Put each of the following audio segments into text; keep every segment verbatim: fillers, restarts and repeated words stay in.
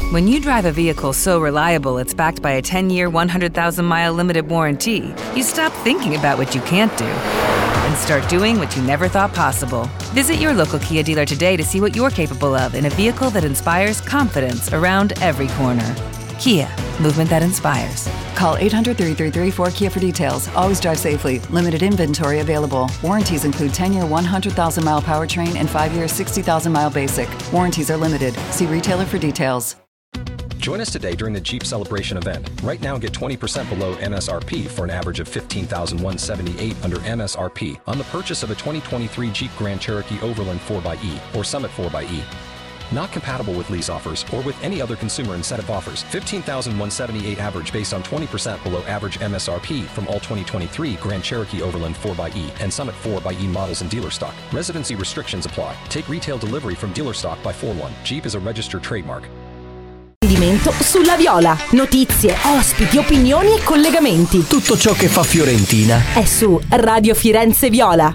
When you drive a vehicle so reliable it's backed by a ten-year, one hundred thousand mile limited warranty, you stop thinking about what you can't do and start doing what you never thought possible. Visit your local Kia dealer today to see what you're capable of in a vehicle that inspires confidence around every corner. Kia, movement that inspires. Call eight hundred, three three three, four Kia for details. Always drive safely. Limited inventory available. Warranties include ten-year, one hundred thousand mile powertrain and five-year, sixty thousand mile basic. Warranties are limited. See retailer for details. Join us today during the Jeep Celebration event. Right now, get twenty percent below M S R P for an average of fifteen thousand one hundred seventy-eight dollars under M S R P on the purchase of a twenty twenty-three Jeep Grand Cherokee Overland four by E or Summit four by E. Not compatible with lease offers or with any other consumer incentive offers. fifteen thousand one hundred seventy-eight dollars average based on twenty percent below average M S R P from all twenty twenty-three Grand Cherokee Overland four by E and Summit four by E models in dealer stock. Residency restrictions apply. Take retail delivery from dealer stock by four one. Jeep is a registered trademark. Sulla Viola, notizie, ospiti, opinioni e collegamenti. Tutto ciò che fa Fiorentina è su Radio Firenze Viola.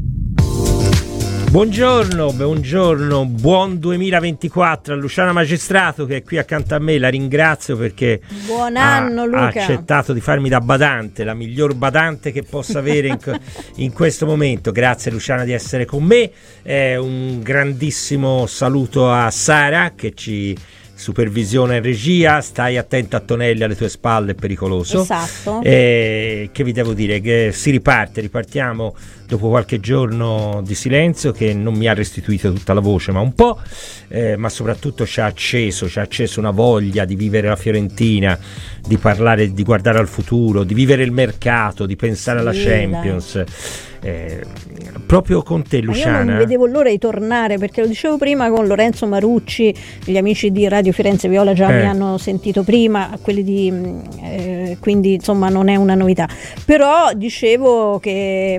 Buongiorno, buongiorno, buon duemilaventiquattro a Luciana Magistrato che è qui accanto a me, la ringrazio perché buon anno, ha, Luca. ha accettato di farmi da badante, la miglior badante che possa avere in, in questo momento. Grazie Luciana di essere con me, eh, un grandissimo saluto a Sara che ci supervisione e regia. Stai attento a Tonelli, alle tue spalle, è pericoloso. Esatto. Eh, che vi devo dire? Che si riparte, ripartiamo dopo qualche giorno di silenzio che non mi ha restituito tutta la voce, ma un po', eh, ma soprattutto ci ha acceso, ci ha acceso una voglia di vivere la Fiorentina, di parlare, di guardare al futuro, di vivere il mercato, di pensare sì, alla Champions. Eh, proprio con te Luciana. Ma io non vedevo l'ora di tornare, perché lo dicevo prima con Lorenzo Marucci, gli amici di Radio Firenze Viola già eh. mi hanno sentito prima, quelli di eh, quindi insomma non è una novità, però dicevo che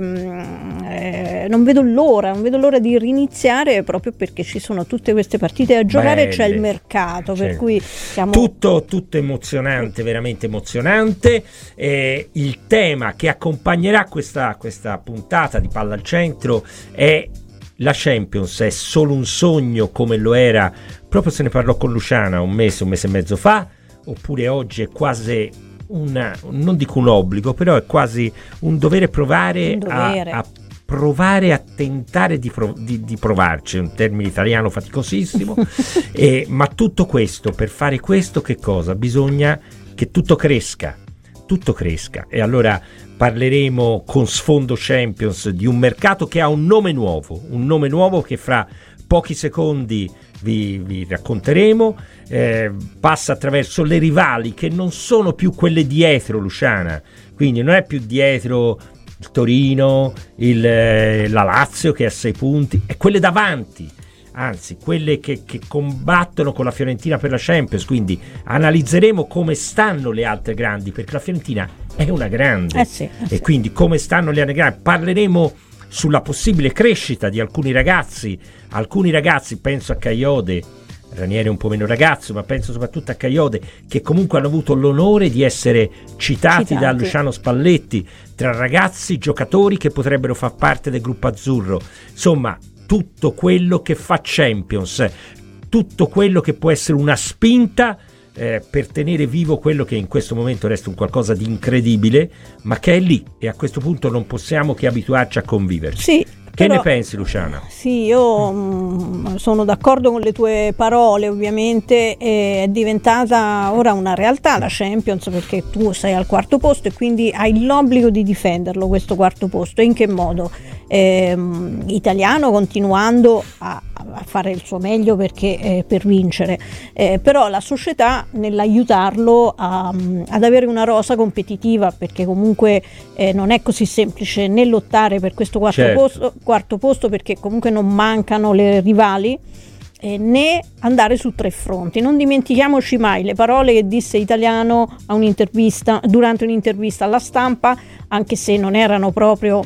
eh, non vedo l'ora non vedo l'ora di riniziare, proprio perché ci sono tutte queste partite da giocare. Belle. C'è il mercato, per sì. cui siamo tutto, tutto emozionante, veramente emozionante. Eh, il tema che accompagnerà questa, questa puntata di Palla al Centro è la Champions. È solo un sogno come lo era, proprio se ne parlò con Luciana un mese, un mese e mezzo fa, oppure oggi è quasi una, non dico un obbligo, però è quasi un dovere provare, un dovere. A, a provare a tentare di, prov- di, di provarci, un termine italiano faticosissimo. e, ma tutto questo, per fare questo che cosa? Bisogna che tutto cresca, tutto cresca e allora parleremo con sfondo Champions di un mercato che ha un nome nuovo, un nome nuovo che fra pochi secondi vi, vi racconteremo, eh, passa attraverso le rivali che non sono più quelle dietro, Luciana, quindi non è più dietro il Torino, il, la Lazio che ha sei punti, è quelle davanti, anzi quelle che, che combattono con la Fiorentina per la Champions, quindi analizzeremo come stanno le altre grandi, perché la Fiorentina è una grande, eh sì, eh e sì. quindi come stanno le altre grandi, parleremo sulla possibile crescita di alcuni ragazzi, alcuni ragazzi, penso a Caiode, Ranieri è un po' meno ragazzo, ma penso soprattutto a Caiode, che comunque hanno avuto l'onore di essere citati, citati da Luciano Spalletti tra ragazzi giocatori che potrebbero far parte del gruppo azzurro. Insomma, tutto quello che fa Champions, tutto quello che può essere una spinta eh, per tenere vivo quello che in questo momento resta un qualcosa di incredibile, ma che è lì, e a questo punto non possiamo che abituarci a conviverci. Sì. Che Però, ne pensi, Luciana? Sì, io mh, sono d'accordo con le tue parole, ovviamente è diventata ora una realtà la Champions, perché tu sei al quarto posto e quindi hai l'obbligo di difenderlo questo quarto posto. E in che modo? Eh, italiano continuando a, a fare il suo meglio perché eh, per vincere, eh, però la società nell'aiutarlo a, ad avere una rosa competitiva, perché comunque eh, non è così semplice né lottare per questo quarto certo. posto quarto posto perché comunque non mancano le rivali, eh, né andare su tre fronti. Non dimentichiamoci mai le parole che disse Italiano a un'intervista, durante un'intervista alla Stampa, anche se non erano proprio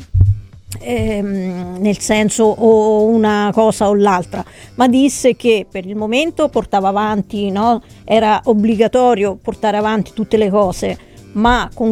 ehm, nel senso o una cosa o l'altra, ma disse che per il momento portava avanti, no? Era obbligatorio portare avanti tutte le cose, ma con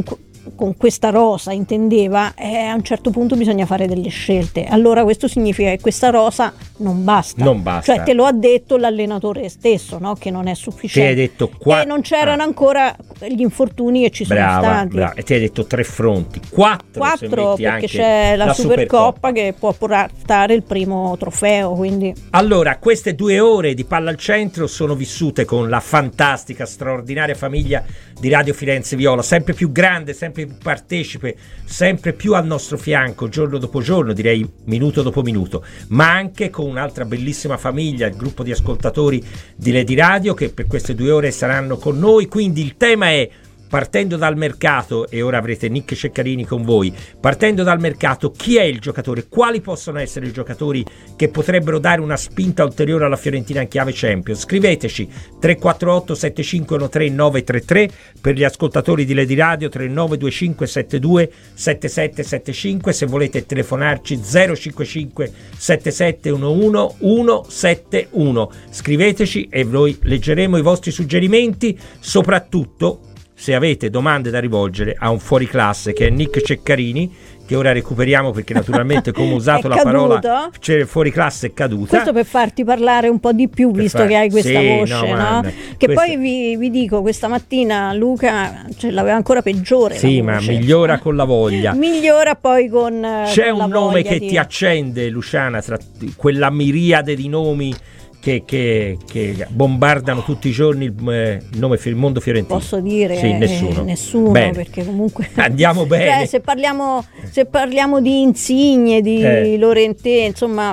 con questa rosa intendeva, eh, a un certo punto bisogna fare delle scelte. Allora questo significa che questa rosa non basta, non basta. Cioè te lo ha detto l'allenatore stesso, no? Che non è sufficiente. Ti hai detto qua... e non c'erano ah. ancora gli infortuni che ci sono brava, stati. Brava. E ti hai detto tre fronti, quattro, quattro se perché c'è la, la Supercoppa che può portare il primo trofeo, quindi. Allora, queste due ore di Palla al Centro sono vissute con la fantastica, straordinaria famiglia di Radio Firenze Viola, sempre più grande, sempre più partecipe, sempre più al nostro fianco, giorno dopo giorno, direi minuto dopo minuto, ma anche con un'altra bellissima famiglia, il gruppo di ascoltatori di Lady Radio, che per queste due ore saranno con noi. Quindi il tema è: partendo dal mercato, e ora avrete Nick Ceccarini con voi, partendo dal mercato, chi è il giocatore? Quali possono essere i giocatori che potrebbero dare una spinta ulteriore alla Fiorentina in chiave Champions? Scriveteci tre quattro otto sette cinque uno tre nove tre tre, per gli ascoltatori di Lady Radio tre nove due cinque sette due sette sette sette cinque, se volete telefonarci zero cinque cinque sette sette uno uno uno sette uno. Scriveteci e noi leggeremo i vostri suggerimenti, soprattutto se avete domande da rivolgere a un fuoriclasse che è Nick Ceccarini, che ora recuperiamo perché naturalmente come ho usato la caduto. parola c'è fuoriclasse è caduta. Questo per farti parlare un po' di più, per visto far... che hai questa sì, voce, no, no? Che questa... poi vi, vi dico, questa mattina Luca cioè, l'aveva ancora peggiore. Sì, ma migliora con la voglia. Migliora poi con c'è con un la nome che di... ti accende, Luciana, tra quella miriade di nomi Che, che, che bombardano tutti i giorni il, eh, il nome il mondo fiorentino. Posso dire sì, nessuno, eh, nessuno bene. Perché comunque andiamo bene. Cioè, se parliamo se parliamo di Insigne, di eh. Lorentè, insomma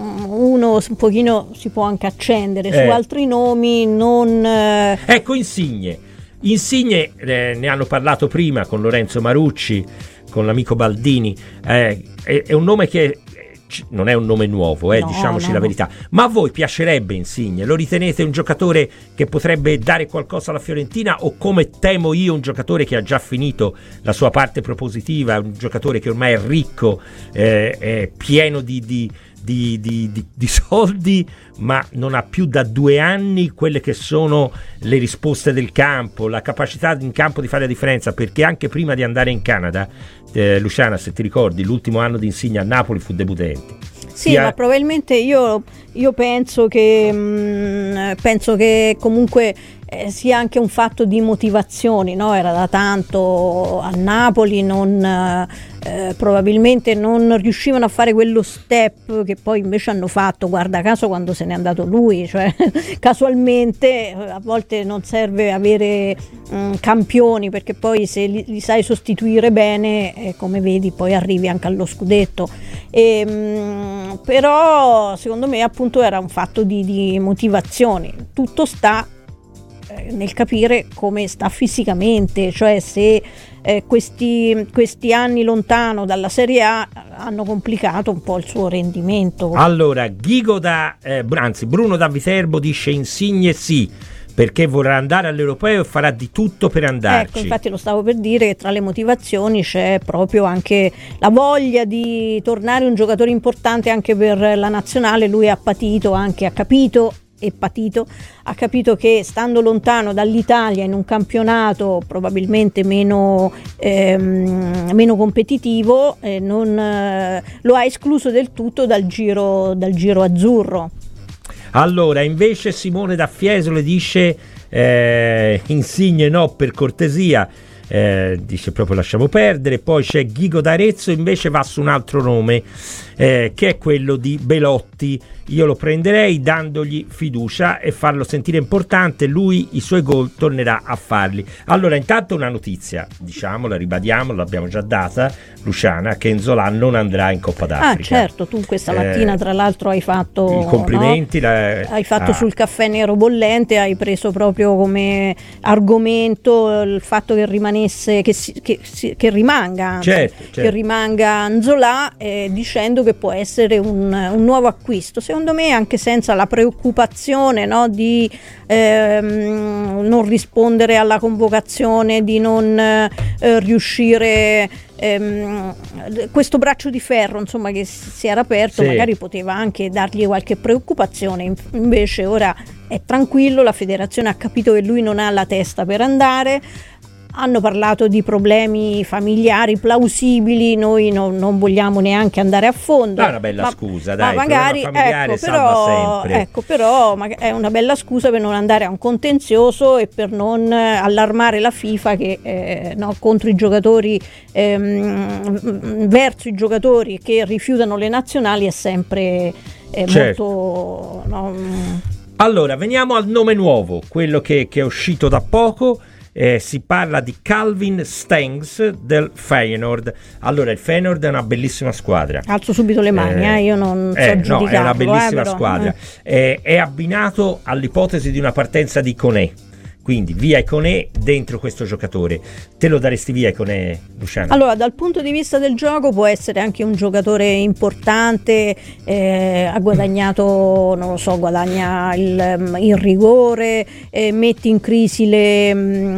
uno un pochino si può anche accendere eh. su altri nomi non eh. Ecco Insigne Insigne eh, ne hanno parlato prima con Lorenzo Marucci, con l'amico Baldini, eh, è, è un nome che non è un nome nuovo, eh, no, diciamoci no, la verità. Ma a voi piacerebbe Insigne? Lo ritenete un giocatore che potrebbe dare qualcosa alla Fiorentina, o, come temo io, un giocatore che ha già finito la sua parte propositiva, un giocatore che ormai è ricco, eh, è pieno di, di, di, di, di, di soldi, ma non ha più da due anni quelle che sono le risposte del campo, la capacità in campo di fare la differenza? Perché anche prima di andare in Canada, eh, Luciana, se ti ricordi, l'ultimo anno di Insigne a Napoli fu debuttante. Sì, Sia... ma probabilmente io, io penso che mh, penso che comunque eh, sia anche un fatto di motivazioni, no? Era da tanto a Napoli, non eh, probabilmente non riuscivano a fare quello step che poi invece hanno fatto, guarda caso, quando se n'è andato lui, cioè casualmente a volte non serve avere mh, campioni, perché poi se li, li sai sostituire bene, eh, come vedi, poi arrivi anche allo scudetto. E, mh, però secondo me appunto era un fatto di, di motivazioni. Tutto sta eh, nel capire come sta fisicamente, cioè se eh, questi, questi anni lontano dalla Serie A hanno complicato un po' il suo rendimento. Allora Ghigo da eh, anzi Bruno da Viterbo dice Insigne sì, perché vorrà andare all'Europeo e farà di tutto per andarci. Ecco, infatti lo stavo per dire, che tra le motivazioni c'è proprio anche la voglia di tornare un giocatore importante anche per la nazionale. Lui ha patito, anche ha capito e patito, ha capito che stando lontano dall'Italia in un campionato probabilmente meno, ehm, meno competitivo, eh, non, eh, lo ha escluso del tutto dal giro, dal giro azzurro. Allora invece Simone da Fiesole dice eh, Insigne no, per cortesia, eh, dice proprio lasciamo perdere. Poi c'è Ghigo d'Arezzo, invece va su un altro nome, eh, che è quello di Belotti. Io lo prenderei dandogli fiducia e farlo sentire importante. Lui i suoi gol tornerà a farli. Allora intanto una notizia, diciamola, ribadiamo, l'abbiamo già data, Luciana, che Nzola non andrà in Coppa d'Africa. Ah certo, tu questa mattina eh, tra l'altro hai fatto i complimenti, no? la, hai fatto ah. sul caffè nero bollente, hai preso proprio come argomento il fatto che rimanesse che, si, che, si, che rimanga anzi, certo, certo. che rimanga Nzola, eh, dicendo che può essere un, un nuovo acquisto. Secondo me anche senza la preoccupazione, no, di ehm, non rispondere alla convocazione, di non eh, riuscire ehm, questo braccio di ferro insomma che si era aperto, sì. Magari poteva anche dargli qualche preoccupazione, invece ora è tranquillo, la federazione ha capito che lui non ha la testa per andare, hanno parlato di problemi familiari plausibili, noi no, non vogliamo neanche andare a fondo. È una bella ma, scusa, dai, ma magari familiare ecco, però, sempre. ecco, però è una bella scusa per non andare a un contenzioso e per non allarmare la FIFA che eh, no, contro i giocatori, ehm, verso i giocatori che rifiutano le nazionali è sempre eh, certo. molto... No, allora, veniamo al nome nuovo, quello che, che è uscito da poco. Eh, si parla di Calvin Stengs del Feyenoord. Allora, il Feyenoord è una bellissima squadra. Alzo subito le mani, eh, eh, io non so eh, giudicarlo. No, è una bellissima eh, però, squadra. Eh. Eh, è abbinato all'ipotesi di una partenza di Koné. Quindi via Koné dentro questo giocatore. Te lo daresti via Koné, Luciano? Allora, dal punto di vista del gioco può essere anche un giocatore importante, eh, ha guadagnato, non lo so, guadagna il, il rigore, eh, mette in crisi le,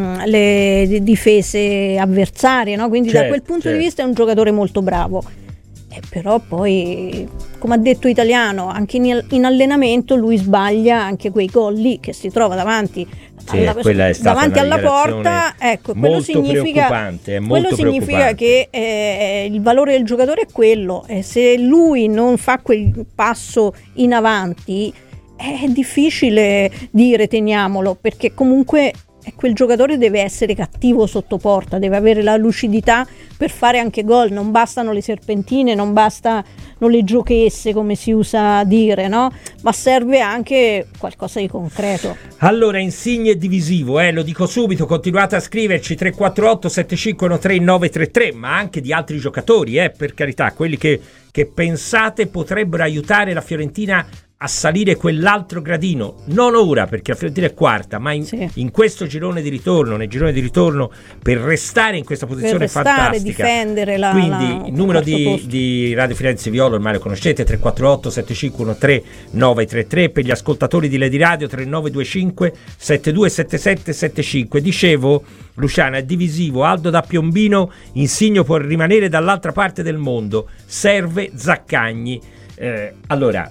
le difese avversarie, no? Quindi certo, da quel punto certo. di vista è un giocatore molto bravo. Eh, però poi, come ha detto Italiano, anche in, in allenamento lui sbaglia anche quei gol lì che si trova davanti, sì, alla, quella è stata davanti una alla porta. Ecco, quello significa, preoccupante, è molto quello significa che eh, il valore del giocatore è quello, e se lui non fa quel passo in avanti è difficile dire teniamolo, perché comunque quel giocatore deve essere cattivo sotto porta, deve avere la lucidità per fare anche gol, non bastano le serpentine, non bastano le giochesse come si usa dire, no? Ma serve anche qualcosa di concreto. Allora, Insigne è divisivo, eh, lo dico subito, continuate a scriverci tre quattro otto sette cinque uno tre nove tre tre, ma anche di altri giocatori, eh, per carità, quelli che, che pensate potrebbero aiutare la Fiorentina a salire quell'altro gradino, non ora perché la Fiorentina è quarta, ma in, sì. in questo girone di ritorno, nel girone di ritorno, per restare in questa posizione per restare, fantastica. Difendere la, Quindi la, il numero di, di Radio Firenze Viola ormai lo conoscete, tre quattro otto sette cinque uno tre nove tre tre, per gli ascoltatori di Lady Radio tre nove due cinque sette due sette sette sette cinque. Dicevo, Luciana, è divisivo, Aldo da Piombino, Insigne può rimanere dall'altra parte del mondo, serve Zaccagni. Eh, allora,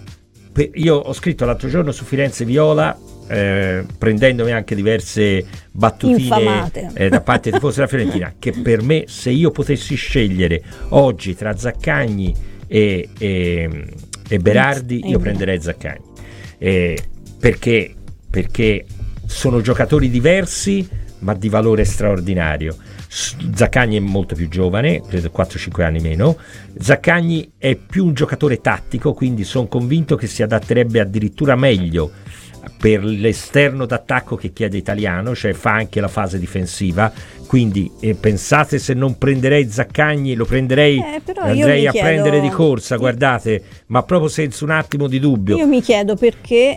io ho scritto l'altro giorno su Firenze Viola, eh, prendendomi anche diverse battutine eh, da parte dei tifosi della Fiorentina, che per me, se io potessi scegliere oggi tra Zaccagni e, e, e Berardi, io prenderei Zaccagni, eh, perché, perché sono giocatori diversi ma di valore straordinario. Zaccagni è molto più giovane, credo quattro cinque anni meno. Zaccagni è più un giocatore tattico, quindi sono convinto che si adatterebbe addirittura meglio per l'esterno d'attacco che chiede Italiano, cioè fa anche la fase difensiva. Quindi eh, pensate, se non prenderei Zaccagni lo prenderei, eh, andrei a chiedo, prendere di corsa, guardate, ma proprio senza un attimo di dubbio. Io mi chiedo perché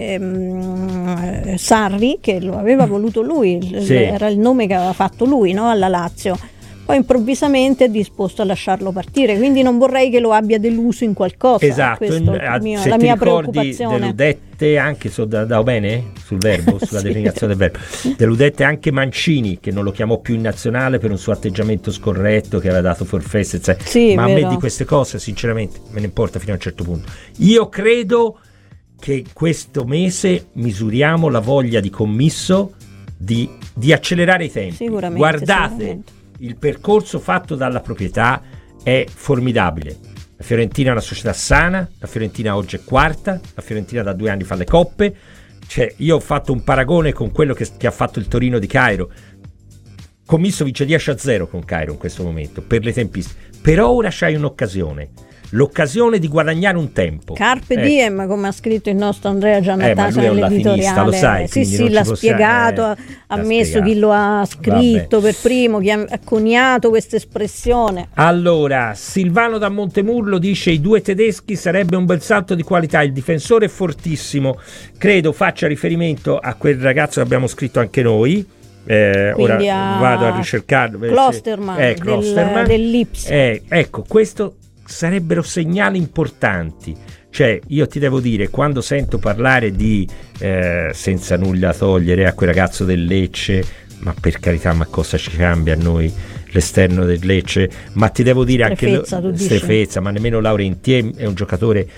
ehm, Sarri, che lo aveva voluto lui, sì. era il nome che aveva fatto lui, no, alla Lazio, poi improvvisamente è disposto a lasciarlo partire, quindi non vorrei che lo abbia deluso in qualcosa. Esatto, questo a, mio, se la ti mia ricordi preoccupazione. deludette anche, so, da, da bene sul verbo, sulla sì. declinazione del verbo, deludette anche Mancini, che non lo chiamò più in nazionale per un suo atteggiamento scorretto, che aveva dato forfè, sì, ma a vero. me di queste cose sinceramente me ne importa fino a un certo punto. Io credo che questo mese misuriamo la voglia di Commisso di, di accelerare i tempi. Sicuramente, guardate, sicuramente. Il percorso fatto dalla proprietà è formidabile. La Fiorentina è una società sana, la Fiorentina oggi è quarta, la Fiorentina da due anni fa le coppe. Cioè, io ho fatto un paragone con quello che, che ha fatto il Torino di Cairo. Commisso vince dieci a zero con Cairo in questo momento per le tempistiche, però ora c'hai un'occasione, l'occasione di guadagnare un tempo. Carpe eh. diem, come ha scritto il nostro Andrea Giannataccia eh, nell'editoriale. Lo sai, sì, sì, l'ha spiegato, eh, ha messo chi lo ha scritto Vabbè. per primo, chi ha coniato questa espressione. Allora, Silvano da Montemurlo dice: i due tedeschi sarebbe un bel salto di qualità, il difensore è fortissimo, credo faccia riferimento a quel ragazzo che abbiamo scritto anche noi. Eh, ora a vado a ricercarlo. Klosterman, eh, Klosterman. Del, dell'Ips. Eh, ecco, questo sarebbero segnali importanti. Cioè, io ti devo dire, quando sento parlare di eh, senza nulla togliere a quel ragazzo del Lecce, ma per carità, ma cosa ci cambia a noi l'esterno del Lecce? Ma ti devo dire Strefezza, anche tu Strefezza, ma nemmeno Laurentier è un giocatore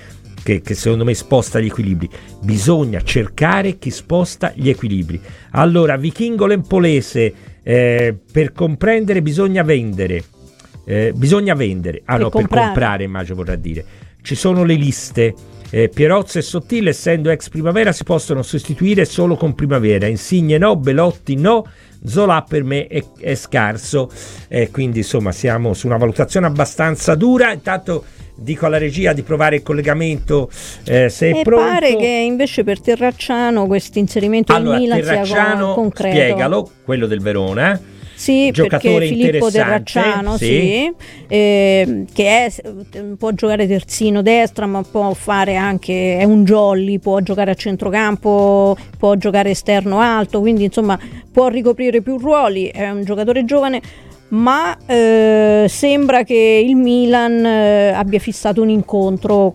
che, che secondo me sposta gli equilibri. Bisogna cercare chi sposta gli equilibri. Allora, Vichingo Lempolese, eh, per comprendere bisogna vendere. Eh, bisogna vendere, ah per no, comprare. per comprare immagino vorrà dire. Ci sono le liste, eh, Pierozzo e Sottile, essendo ex Primavera, si possono sostituire solo con Primavera. Insigne no, Belotti no, Zola per me è, è scarso, eh, quindi insomma siamo su una valutazione abbastanza dura. Intanto dico alla regia di provare il collegamento, eh, se è e pronto. Pare che invece per Terracciano questo inserimento allora, in Milan Terracciano, sia concreto. Spiegalo, quello del Verona. Sì, giocatore perché Filippo Terracciano, sì. Sì, eh, che è, può giocare terzino destra, ma può fare anche, è un jolly, può giocare a centrocampo, può giocare esterno alto, quindi insomma può ricoprire più ruoli, è un giocatore giovane, ma eh, sembra che il Milan eh, abbia fissato un incontro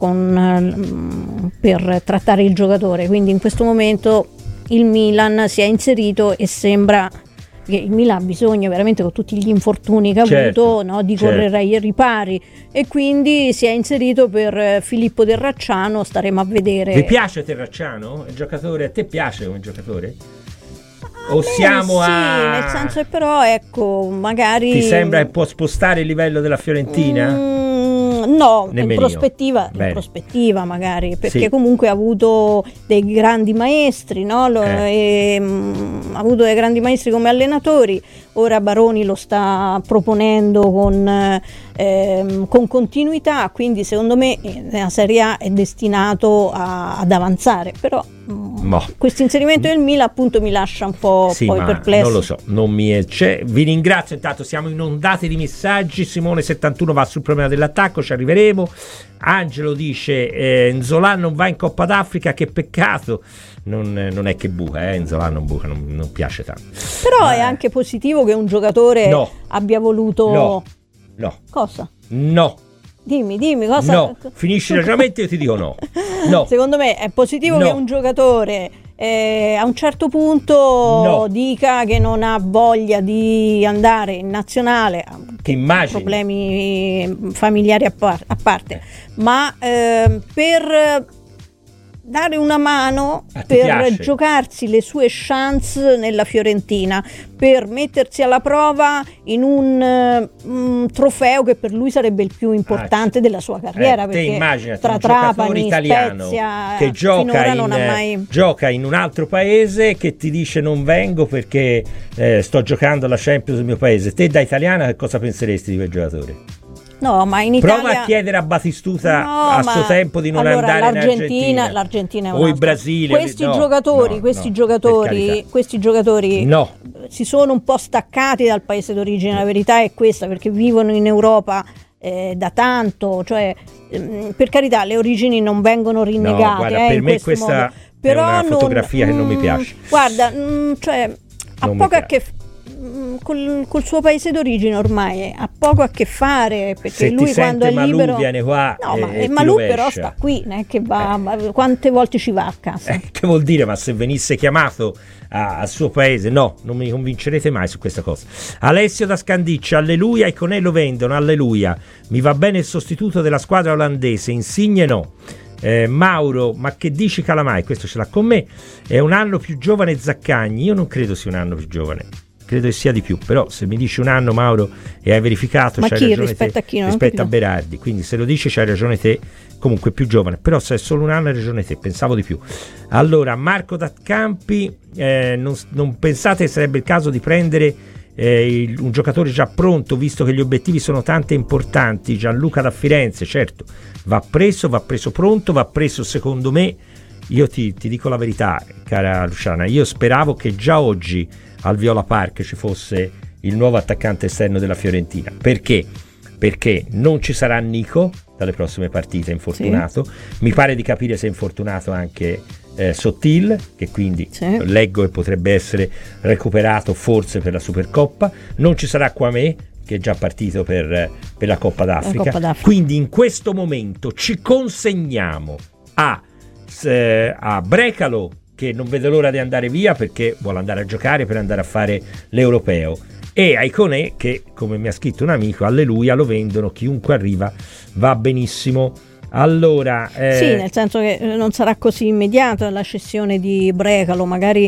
con, eh, per trattare il giocatore, quindi in questo momento il Milan si è inserito e sembra che il Milan ha bisogno veramente, con tutti gli infortuni che ha certo, avuto, no, di certo. correre ai ripari, e quindi si è inserito per Filippo Terracciano. Staremo a vedere. Vi piace Terracciano? Il giocatore, a te piace come giocatore? A o siamo sì, a nel senso che però ecco, magari ti sembra che può spostare il livello della Fiorentina? Mm, no, Nemmeno in prospettiva, in prospettiva magari, perché sì. comunque ha avuto dei grandi maestri, no? Lo, eh. e, mh, ha avuto dei grandi maestri come allenatori. Ora Baroni lo sta proponendo con, ehm, con continuità, quindi secondo me nella Serie A è destinato a, ad avanzare, però no. questo inserimento del Milan appunto mi lascia un po' sì, poi ma perplesso. Non lo so, non mi è, cioè, vi ringrazio, intanto siamo inondati di messaggi. Simone settantuno va sul problema dell'attacco, ci arriveremo. Angelo dice eh, Nzola non va in Coppa d'Africa, che peccato. Non, non è che buca, eh, Nzola non buca, non, non piace tanto. Però ma è anche positivo che un giocatore no. abbia voluto no, no. Cosa? No. Dimmi, dimmi cosa. No, finisci il ragionamento e io ti dico no. No. Secondo me è positivo no. che un giocatore eh, a un certo punto no. dica che non ha voglia di andare in nazionale, che immagini. Problemi familiari a, par- a parte, ma eh, per dare una mano, ah, per piace. giocarsi le sue chance nella Fiorentina, per mettersi alla prova in un um, trofeo che per lui sarebbe il più importante ah, della sua carriera, eh, perché immaginati tra un Trapani, italiano Spezia, che gioca in, non ha mai... gioca in un altro paese, che ti dice non vengo perché eh, sto giocando alla Champions del mio paese. Te da italiana che cosa penseresti di quel giocatore? No, ma in Italia... Prova a chiedere a Batistuta no, a suo tempo di non allora, andare l'Argentina, in Argentina, l'Argentina è o il Brasile. Questi no, giocatori, no, questi no, giocatori, questi giocatori no. si sono un po' staccati dal paese d'origine. La verità è questa, perché vivono in Europa eh, da tanto, cioè ehm, per carità le origini non vengono rinnegate. No, guarda, eh, per in me questa modo. è Però una non, fotografia mh, che non mi piace. Guarda, mh, cioè ha Non poco mi a che fare. Col, col suo paese d'origine ormai ha poco a che fare, perché se lui ti quando è Malù libero viene qua no, e, ma, e Malù però sta qui, non è che va, eh. quante volte ci va a casa? Eh, che vuol dire? Ma se venisse chiamato a, al suo paese, no, non mi convincerete mai su questa cosa. Alessio da Scandiccia, alleluia, i Conè lo vendono, alleluia, mi va bene il sostituto della squadra olandese, Insigne no. Eh, Mauro, ma che dici Calamai? Questo ce l'ha con me. È un anno più giovane Zaccagni. Io non credo sia un anno più giovane, credo che sia di più, però se mi dici un anno, Mauro, e hai verificato, ma c'hai chi, ragione rispetto te, a chi, rispetto a Berardi, quindi se lo dici c'hai ragione te, comunque più giovane, però se è solo un anno hai ragione te, pensavo di più. Allora Marco D'Accampi, eh, non, non pensate che sarebbe il caso di prendere eh, il, un giocatore già pronto, visto che gli obiettivi sono tanti e importanti? Gianluca da Firenze, certo, va preso, va preso pronto, va preso secondo me. Io ti, ti dico la verità, cara Luciana, io speravo che già oggi al Viola Park ci fosse il nuovo attaccante esterno della Fiorentina. Perché? Perché non ci sarà Nico dalle prossime partite, infortunato. Sì. Mi pare di capire se è infortunato anche eh, Sottil, che quindi sì. leggo che potrebbe essere recuperato forse per la Supercoppa. Non ci sarà Quamé, che è già partito per, per la Coppa d'Africa. La Coppa d'Africa. Quindi in questo momento ci consegniamo a, eh, a Brecalo, che non vede l'ora di andare via perché vuole andare a giocare per andare a fare l'Europeo, e ai Conè, che come mi ha scritto un amico, alleluia, lo vendono, chiunque arriva va benissimo. Allora, eh... sì, nel senso che non sarà così immediata la cessione di Brecalo, magari,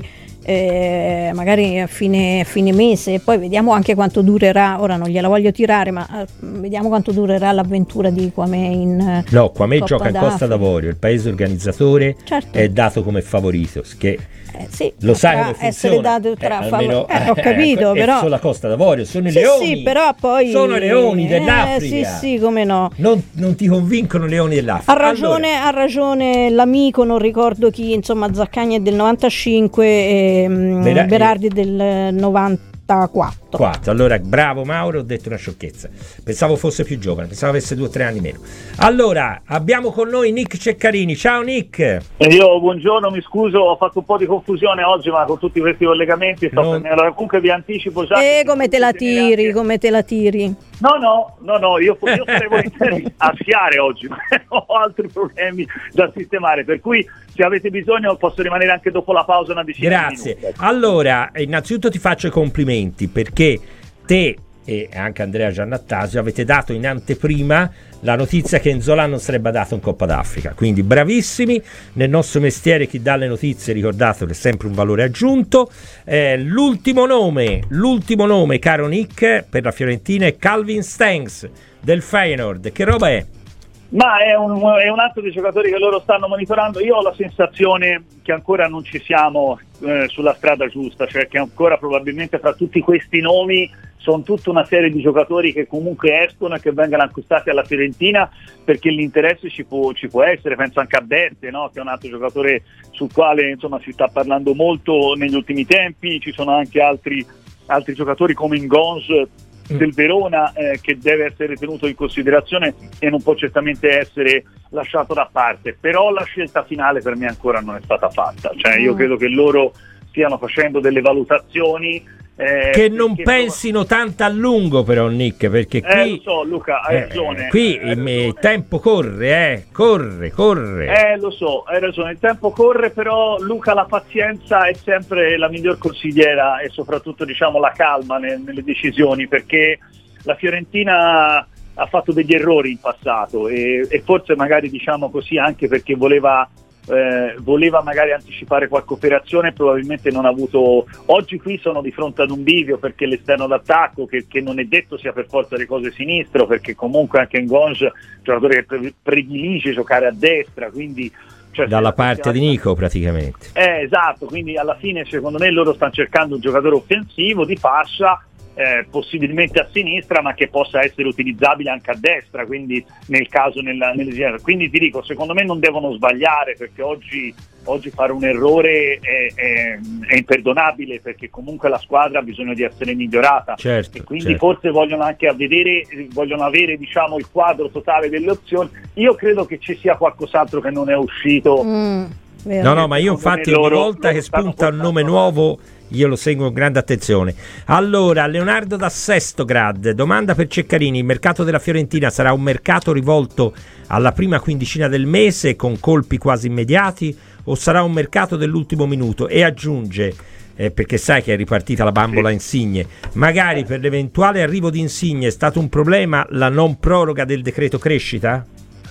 eh, magari a fine, a fine mese, poi vediamo anche quanto durerà. Ora non gliela voglio tirare, ma eh, vediamo quanto durerà l'avventura di Kwame in no, Kwame Coppa gioca in Costa d'Avorio, il paese organizzatore, certo, è dato come favorito, che Eh, sì, lo sai come funziona? Dato tra eh, fav- almeno, eh, ho capito, eh, però sulla Costa d'Avorio sono i sì, leoni, sì, però poi sono i leoni dell'Africa. Eh, sì, sì, come no. Non, non ti convincono i leoni dell'Africa. Ha ragione, allora, ha ragione l'amico, non ricordo chi, insomma, Zaccagni è del novantacinque e Bera- Berardi del novantaquattro. Quattro. Allora, bravo Mauro, ho detto una sciocchezza. Pensavo fosse più giovane, pensavo avesse due o tre anni meno. Allora, abbiamo con noi Nick Ceccarini. Ciao Nick. E io, buongiorno, mi scuso, ho fatto un po' di confusione oggi, ma con tutti questi collegamenti sto non... allora, comunque vi anticipo già. E come te la tiri, anche... come te la tiri? No, no, no, no, io, io sarei volentieri a sciare oggi, ma ho altri problemi da sistemare, per cui se avete bisogno posso rimanere anche dopo la pausa una decina Grazie. di minuti. Allora, innanzitutto ti faccio i complimenti, perché te e anche Andrea Giannattasio avete dato in anteprima la notizia che Nzola non sarebbe dato in Coppa d'Africa, quindi bravissimi. Nel nostro mestiere chi dà le notizie, ricordatelo, è sempre un valore aggiunto. Eh, l'ultimo nome l'ultimo nome caro Nick, per la Fiorentina è Calvin Stengs del Feyenoord. Che roba è? Ma è un, è un altro dei giocatori che loro stanno monitorando. Io ho la sensazione che ancora non ci siamo eh, sulla strada giusta, cioè che ancora probabilmente fra tutti questi nomi sono tutta una serie di giocatori che comunque escono e che vengono acquistati alla Fiorentina perché l'interesse ci può, ci può essere. Penso anche a Berte, no? Che è un altro giocatore sul quale insomma si sta parlando molto negli ultimi tempi. Ci sono anche altri, altri giocatori come Ngonge del Verona eh, che deve essere tenuto in considerazione e non può certamente essere lasciato da parte, però la scelta finale per me ancora non è stata fatta, cioè io credo che loro stiano facendo delle valutazioni eh, che non pensino sono... tanto a lungo però Nick, perché qui eh, lo so Luca, hai eh, ragione qui eh, il tempo corre eh corre, corre eh lo so, hai ragione, il tempo corre, però Luca la pazienza è sempre la miglior consigliera e soprattutto diciamo la calma nel, nelle decisioni, perché la Fiorentina ha fatto degli errori in passato e, e forse magari diciamo così anche perché voleva Eh, voleva magari anticipare qualche operazione, probabilmente non ha avuto. Oggi qui sono di fronte ad un bivio perché l'esterno d'attacco che, che non è detto sia per forza le cose sinistro, perché comunque anche Ngonge giocatore che pre- predilige giocare a destra, quindi cioè, dalla parte di Nico praticamente eh, esatto, quindi alla fine secondo me loro stanno cercando un giocatore offensivo di fascia, Eh, possibilmente a sinistra, ma che possa essere utilizzabile anche a destra, quindi nel caso nella, nelle, quindi ti dico, secondo me non devono sbagliare, perché oggi, oggi fare un errore è, è, è imperdonabile, perché comunque la squadra ha bisogno di essere migliorata, certo, e quindi certo. forse vogliono anche a vedere, vogliono avere diciamo il quadro totale delle opzioni. Io credo che ci sia qualcos'altro che non è uscito. Mm, no no ma io infatti ogni loro, volta loro che spunta un nome nuovo io lo seguo con grande attenzione. Allora, Leonardo da Sestograd, domanda per Ceccarini: il mercato della Fiorentina sarà un mercato rivolto alla prima quindicina del mese con colpi quasi immediati o sarà un mercato dell'ultimo minuto? E aggiunge, eh, perché sai che è ripartita la bambola sì. Insigne, magari per l'eventuale arrivo di Insigne è stato un problema la non proroga del decreto crescita?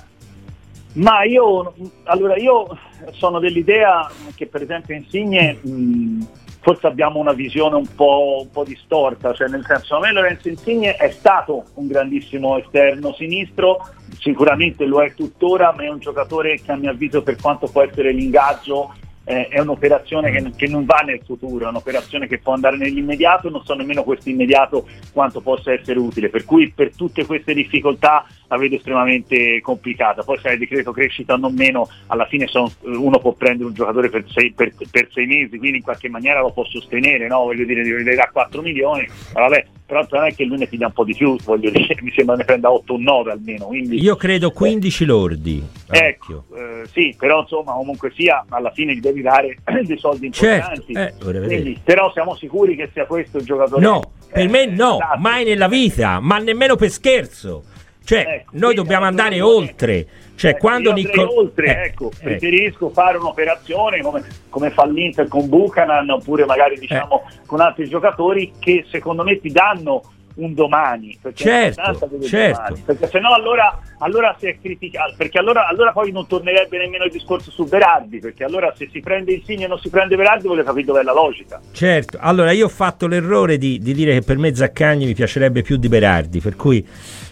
Ma io, allora io sono dell'idea che per esempio Insigne mh, forse abbiamo una visione un po', un po' distorta, cioè nel senso, a me Lorenzo Insigne è stato un grandissimo esterno sinistro, sicuramente lo è tuttora, ma è un giocatore che a mio avviso, per quanto può essere l'ingaggio, eh, è un'operazione che, che non va nel futuro, è un'operazione che può andare nell'immediato, non so nemmeno questo immediato quanto possa essere utile, per cui per tutte queste difficoltà la vedo estremamente complicata. Poi se hai decreto crescita o non meno, alla fine sono, uno può prendere un giocatore per sei, per, per sei mesi, quindi in qualche maniera lo può sostenere, no? Voglio dire, gli dà quattro milioni, vabbè, però non è che lui ne piglia un po' di più, voglio dire, mi sembra ne prenda otto o nove almeno. Quindi, io credo quindici eh, lordi. Ecco, eh, sì, però insomma comunque sia, alla fine gli devi dare dei soldi importanti. Certo, eh, quindi, però siamo sicuri che sia questo il giocatore? No, per eh, me no, esatto. Mai nella vita, ma nemmeno per scherzo. Cioè, ecco, noi dobbiamo andare oltre. Cioè, ecco, quando Nicol- oltre, eh, ecco, eh, preferisco eh. fare un'operazione come, come fa l'Inter con Buchanan, oppure magari diciamo eh. con altri giocatori che secondo me ti danno un domani, perché certo, certo. Domani, perché se no allora, allora si è criticato, perché allora, allora poi non tornerebbe nemmeno il discorso su Berardi, perché allora se si prende Insigne e non si prende Berardi voglio capire dov'è la logica. Certo, allora io ho fatto l'errore di, di dire che per me Zaccagni mi piacerebbe più di Berardi, per cui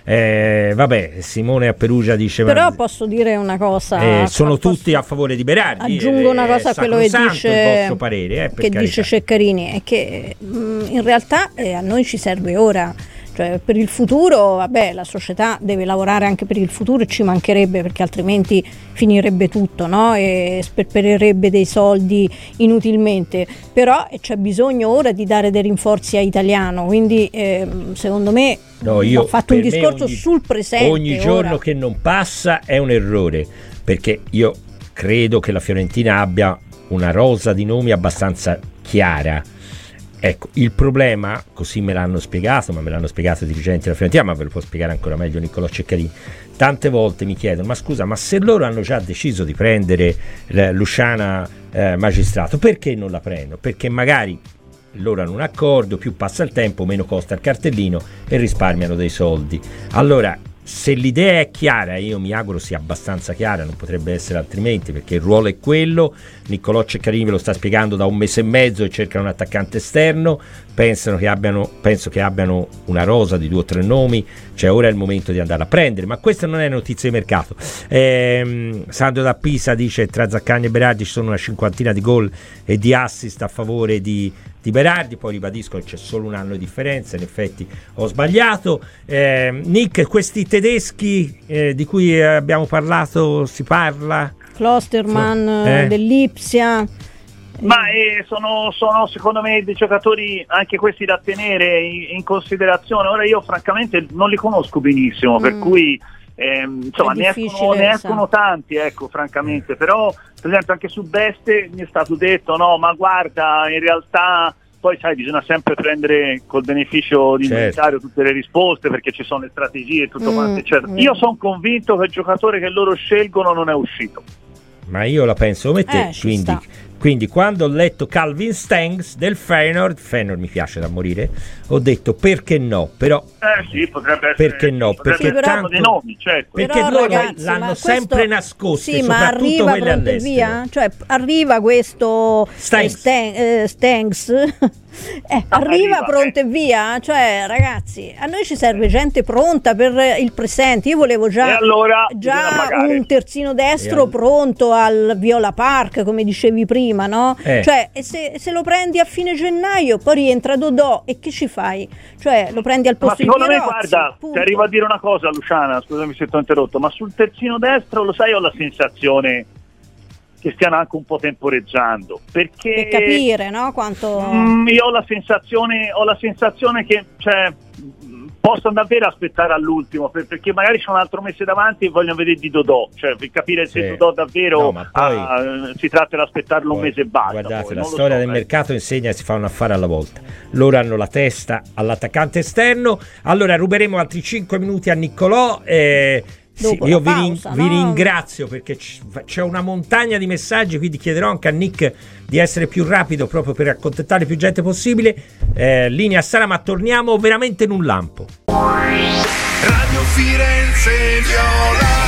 eh, vabbè, Simone a Perugia dice però ma, posso dire una cosa, eh, sono posso, tutti a favore di Berardi, aggiungo una cosa a quello che dice, parere, eh, che dice Ceccarini, è che mh, in realtà eh, a noi ci serve ora, cioè per il futuro, vabbè, la società deve lavorare anche per il futuro e ci mancherebbe, perché altrimenti finirebbe tutto, no? E sperpererebbe dei soldi inutilmente, però c'è bisogno ora di dare dei rinforzi a Italiano, quindi eh, secondo me no, io, ho fatto un discorso ogni, sul presente. Ogni giorno ora. che non passa è un errore, perché io credo che la Fiorentina abbia una rosa di nomi abbastanza chiara. Ecco, il problema, così me l'hanno spiegato, ma me l'hanno spiegato i dirigenti della Fiorentina, ma ve lo può spiegare ancora meglio Niccolò Ceccarini. Tante volte mi chiedono, ma scusa, ma se loro hanno già deciso di prendere eh, Luciana eh, Magistrato, perché non la prendono? Perché magari loro hanno un accordo, più passa il tempo, meno costa il cartellino e risparmiano dei soldi. Allora, se l'idea è chiara, io mi auguro sia abbastanza chiara, non potrebbe essere altrimenti, perché il ruolo è quello. Niccolò Ceccarini ve lo sta spiegando da un mese e mezzo e cercano un attaccante esterno, pensano che abbiano, penso che abbiano una rosa di due o tre nomi, cioè ora è il momento di andare a prendere, ma questa non è notizia di mercato. ehm, Sandro da Pisa dice tra Zaccagni e Berardi ci sono una cinquantina di gol e di assist a favore di di Berardi, poi ribadisco che c'è solo un anno di differenza, in effetti ho sbagliato. eh, Nick, questi tedeschi eh, di cui abbiamo parlato, si parla? Klosterman eh? dell'Ipsia, ma eh, sono, sono secondo me dei giocatori anche questi da tenere in, in considerazione. Ora io francamente non li conosco benissimo, mm. per cui Eh, insomma ne escono, ne escono tanti, ecco, francamente, però per esempio anche su Beste mi è stato detto no, ma guarda, in realtà poi sai, bisogna sempre prendere col beneficio di inventario tutte le risposte, perché ci sono le strategie e tutto mm, quanto eccetera. Mm. Io sono convinto che il giocatore che loro scelgono non è uscito, ma io la penso come te, eh, quindi, quindi quando ho letto Calvin Stengs del Feyenoord, Feyenoord mi piace da morire, ho detto perché no, però eh sì, potrebbe essere, perché no, perché sì, tanto dei nomi, certo. perché però, loro ragazzi, l'hanno questo, sempre nascosto, sì, ma arriva pronto via, cioè arriva questo Stengs, Sten, eh, Stengs eh, ah, arriva, arriva pronto eh. e via, cioè ragazzi, a noi ci serve gente pronta per il presente. Io volevo già, allora, già un terzino destro all... pronto al Viola Park, come dicevi prima, no? Eh. Cioè, e se, se lo prendi a fine gennaio, poi rientra Dodò e che ci fai? Cioè, lo prendi al posto ma di Pierozzi? Pierozzi, Me, guarda, punto. Ti arrivo a dire una cosa, Luciana, scusami se ti ho interrotto, ma sul terzino destro, lo sai, ho la sensazione che stiano anche un po' temporeggiando, perché per capire, no? Quanto mm, io ho la sensazione ho la sensazione che cioè possono davvero aspettare all'ultimo, per, perché magari c'è un altro mese davanti e vogliono vedere di Dodò, cioè per capire sì. se Dodò davvero no, poi, ah, si tratta di aspettarlo poi, un mese e basta. Guardate, poi, la non storia so, del eh. mercato insegna che si fa un affare alla volta. Loro hanno la testa all'attaccante esterno. Allora ruberemo altri cinque minuti a Niccolò. Eh, sì, io vi, pausa, vi no? ringrazio, perché c'è una montagna di messaggi, quindi chiederò anche a Nick di essere più rapido proprio per accontentare più gente possibile. Eh, linea Sara, ma torniamo veramente in un lampo. Radio Firenze Viola.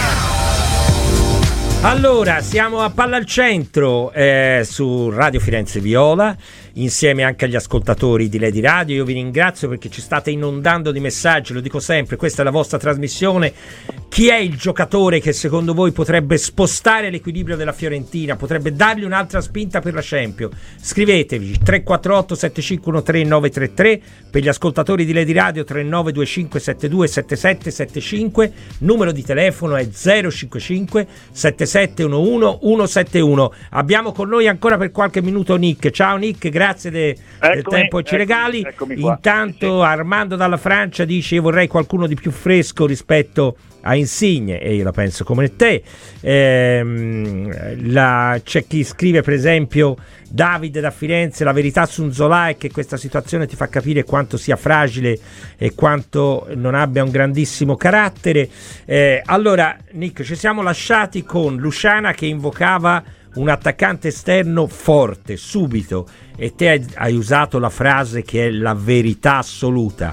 Allora, siamo a Palla al Centro eh, su Radio Firenze Viola, insieme anche agli ascoltatori di Lady Radio. Io vi ringrazio perché ci state inondando di messaggi, lo dico sempre, questa è la vostra trasmissione. Chi è il giocatore che secondo voi potrebbe spostare l'equilibrio della Fiorentina, potrebbe dargli un'altra spinta per la Champions? Scrivetevi tre quattro otto sette cinque uno tre nove tre tre, per gli ascoltatori di Lady Radio tre nove due cinque sette due sette sette sette cinque, numero di telefono è zero cinque cinque sette sette uno uno uno sette uno. Abbiamo con noi ancora per qualche minuto Nick. Ciao Nick, grazie de, del tempo che ci regali. Intanto sì, sì. Armando dalla Francia dice: io vorrei qualcuno di più fresco rispetto a Insigne, e io la penso come te. Ehm, la, c'è chi scrive, per esempio Davide da Firenze: la verità su Nzola è che questa situazione ti fa capire quanto sia fragile e quanto non abbia un grandissimo carattere. Eh, allora Nick, ci siamo lasciati con Luciana che invocava un attaccante esterno forte subito, e te hai, hai usato la frase che è la verità assoluta.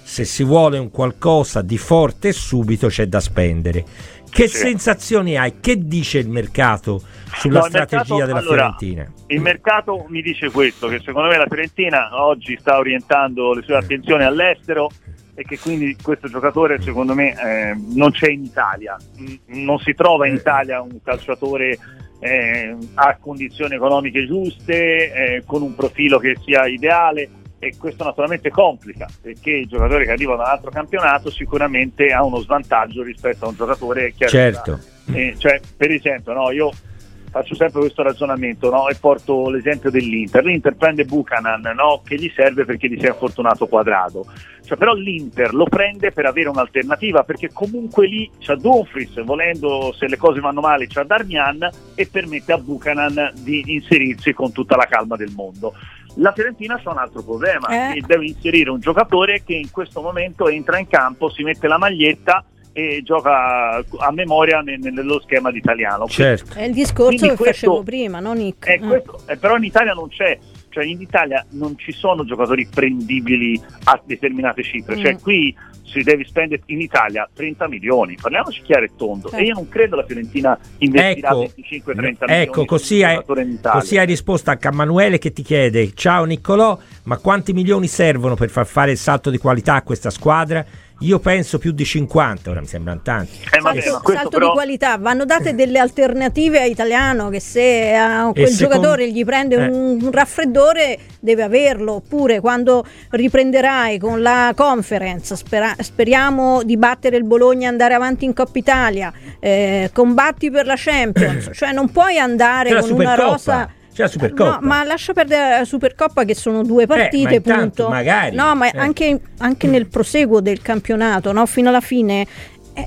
se si vuole un qualcosa di forte e subito c'è da spendere. Che sì. sensazioni hai? Che dice il mercato sulla no, strategia mercato, della allora, Fiorentina? Il mercato mi dice questo, che secondo me la Fiorentina oggi sta orientando le sue attenzioni all'estero e che quindi questo giocatore secondo me eh, non c'è in Italia, non si trova in Italia un calciatore eh, a condizioni economiche giuste, eh, con un profilo che sia ideale, e questo naturalmente complica, perché il giocatore che arriva da un altro campionato sicuramente ha uno svantaggio rispetto a un giocatore che certo. arriva, eh, cioè per esempio no, io faccio sempre questo ragionamento, no? E porto l'esempio dell'Inter. L'Inter prende Buchanan, no? Che gli serve perché gli si è infortunato Quadrado, cioè, però l'Inter lo prende per avere un'alternativa, perché comunque lì c'ha Dumfries, volendo, se le cose vanno male, c'ha Darmian, e permette a Buchanan di inserirsi con tutta la calma del mondo. La Fiorentina c'ha un altro problema, eh. deve inserire un giocatore che in questo momento entra in campo, si mette la maglietta e gioca a memoria nello schema d'italiano. Certo. È il discorso Quindi che questo, facevo prima, no Nick? È questo, eh, però in Italia non c'è, cioè in Italia non ci sono giocatori prendibili a determinate cifre, mm. cioè qui si deve spendere in Italia trenta milioni, parliamoci chiaro e tondo, certo. E io non credo la Fiorentina investirà ecco, venticinque trenta milioni. Ecco, così hai, così hai risposto anche a Manuele che ti chiede: ciao Niccolò, ma quanti milioni servono per far fare il salto di qualità a questa squadra? Io penso più di cinquanta, ora mi sembrano tanti. Eh, vabbè, salto salto però... di qualità, vanno date delle alternative a Italiano, che se a quel secondo... giocatore gli prende eh. un, un raffreddore deve averlo, oppure quando riprenderai con la Conference, spera, speriamo di battere il Bologna e andare avanti in Coppa Italia, eh, combatti per la Champions, cioè non puoi andare C'è con una rosa... C'è la Supercoppa. No, ma lascia perdere la Supercoppa, che sono due partite, eh, ma intanto, punto. magari, no, ma eh. anche, anche nel proseguo del campionato, no? Fino alla fine, eh,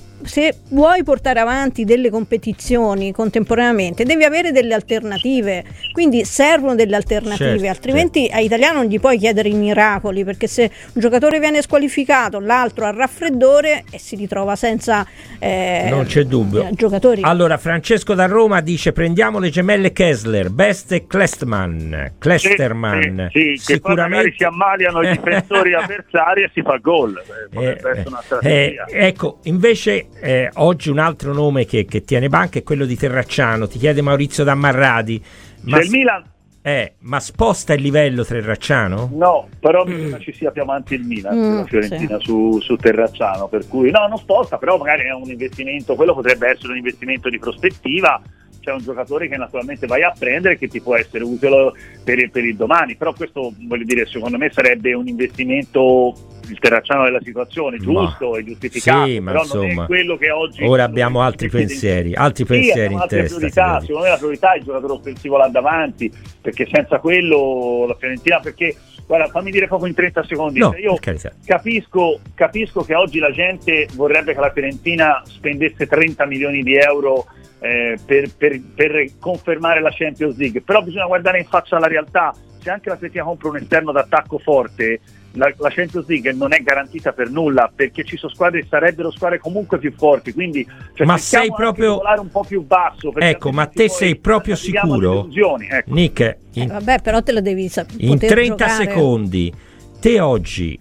se vuoi portare avanti delle competizioni contemporaneamente devi avere delle alternative, quindi servono delle alternative, certo, altrimenti certo. a Italiano non gli puoi chiedere i miracoli, perché se un giocatore viene squalificato, l'altro ha raffreddore e si ritrova senza eh, non c'è dubbio giocatori. Allora Francesco da Roma dice: prendiamo le gemelle Kessler, Best e Klesterman Klesterman sì, sì, sì, sicuramente che poi si ammaliano i difensori avversari e si fa gol, eh, eh, eh, ecco invece Eh, oggi un altro nome che, che tiene banca è quello di Terracciano. Ti chiede Maurizio Dammarradi, ma, c'è il Milan? Eh, ma sposta il livello Terracciano? No, però mm. ci sia più avanti il Milan, mm, la Fiorentina sì. su, su Terracciano, per cui no, non sposta, però magari è un investimento, quello potrebbe essere un investimento di prospettiva. C'è un giocatore che naturalmente vai a prendere, che ti può essere utile per, per il domani, però questo, voglio dire, secondo me sarebbe un investimento, il Terracciano della situazione, giusto ma, e giustificato, sì, ma però insomma, non è quello che oggi... Ora abbiamo altri pensieri, altri sì, pensieri in altre testa. Priorità. Secondo me la priorità è il giocatore offensivo là davanti, perché senza quello la Fiorentina, perché guarda, fammi dire proprio in trenta secondi, no, io capisco, capisco che oggi la gente vorrebbe che la Fiorentina spendesse trenta milioni di euro Eh, per, per, per confermare la Champions League, però bisogna guardare in faccia alla realtà. Se anche la Fiorentina compra un esterno d'attacco forte, la, la Champions League non è garantita per nulla, perché ci sono squadre, sarebbero squadre comunque più forti, quindi cioè, ma sei proprio un po' più basso, ecco, ma te sei proprio sicuro, ecco. Nick, in, eh, vabbè, però te lo devi sapere in trenta giocare. secondi te oggi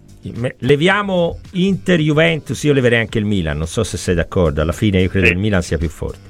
leviamo Inter, Juventus, io leverei anche il Milan, non so se sei d'accordo, alla fine io credo sì. che il Milan sia più forte.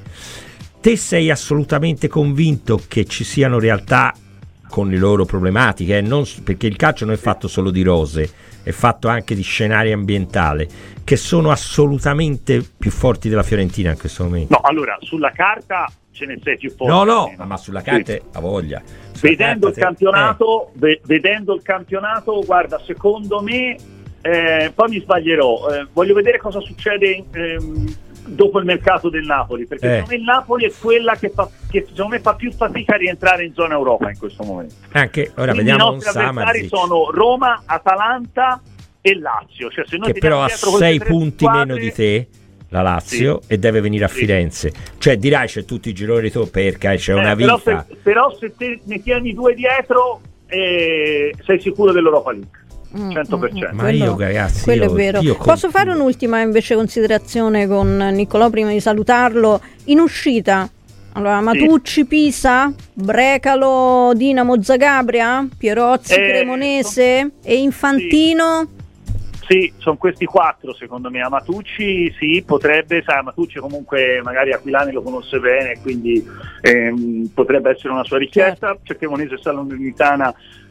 Te sei assolutamente convinto che ci siano realtà con le loro problematiche, eh? Non, perché il calcio non è fatto solo di rose, è fatto anche di scenari ambientali, che sono assolutamente più forti della Fiorentina in questo momento? No, allora, sulla carta ce ne sei più forte. No, no, ma sulla carta sì. ha voglia. Sulla vedendo il te... campionato, eh. ve- vedendo il campionato, guarda, secondo me, eh, poi mi sbaglierò, eh, voglio vedere cosa succede ehm, dopo il mercato del Napoli, perché eh. secondo me il Napoli è quella che, fa, che secondo me fa più fatica a rientrare in zona Europa in questo momento. Anche ora quindi vediamo i nostri un avversari Samardžić. sono Roma, Atalanta e Lazio, cioè, se noi che però ha sei punti squadre, meno di te, la Lazio, sì. e deve venire a sì. Firenze, cioè dirai c'è tutti i gironi di tu perché c'è eh, una però vita se, però se te ne tieni due dietro eh, sei sicuro dell'Europa League cento per cento. Ma quello, io ragazzi quello io, è vero. Io posso fare un'ultima invece considerazione con Niccolò prima di salutarlo? In uscita, allora, Matucci, sì. Pisa, Brecalo, Dinamo Zagabria, Pierozzi, eh, Cremonese e Infantino. Sì. Sì, sono questi quattro secondo me. Amatucci sì, potrebbe, sai, Amatucci comunque magari Aquilani lo conosce bene, quindi ehm, potrebbe essere una sua richiesta. Certo. C'è Cremonese e Salernitana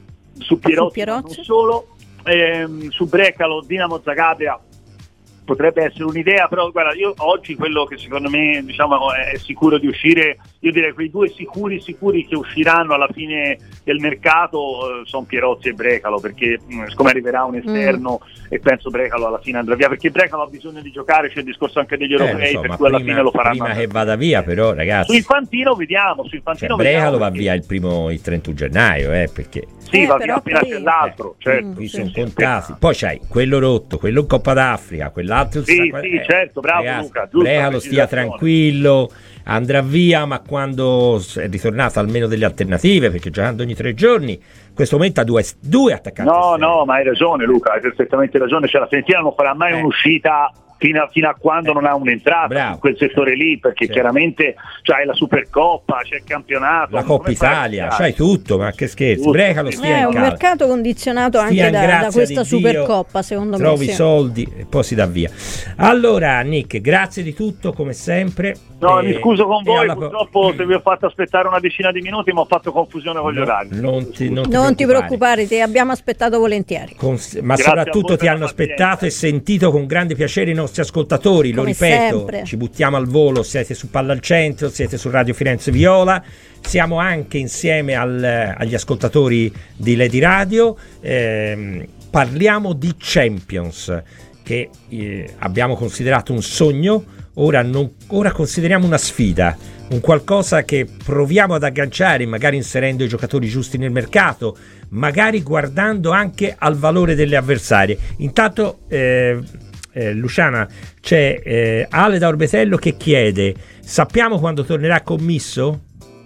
su Pierozzi, su Pierozzi. non solo, ehm, su Brecalo, Dinamo Zagabria potrebbe essere un'idea, però guarda, io oggi quello che secondo me diciamo è sicuro di uscire, io direi quei due sicuri sicuri che usciranno alla fine del mercato eh, sono Pierozzi e Brecalo, perché mh, siccome arriverà un esterno mm. e penso Brecalo alla fine andrà via, perché Brecalo ha bisogno di giocare, c'è il discorso anche degli europei, eh, so, per cui alla prima, fine lo faranno. Prima che vada via però, ragazzi. Su Infantino vediamo, su Infantino cioè, Brecalo va perché... via il primo il trentuno gennaio, eh, perché sì, eh, va via appena poi... c'è l'altro, eh, certo. Qui sì, sono sì, contati. sì. Poi c'hai quello rotto, quello in Coppa d'Africa, quell'altro sì, sta... sì, eh, certo, bravo ragazzi, Luca, giusto, Brecalo stia tranquillo, andrà via, ma quando è ritornato almeno delle alternative, perché giocando ogni tre giorni in questo momento ha due, due attaccanti. No, no, ma hai ragione Luca, hai perfettamente ragione, cioè la Fiorentina non farà mai eh. un'uscita fino a, fino a quando eh. non ha un'entrata Bravo. in quel settore lì, perché certo. chiaramente c'hai la Supercoppa, c'è il campionato, la Coppa Italia, c'hai tutto, ma che scherzi. Brecalo stia è in un calma. mercato condizionato stia anche da, da questa di Supercoppa, secondo trovi me. Trovi soldi e poi si dà via. Allora Nick, grazie di tutto come sempre. No, e, mi scuso con voi, alla... purtroppo se vi ho fatto aspettare una decina di minuti mi ho fatto confusione con gli no, orari. Non ti, non ti, non ti preoccupare, ti abbiamo aspettato volentieri. Con, ma Grazie soprattutto ti hanno aspettato e sentito con grande piacere i nostri ascoltatori, come lo ripeto, sempre. Ci buttiamo al volo, siete su Palla al Centro, siete su Radio Firenze Viola, siamo anche insieme al, agli ascoltatori di Lady Radio, ehm, parliamo di Champions, che eh, abbiamo considerato un sogno. Ora, non, ora consideriamo una sfida, un qualcosa che proviamo ad agganciare, magari inserendo i giocatori giusti nel mercato, magari guardando anche al valore delle avversarie. Intanto eh, eh, Luciana, c'è eh, Ale da Orbetello che chiede: sappiamo quando tornerà Commisso?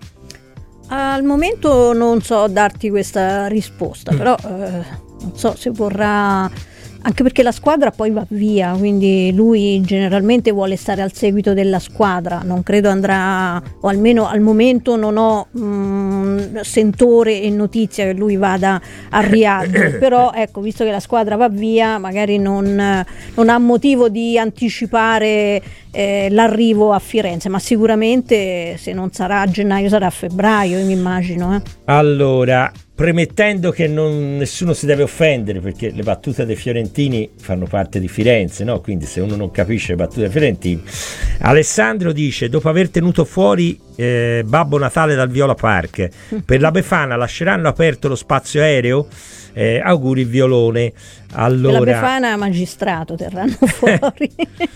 Al momento non so darti questa risposta, però eh, non so se vorrà, anche perché la squadra poi va via, quindi lui generalmente vuole stare al seguito della squadra, non credo andrà, o almeno al momento non ho mh, sentore e notizia che lui vada a Riyadh, però ecco, visto che la squadra va via, magari non, non ha motivo di anticipare eh, l'arrivo a Firenze, ma sicuramente se non sarà a gennaio sarà a febbraio, io mi immagino. Eh. Allora, premettendo che non, nessuno si deve offendere, perché le battute dei fiorentini fanno parte di Firenze, no? Quindi se uno non capisce le battute dei fiorentini. Alessandro dice: dopo aver tenuto fuori eh, Babbo Natale dal Viola Park, per la Befana lasceranno aperto lo spazio aereo? Eh, auguri Violone. Allora, per la Befana magistrato terranno fuori.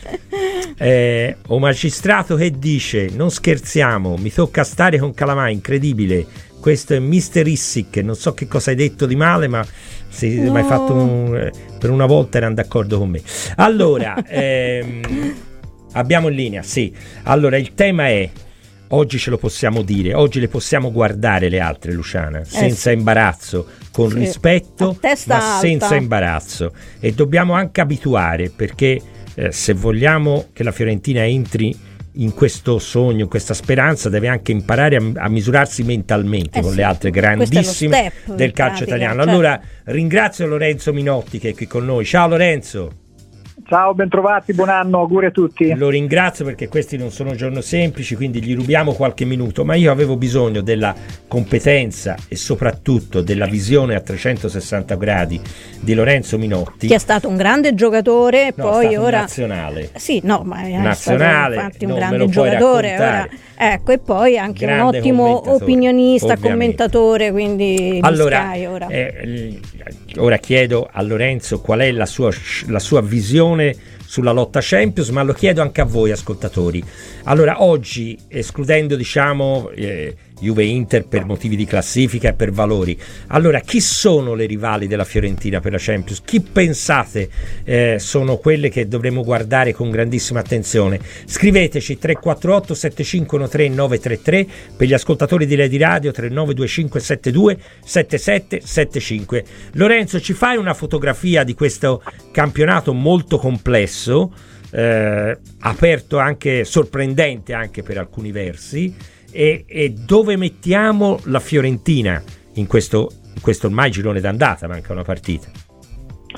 eh, o magistrato che dice: non scherziamo, mi tocca stare con Calamà, incredibile. Questo è mister Issic, non so che cosa hai detto di male, ma se no. hai fatto un, eh, per una volta erano d'accordo con me. Allora, ehm, abbiamo in linea, sì. Allora, il tema è: oggi ce lo possiamo dire, oggi le possiamo guardare le altre, Luciana, senza eh sì. imbarazzo, con sì. rispetto, ma alta. senza imbarazzo. E dobbiamo anche abituare, perché eh, se vogliamo che la Fiorentina entri in questo sogno, in questa speranza, deve anche imparare a, a misurarsi mentalmente eh con sì, le altre grandissime del calcio pratica, italiano. Allora certo. ringrazio Lorenzo Minotti che è qui con noi. Ciao Lorenzo. Ciao, bentrovati, buon anno, auguri a tutti. Lo ringrazio perché questi non sono giorni semplici, quindi gli rubiamo qualche minuto, ma io avevo bisogno della competenza e soprattutto della visione a trecentosessanta gradi di Lorenzo Minotti, che è stato un grande giocatore, no, poi ora nazionale. Sì, no, ma è nazionale, stato infatti un grande giocatore, ora, ecco, e poi anche grande un ottimo opinionista, ovviamente. commentatore, quindi allora, Sky ora. Eh, ora chiedo a Lorenzo qual è la sua, la sua visione sulla lotta Champions, ma lo chiedo anche a voi ascoltatori. Allora, oggi, escludendo diciamo eh, Juve Inter per motivi di classifica e per valori, allora chi sono le rivali della Fiorentina per la Champions? Chi pensate eh, sono quelle che dovremo guardare con grandissima attenzione? Scriveteci tre quattro otto sette cinque uno tre nove tre tre, per gli ascoltatori di Lady Radio tre nove due cinque sette due sette sette sette cinque. Lorenzo, ci fai una fotografia di questo campionato molto complesso, eh, aperto anche, sorprendente anche per alcuni versi, e, e dove mettiamo la Fiorentina in questo, in questo ormai girone d'andata? Manca una partita.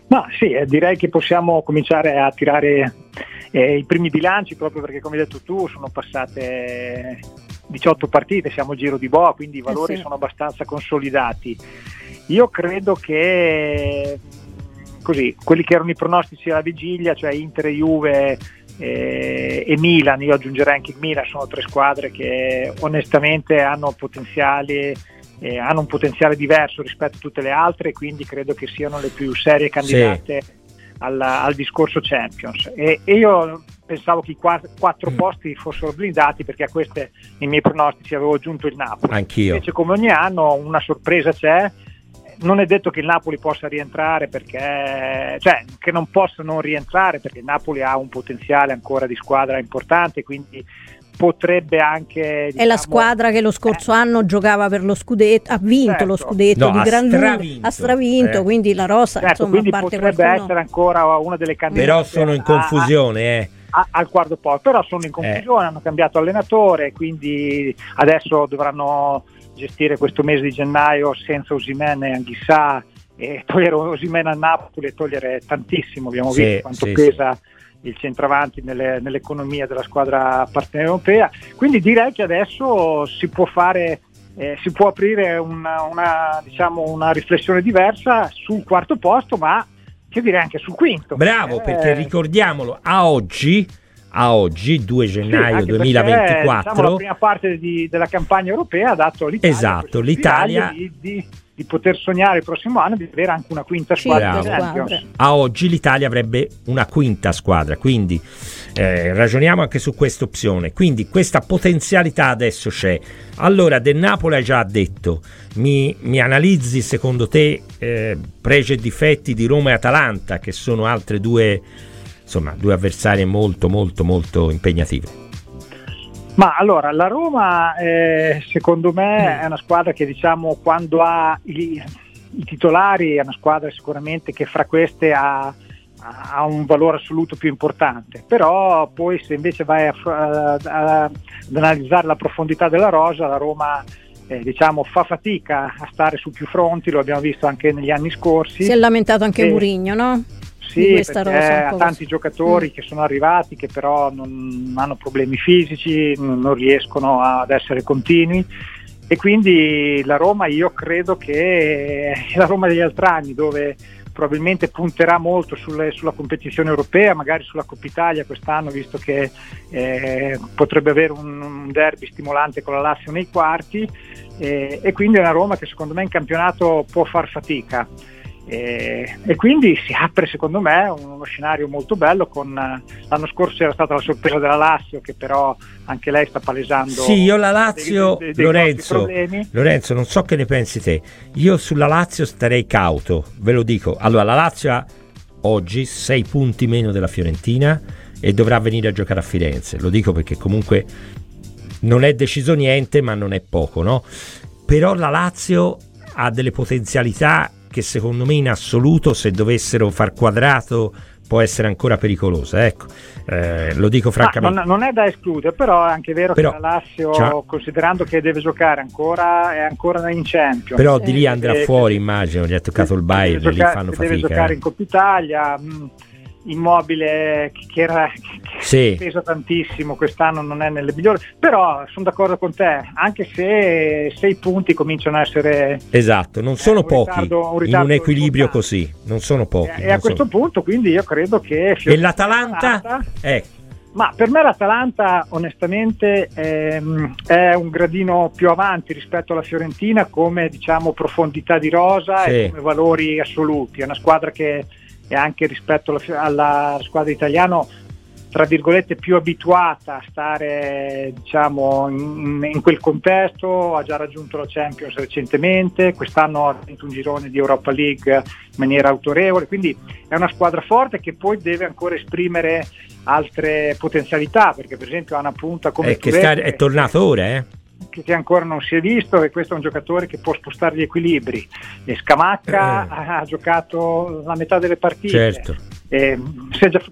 Ma sì, eh, direi che possiamo cominciare a tirare eh, i primi bilanci, proprio perché, come hai detto tu, sono passate diciotto partite, siamo al giro di boa, quindi i valori eh sì. sono abbastanza consolidati. Io credo che così, quelli che erano i pronostici alla vigilia, cioè Inter, Juve eh, e Milan, io aggiungerei anche il Milan, sono tre squadre che onestamente hanno potenziali, eh, hanno un potenziale diverso rispetto a tutte le altre, quindi credo che siano le più serie candidate sì. al, al discorso Champions. E, e io pensavo che i quattro, quattro mm. posti fossero blindati, perché a queste nei miei pronostici avevo aggiunto il Napoli. Anch'io. Invece, come ogni anno, una sorpresa c'è. Non è detto che il Napoli possa rientrare, perché cioè che non possa non rientrare, perché il Napoli ha un potenziale ancora di squadra importante, quindi potrebbe anche, diciamo, è la squadra che lo scorso eh, anno giocava per lo scudetto, ha vinto certo. lo scudetto no, di Gran Lunga, ha stravinto, eh. quindi la rosa certo, insomma, quindi a parte potrebbe qualcuno... essere ancora una delle candidate. Però sono in confusione, a, eh. a, al quarto posto, però sono in confusione, eh. hanno cambiato allenatore, quindi adesso dovranno gestire questo mese di gennaio senza Osimhen e Anghissà, e togliere Osimhen a Napoli e togliere tantissimo, abbiamo sì, visto quanto sì, pesa sì. il centravanti nelle, nell'economia della squadra partner europea, quindi direi che adesso si può fare eh, si può aprire una, una, diciamo, una riflessione diversa sul quarto posto, ma io direi anche sul quinto. Bravo, eh, perché ricordiamolo, a oggi a oggi due gennaio sì, duemilaventiquattro perché, diciamo, la prima parte di, della campagna europea ha dato all'Italia esatto, l'Italia di, di, di poter sognare il prossimo anno di avere anche una quinta squadra di Champions. A oggi l'Italia avrebbe una quinta squadra, quindi eh, ragioniamo anche su questa opzione, quindi questa potenzialità adesso c'è. Allora, del Napoli hai già detto, mi, mi analizzi secondo te eh, pregi e difetti di Roma e Atalanta, che sono altre due, insomma, due avversarie molto molto molto impegnative? Ma allora, la Roma eh, secondo me è una squadra che, diciamo, quando ha i, i titolari è una squadra sicuramente che fra queste ha, ha un valore assoluto più importante, però poi se invece vai a, a, a, ad analizzare la profondità della rosa, la Roma eh, diciamo fa fatica a stare su più fronti, lo abbiamo visto anche negli anni scorsi. Si è lamentato anche e, Mourinho, no? Sì, perché ha tanti giocatori mm. che sono arrivati, che però non hanno problemi fisici, non riescono ad essere continui, e quindi la Roma, io credo che è la Roma degli altri anni, dove probabilmente punterà molto sulle, sulla competizione europea, magari sulla Coppa Italia quest'anno, visto che eh, potrebbe avere un, un derby stimolante con la Lazio nei quarti, eh, e quindi è una Roma che secondo me in campionato può far fatica. E, e quindi si apre secondo me uno scenario molto bello. Con l'anno scorso c'era stata la sorpresa della Lazio, che però anche lei sta palesando. Sì, io la Lazio, dei, dei, dei Lorenzo, Lorenzo, non so che ne pensi te, io sulla Lazio starei cauto, ve lo dico. Allora, la Lazio ha oggi sei punti meno della Fiorentina e dovrà venire a giocare a Firenze, lo dico perché comunque non è deciso niente, ma non è poco, no? Però la Lazio ha delle potenzialità che secondo me in assoluto, se dovessero far quadrato, può essere ancora pericolosa, ecco, eh, lo dico francamente. Non, non è da escludere, però è anche vero però, che la Lazio, cioè, considerando che deve giocare ancora, è ancora in Champions. Però di lì andrà eh, fuori, immagino, gli ha toccato il Bayern, lì fanno fatica. Deve giocare eh. in Coppa Italia, mh, Immobile che, era, che sì. pesa tantissimo, quest'anno non è nelle migliori, però sono d'accordo con te, anche se sei punti cominciano a essere esatto, non sono eh, pochi ritardo, un in un equilibrio importante. Così, non sono pochi. E, e a questo sono... punto quindi io credo che e l'Atalanta? Atalanta, eh. ma per me l'Atalanta onestamente ehm, è un gradino più avanti rispetto alla Fiorentina come, diciamo, profondità di rosa, sì. e come valori assoluti. È una squadra che è anche rispetto alla, alla squadra italiana, tra virgolette, più abituata a stare, diciamo, in, in quel contesto, ha già raggiunto la Champions recentemente, quest'anno ha vinto un girone di Europa League in maniera autorevole, quindi è una squadra forte che poi deve ancora esprimere altre potenzialità, perché per esempio ha una punta come è, che sta, è tornato ora, eh? che ancora non si è visto, e questo è un giocatore che può spostare gli equilibri. E Scamacca eh. ha giocato la metà delle partite, certo. eh, si è già,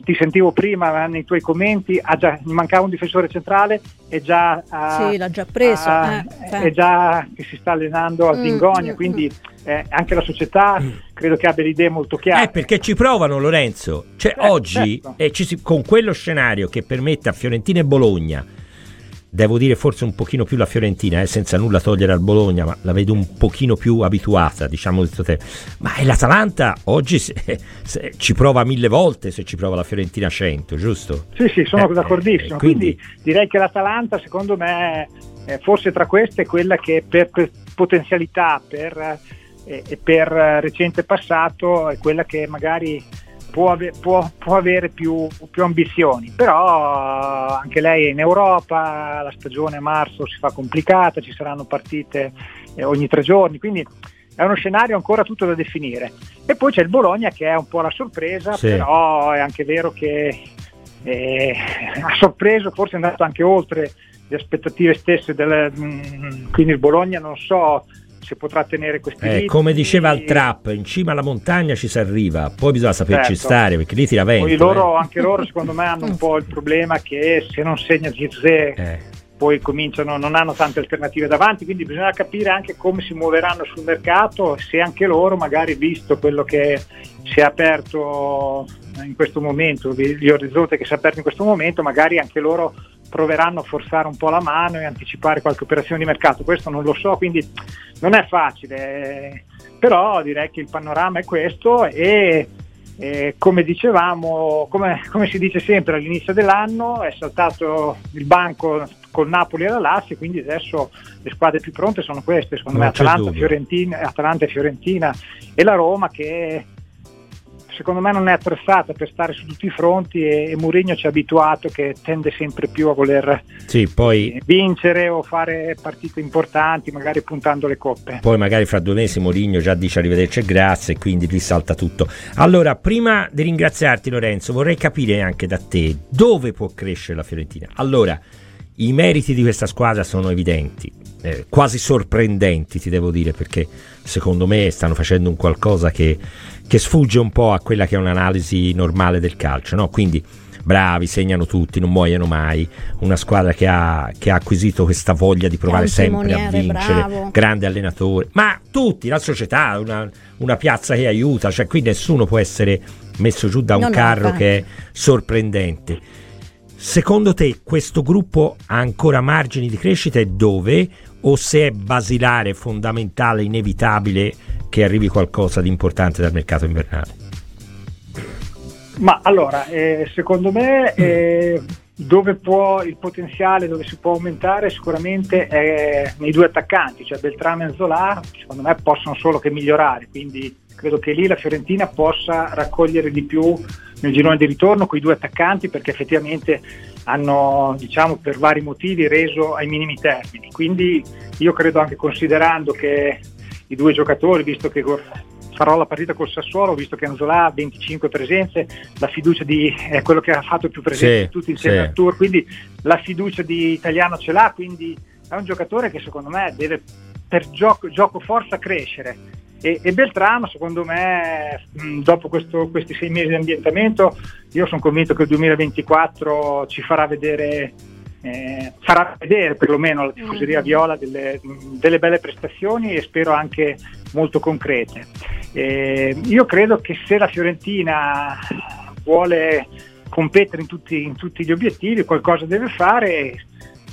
ti sentivo prima nei tuoi commenti, ha già, mancava un difensore centrale e già ha, sì, l'ha già preso, ha, eh, è già che si sta allenando a Zingonia, mm, quindi eh, anche la società mm. credo che abbia le idee molto chiare. Eh, perché ci provano, Lorenzo, cioè eh, oggi certo. eh, ci si, con quello scenario che permette a Fiorentina e Bologna, devo dire forse un pochino più la Fiorentina, eh, senza nulla togliere al Bologna, ma la vedo un pochino più abituata, diciamo questo tempo. Ma è l'Atalanta oggi se, se, ci prova mille volte se ci prova la Fiorentina cento, giusto? Sì, sì, sono eh, d'accordissimo. Eh, quindi... quindi direi che l'Atalanta, secondo me, eh, forse tra queste è quella che per, per potenzialità per, eh, e per recente passato è quella che magari Può, ave- può, può avere più, più ambizioni, però anche lei è in Europa, la stagione a marzo si fa complicata, ci saranno partite eh, ogni tre giorni, quindi è uno scenario ancora tutto da definire. E poi c'è il Bologna che è un po' la sorpresa, sì. Però è anche vero che eh, ha sorpreso, forse è andato anche oltre le aspettative stesse del, mh, quindi il Bologna non so se potrà tenere questi eh, ritmi. Come diceva il Trap, in cima alla montagna ci si arriva, poi bisogna saperci certo. stare, perché lì tira vento. Poi loro, eh. anche loro secondo me hanno un po' il problema che se non segna Zirze eh. poi cominciano, non hanno tante alternative davanti, quindi bisogna capire anche come si muoveranno sul mercato, se anche loro magari, visto quello che si è aperto in questo momento, gli orizzonti che si è aperto in questo momento, magari anche loro proveranno a forzare un po' la mano e anticipare qualche operazione di mercato. Questo non lo so, quindi non è facile, però direi che il panorama è questo e, e come dicevamo, come, come si dice sempre all'inizio dell'anno, è saltato il banco col Napoli e la Lazio, quindi adesso le squadre più pronte sono queste, secondo non me Atalanta, Fiorentina, Atalanta e Fiorentina e la Roma, che secondo me non è attrezzata per stare su tutti i fronti e, e Mourinho ci ha abituato che tende sempre più a voler sì, poi, vincere o fare partite importanti, magari puntando le coppe. Poi magari fra due mesi Mourinho già dice arrivederci e grazie e quindi risalta tutto. Allora, prima di ringraziarti Lorenzo, vorrei capire anche da te dove può crescere la Fiorentina. Allora, i meriti di questa squadra sono evidenti, eh, quasi sorprendenti ti devo dire, perché secondo me stanno facendo un qualcosa che che sfugge un po' a quella che è un'analisi normale del calcio, no? Quindi bravi, segnano tutti, non muoiono mai, una squadra che ha, che ha acquisito questa voglia di provare sempre a vincere, bravo. Grande allenatore, ma tutti, la società, una, una piazza che aiuta, cioè qui nessuno può essere messo giù da un no, carro no, che è sorprendente. Secondo te questo gruppo ha ancora margini di crescita e dove? O se è basilare, fondamentale, inevitabile che arrivi qualcosa di importante dal mercato invernale? Ma allora, eh, secondo me eh, dove può il potenziale, dove si può aumentare sicuramente è nei due attaccanti, cioè Beltrame e Zola, secondo me possono solo che migliorare, quindi credo che lì la Fiorentina possa raccogliere di più nel girone di ritorno con i due attaccanti, perché effettivamente hanno, diciamo, per vari motivi reso ai minimi termini, quindi io credo, anche considerando che i due giocatori, visto che farò la partita col Sassuolo, visto che Anzola ha venticinque presenze, la fiducia di è quello che ha fatto più presenze sì, tutti insieme sì. al Tour, quindi la fiducia di Italiano ce l'ha, quindi è un giocatore che secondo me deve per gioco, gioco forza crescere e, e Beltramo secondo me mh, dopo questo, questi sei mesi di ambientamento io sono convinto che il duemilaventiquattro ci farà vedere Eh, farà vedere perlomeno la tifoseria viola delle, delle belle prestazioni e spero anche molto concrete. Eh, io credo che se la Fiorentina vuole competere in tutti, in tutti gli obiettivi qualcosa deve fare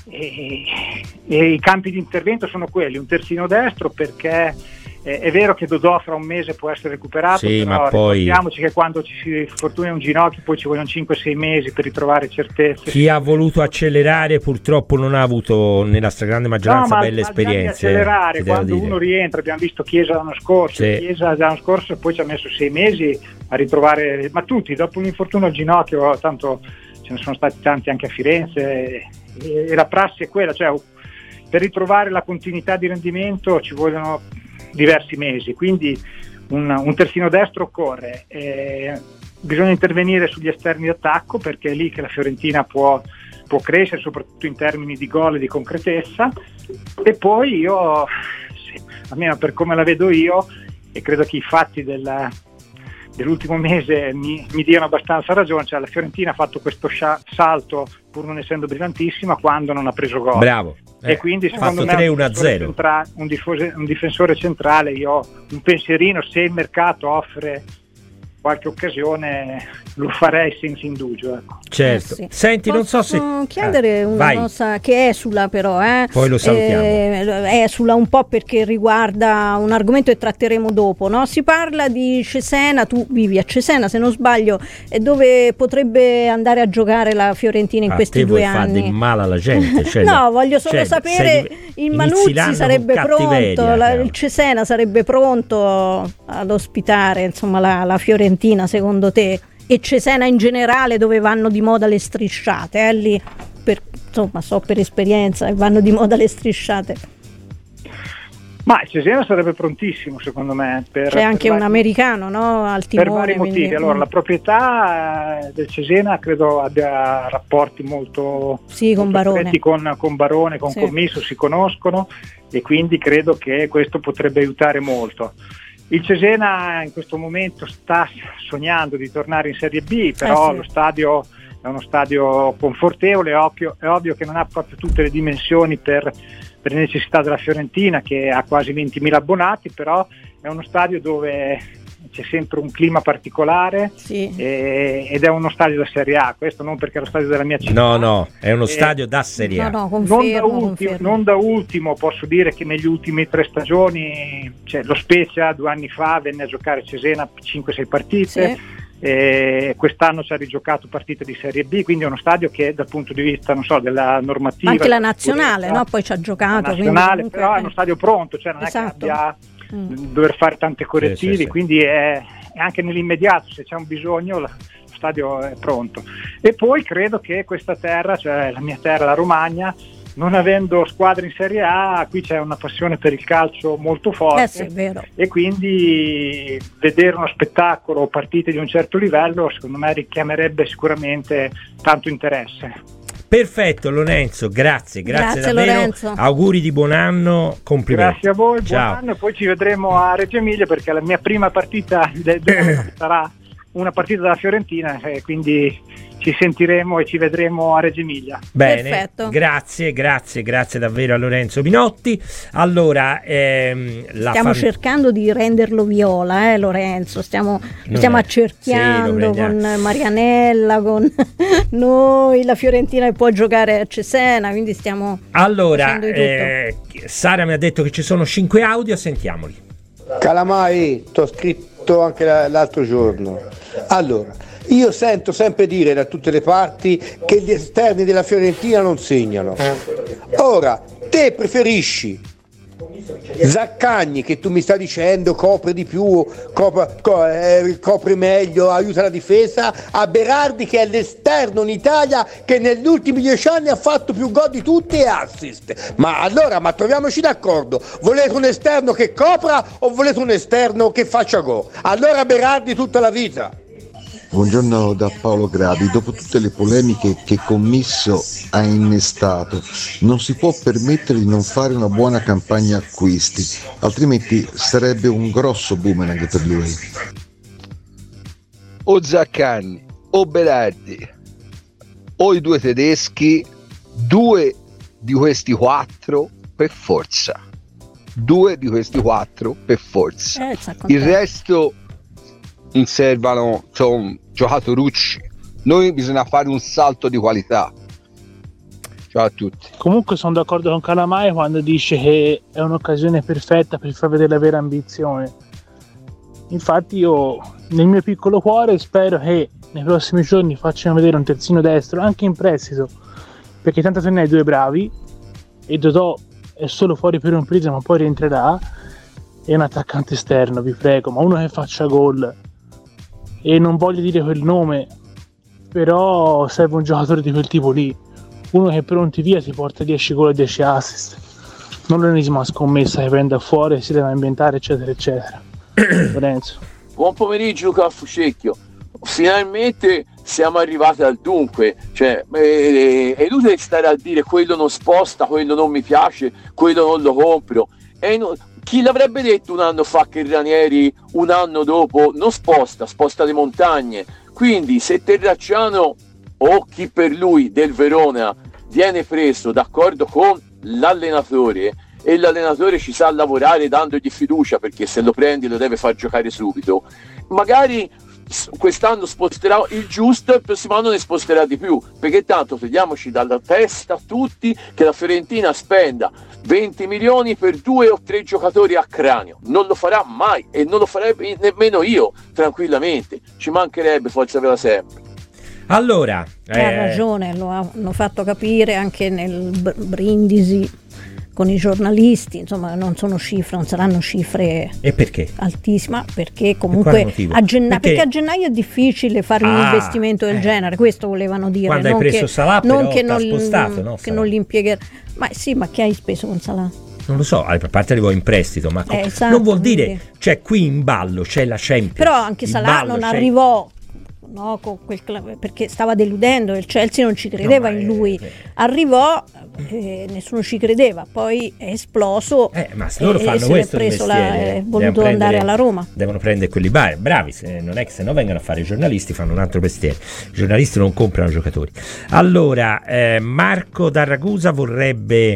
e, e i campi di intervento sono quelli, un terzino destro, perché eh, è vero che Dodò fra un mese può essere recuperato, sì, però ma poi ricordiamoci che quando ci si infortuna un ginocchio poi ci vogliono cinque sei mesi per ritrovare certezze. Chi ha voluto accelerare purtroppo non ha avuto nella stragrande maggioranza no, belle ma esperienze. Accelerare, quando uno rientra, abbiamo visto Chiesa l'anno scorso, sì. Chiesa l'anno scorso poi ci ha messo sei mesi a ritrovare, ma tutti dopo un infortunio al ginocchio, tanto ce ne sono stati tanti anche a Firenze e, e la prassi è quella, cioè per ritrovare la continuità di rendimento ci vogliono diversi mesi, quindi un, un terzino destro occorre, eh, bisogna intervenire sugli esterni d'attacco perché è lì che la Fiorentina può, può crescere soprattutto in termini di gol e di concretezza, e poi io, sì, almeno per come la vedo io, e credo che i fatti della, dell'ultimo mese mi, mi diano abbastanza ragione, cioè la Fiorentina ha fatto questo scia- salto pur non essendo brillantissima quando non ha preso gol. Bravo. E eh, quindi secondo me tre un, uno a zero. Centra- un, difose- un difensore centrale, io ho un pensierino, se il mercato offre qualche occasione lo farei senza indugio, ecco. Certo. Eh sì. Senti, non so se Posso chiedere ah, una vai. cosa che esula però, eh? Poi lo salutiamo. Eh, esula un po' perché riguarda un argomento che tratteremo dopo, no? Si parla di Cesena, tu vivi a Cesena se non sbaglio, e dove potrebbe andare a giocare la Fiorentina in a questi te due vuoi anni. fare del male alla gente, cioè, no, voglio solo cioè, sapere sei, il Manuzzi sarebbe pronto, la, il Cesena sarebbe pronto ad ospitare insomma la, la Fiorentina secondo te? E Cesena in generale, dove vanno di moda le strisciate, eh? Lì per, insomma so per esperienza, vanno di moda le strisciate. Ma il Cesena sarebbe prontissimo secondo me. Per, C'è anche per un vari, americano, no? Al timone, per vari motivi. quindi, allora mm. la proprietà eh, del Cesena credo abbia rapporti molto, sì, con molto Barone. stretti con, con Barone, con sì. Commisso, si conoscono, e quindi credo che questo potrebbe aiutare molto. Il Cesena in questo momento sta sognando di tornare in Serie B, però eh sì. lo stadio è uno stadio confortevole, è ovvio, è ovvio che non ha proprio tutte le dimensioni per, per le necessità della Fiorentina, che ha quasi ventimila abbonati, però è uno stadio dove c'è sempre un clima particolare, sì. e, ed è uno stadio da Serie A, questo non perché è lo stadio della mia città. No, no, è uno e, stadio da Serie A. No, no, confermo, non, da ultimo, confermo. non da ultimo posso dire che negli ultimi tre stagioni, cioè, lo Spezia due anni fa venne a giocare a Cesena cinque sei partite, sì. e quest'anno ci ha rigiocato partite di Serie B, quindi è uno stadio che dal punto di vista non so della normativa, anche la nazionale, no? Poi ci ha giocato, la nazionale, comunque, però eh. è uno stadio pronto, cioè non esatto. è che abbia mm. dover fare tante correttivi, sì, sì, sì. quindi è, è anche nell'immediato, se c'è un bisogno lo stadio è pronto. E poi credo che questa terra, cioè la mia terra, la Romagna, non avendo squadre in Serie A, qui c'è una passione per il calcio molto forte, eh sì, è vero. E quindi vedere uno spettacolo, partite di un certo livello, secondo me richiamerebbe sicuramente tanto interesse. Perfetto Lorenzo, grazie, grazie, grazie davvero. Lorenzo. Auguri di buon anno, complimenti. Grazie a voi, Ciao. buon anno, e poi ci vedremo a Reggio Emilia perché la mia prima partita de- de- sarà una partita della Fiorentina, e quindi ci sentiremo e ci vedremo a Reggio Emilia. Bene, perfetto. grazie, grazie, grazie davvero a Lorenzo Minotti. Allora, ehm, la stiamo fan... cercando di renderlo viola, eh, Lorenzo, stiamo, lo stiamo è... accerchiando sì, con Marianella, con noi, la Fiorentina che può giocare a Cesena, quindi stiamo allora, facendo di tutto. eh, Sara mi ha detto che ci sono cinque audio, sentiamoli. Calamai, ti ho scritto anche l'altro giorno. Allora, io sento sempre dire da tutte le parti che gli esterni della Fiorentina non segnano. Ora, te preferisci Zaccagni, che tu mi stai dicendo copre di più, copre, co, eh, copre meglio, aiuta la difesa, a Berardi che è l'esterno in Italia che negli ultimi dieci anni ha fatto più gol di tutti e assist. Ma allora, ma troviamoci d'accordo, volete un esterno che copra o volete un esterno che faccia gol? Allora Berardi tutta la vita. Buongiorno da Paolo Gradi. Dopo tutte le polemiche che Commisso ha innestato, non si può permettere di non fare una buona campagna acquisti, altrimenti sarebbe un grosso boomerang per lui. O Zaccagni o Berardi o i due tedeschi, due di questi quattro per forza, due di questi quattro per forza. Eh, Il resto inservano, sono giocatori. Noi bisogna fare un salto di qualità. Ciao a tutti. Comunque sono d'accordo con Calamai quando dice che è un'occasione perfetta per far vedere la vera ambizione. Infatti io nel mio piccolo cuore spero che nei prossimi giorni facciano vedere un terzino destro anche in prestito, perché tanto se ne hai due bravi e Dodò è solo fuori per un periodo ma poi rientrerà, e un attaccante esterno, vi prego, ma uno che faccia gol. E non voglio dire quel nome, però serve un giocatore di quel tipo lì, uno che pronti via si porta dieci gol e dieci assist, non l'ennesima scommessa che prende fuori e si deve ambientare eccetera eccetera. Lorenzo. Buon pomeriggio Luca Fucecchio, finalmente siamo arrivati al dunque, cioè eh, è inutile stare a dire quello non sposta, quello non mi piace, quello non lo compro, è inu- Chi l'avrebbe detto un anno fa che Ranieri un anno dopo non sposta, sposta le montagne? Quindi se Terracciano o chi per lui del Verona viene preso d'accordo con l'allenatore e l'allenatore ci sa lavorare dandogli fiducia, perché se lo prendi lo deve far giocare subito, magari quest'anno sposterà il giusto e il prossimo anno ne sposterà di più, perché tanto togliamoci dalla testa a tutti che la Fiorentina spenda venti milioni per due o tre giocatori a cranio. Non lo farà mai e non lo farebbe nemmeno io tranquillamente, ci mancherebbe, forza aveva sempre. Allora eh... ha ragione, lo hanno fatto capire anche nel Brindisi con i giornalisti, insomma non sono cifre, non saranno cifre e perché? altissime, perché comunque a gennaio, perché? perché a gennaio è difficile fare un ah, investimento del eh. genere, questo volevano dire. Quando non hai preso che, Salah non però che non, spostato, no, che non li impiegherà. Ma sì, ma che hai speso con Salah? Non lo so, a parte arrivò in prestito, ma eh, esatto, non vuol dire, quindi. Cioè qui in ballo c'è la Champions. Però anche Salah non c'è... arrivò no, con quel, perché stava deludendo, il Chelsea non ci credeva no, in lui, è, è. arrivò eh, nessuno ci credeva, poi è esploso eh, ma se loro e, fanno e questo preso la, è voluto prendere, andare alla Roma, devono prendere quelli bar, bravi, se, non è che se no vengono a fare i giornalisti, fanno un altro mestiere, i giornalisti non comprano giocatori. Allora eh, Marco da Ragusa vorrebbe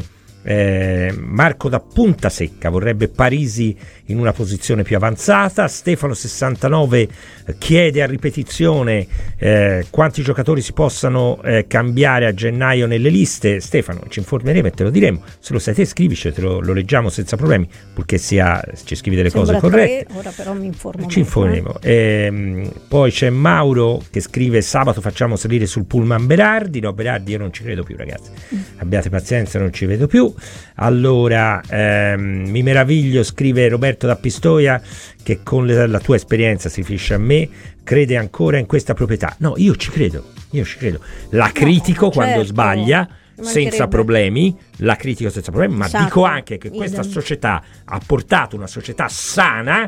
Eh, Marco da Punta Secca vorrebbe Parisi in una posizione più avanzata. Stefano sessantanove chiede a ripetizione eh, quanti giocatori si possano eh, cambiare a gennaio nelle liste. Stefano, ci informeremo e te lo diremo. Se lo sai te scrivici, te lo, lo leggiamo senza problemi, purché sia, ci scrivi delle Sembra cose corrette. Tre, ora però mi informo. Ci informeremo. Eh. Eh, poi c'è Mauro che scrive: sabato facciamo salire sul pullman Berardi. No, Berardi io non ci credo più, ragazzi. Mm. Abbiate pazienza, non ci vedo più. Allora ehm, mi meraviglio, scrive Roberto da Pistoia, che con le, la tua esperienza, si riferisce a me, crede ancora in questa proprietà. No, io ci credo, io ci credo. La critico no, quando certo, sbaglia senza problemi, la critico senza problemi, ma esatto, dico anche che questa idem. società ha portato una società sana,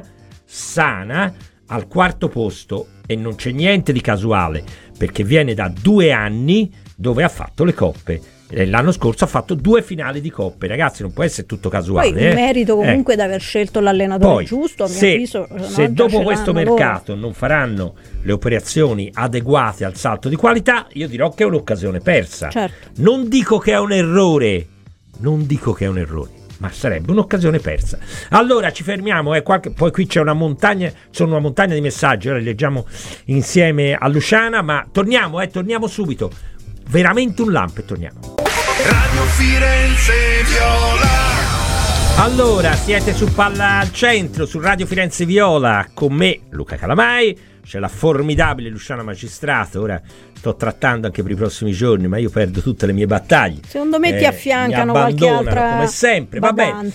sana al quarto posto, e non c'è niente di casuale, perché viene da due anni dove ha fatto le coppe. L'anno scorso ha fatto due finali di coppe, ragazzi, non può essere tutto casuale. Poi il eh. merito comunque eh. di aver scelto l'allenatore Poi, giusto, a mio se, avviso, se no, dopo questo mercato loro. non faranno le operazioni adeguate al salto di qualità, io dirò che è un'occasione persa. Certo. Non dico che è un errore, non dico che è un errore, ma sarebbe un'occasione persa. Allora ci fermiamo, eh, qualche, poi qui c'è una montagna, sono una montagna di messaggi, ora li leggiamo insieme a Luciana, ma torniamo, eh, torniamo subito. Veramente un lampo e torniamo. Radio Firenze Viola. Allora, siete su Palla al Centro, su Radio Firenze Viola, con me Luca Calamai, c'è la formidabile Luciana Magistrato. Ora sto trattando anche per i prossimi giorni, ma io perdo tutte le mie battaglie. Secondo me eh, ti affiancano qualche altra come sempre, va bene.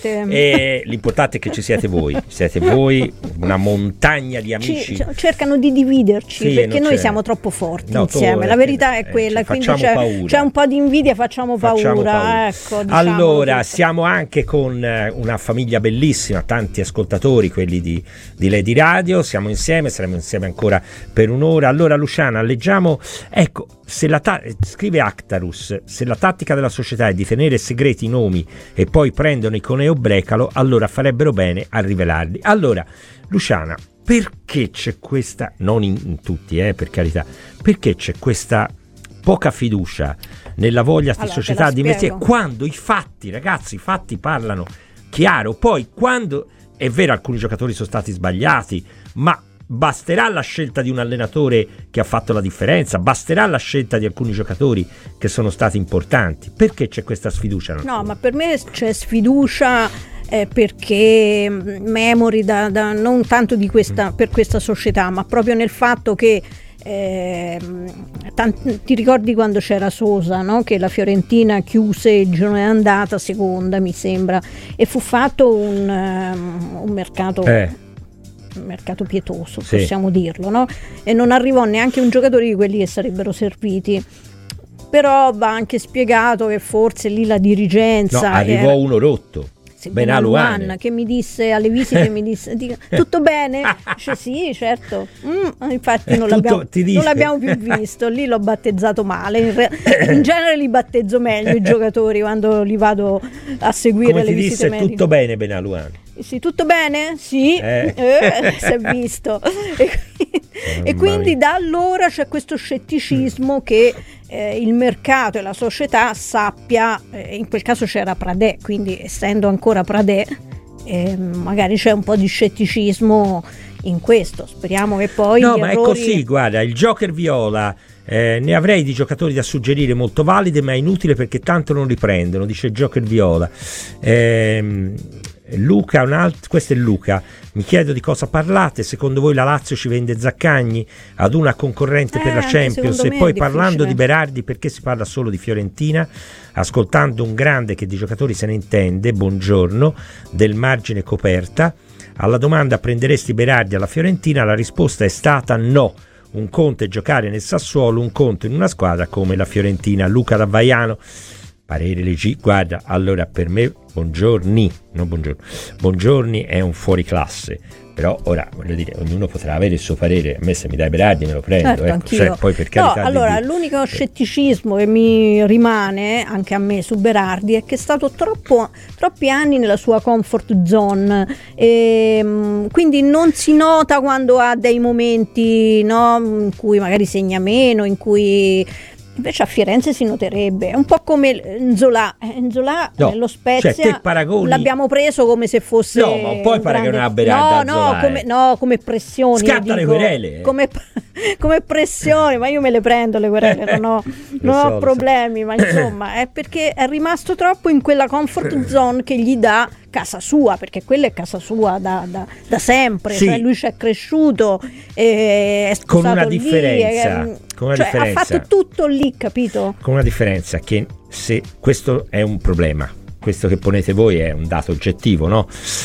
E l'importante è che ci siete voi, siete voi, una montagna di amici. Ci, cercano di dividerci, sì, perché noi c'è. siamo troppo forti no, insieme. La verità è quella, eh, quindi c'è, c'è un po' di invidia, facciamo paura. Facciamo paura. Ecco, allora, tutto. Siamo anche con una famiglia bellissima, tanti ascoltatori, quelli di, di Lady Radio. Siamo insieme, saremo insieme ancora per un'ora. Allora, Luciana, leggiamo. Ecco, se la ta- scrive Actarus, se la tattica della società è di tenere segreti i nomi e poi prendono Iconeo Brecalo, allora farebbero bene a rivelarli. Allora, Luciana, perché c'è questa, non in, in tutti, eh, per carità, perché c'è questa poca fiducia nella voglia di allora, società di mestiere, quando i fatti, ragazzi, i fatti parlano chiaro. Poi quando, è vero, alcuni giocatori sono stati sbagliati, ma basterà la scelta di un allenatore che ha fatto la differenza, basterà la scelta di alcuni giocatori che sono stati importanti. Perché c'è questa sfiducia? No, ma per me c'è sfiducia eh, perché memori da, da, non tanto di questa, mm. per questa società, ma proprio nel fatto che Eh, tanti, ti ricordi quando c'era Sosa, no? Che la Fiorentina chiuse il girone, è andata seconda mi sembra, e fu fatto un, um, un mercato eh. un mercato pietoso, sì. possiamo dirlo, no? E non arrivò neanche un giocatore di quelli che sarebbero serviti. Però va anche spiegato che forse lì la dirigenza no, arrivò era... uno rotto, Benaluan, che mi disse alle visite mi disse dico, tutto bene? Dice, sì, certo. Mm, infatti non, l'abbiamo, non l'abbiamo più visto, lì l'ho battezzato male. In, re, in genere li battezzo meglio i giocatori quando li vado a seguire. Come le ti visite disse mediche. Tutto bene Benaluan? Sì, tutto bene? Sì, Eh. eh, si è visto. E, quindi, e quindi da allora c'è questo scetticismo che eh, il mercato e la società sappia, eh, in quel caso c'era Pradè, quindi essendo ancora Pradè, eh, magari c'è un po' di scetticismo in questo. Speriamo che poi no gli ma errori... è così, guarda, il Joker viola, eh, ne avrei di giocatori da suggerire molto valide, ma è inutile perché tanto non riprendono, dice il Joker viola. ehm, Luca, un alt- questo è Luca, mi chiedo di cosa parlate, secondo voi la Lazio ci vende Zaccagni ad una concorrente Eh, per la anche Champions? secondo E me è poi difficile. parlando di Berardi, perché si parla solo di Fiorentina? Ascoltando un grande che di giocatori se ne intende, buongiorno, del margine coperta, alla domanda prenderesti Berardi alla Fiorentina, la risposta è stata no. Un conto è giocare nel Sassuolo, un conto in una squadra come la Fiorentina. Luca da Vaiano, parere leggi, guarda, allora per me Buongiorni, non buongiorno, Buongiorni è un fuoriclasse, però ora voglio dire, ognuno potrà avere il suo parere, a me se mi dai Berardi me lo prendo, Certo, ecco. anch'io. Cioè, poi per No, carità di allora Dio. l'unico scetticismo che mi rimane anche a me su Berardi è che è stato troppo, troppi anni nella sua comfort zone, e, mh, quindi non si nota quando ha dei momenti, no, in cui magari segna meno, in cui invece a Firenze si noterebbe. È un po' come Nzola. Eh, Nzola No, nello Spezia, cioè, te paragoni- l'abbiamo preso come se fosse No, ma non puoi un paragonare a grande... Berardi a no, no, Nzola, come, eh. no, come pressioni. Scatta io le dico, querele, eh. come, come pressioni, ma io me le prendo le querele, non ho, non so, ho lo so. problemi, ma insomma è perché è rimasto troppo in quella comfort zone che gli dà casa sua, perché quella è casa sua da, da, da sempre, Sì. cioè lui ci è cresciuto, eh, è Con sposato una lì, differenza, eh, con una cioè, differenza. ha fatto tutto lì, capito? Con una differenza, che se questo è un problema, questo che ponete voi è un dato oggettivo, no?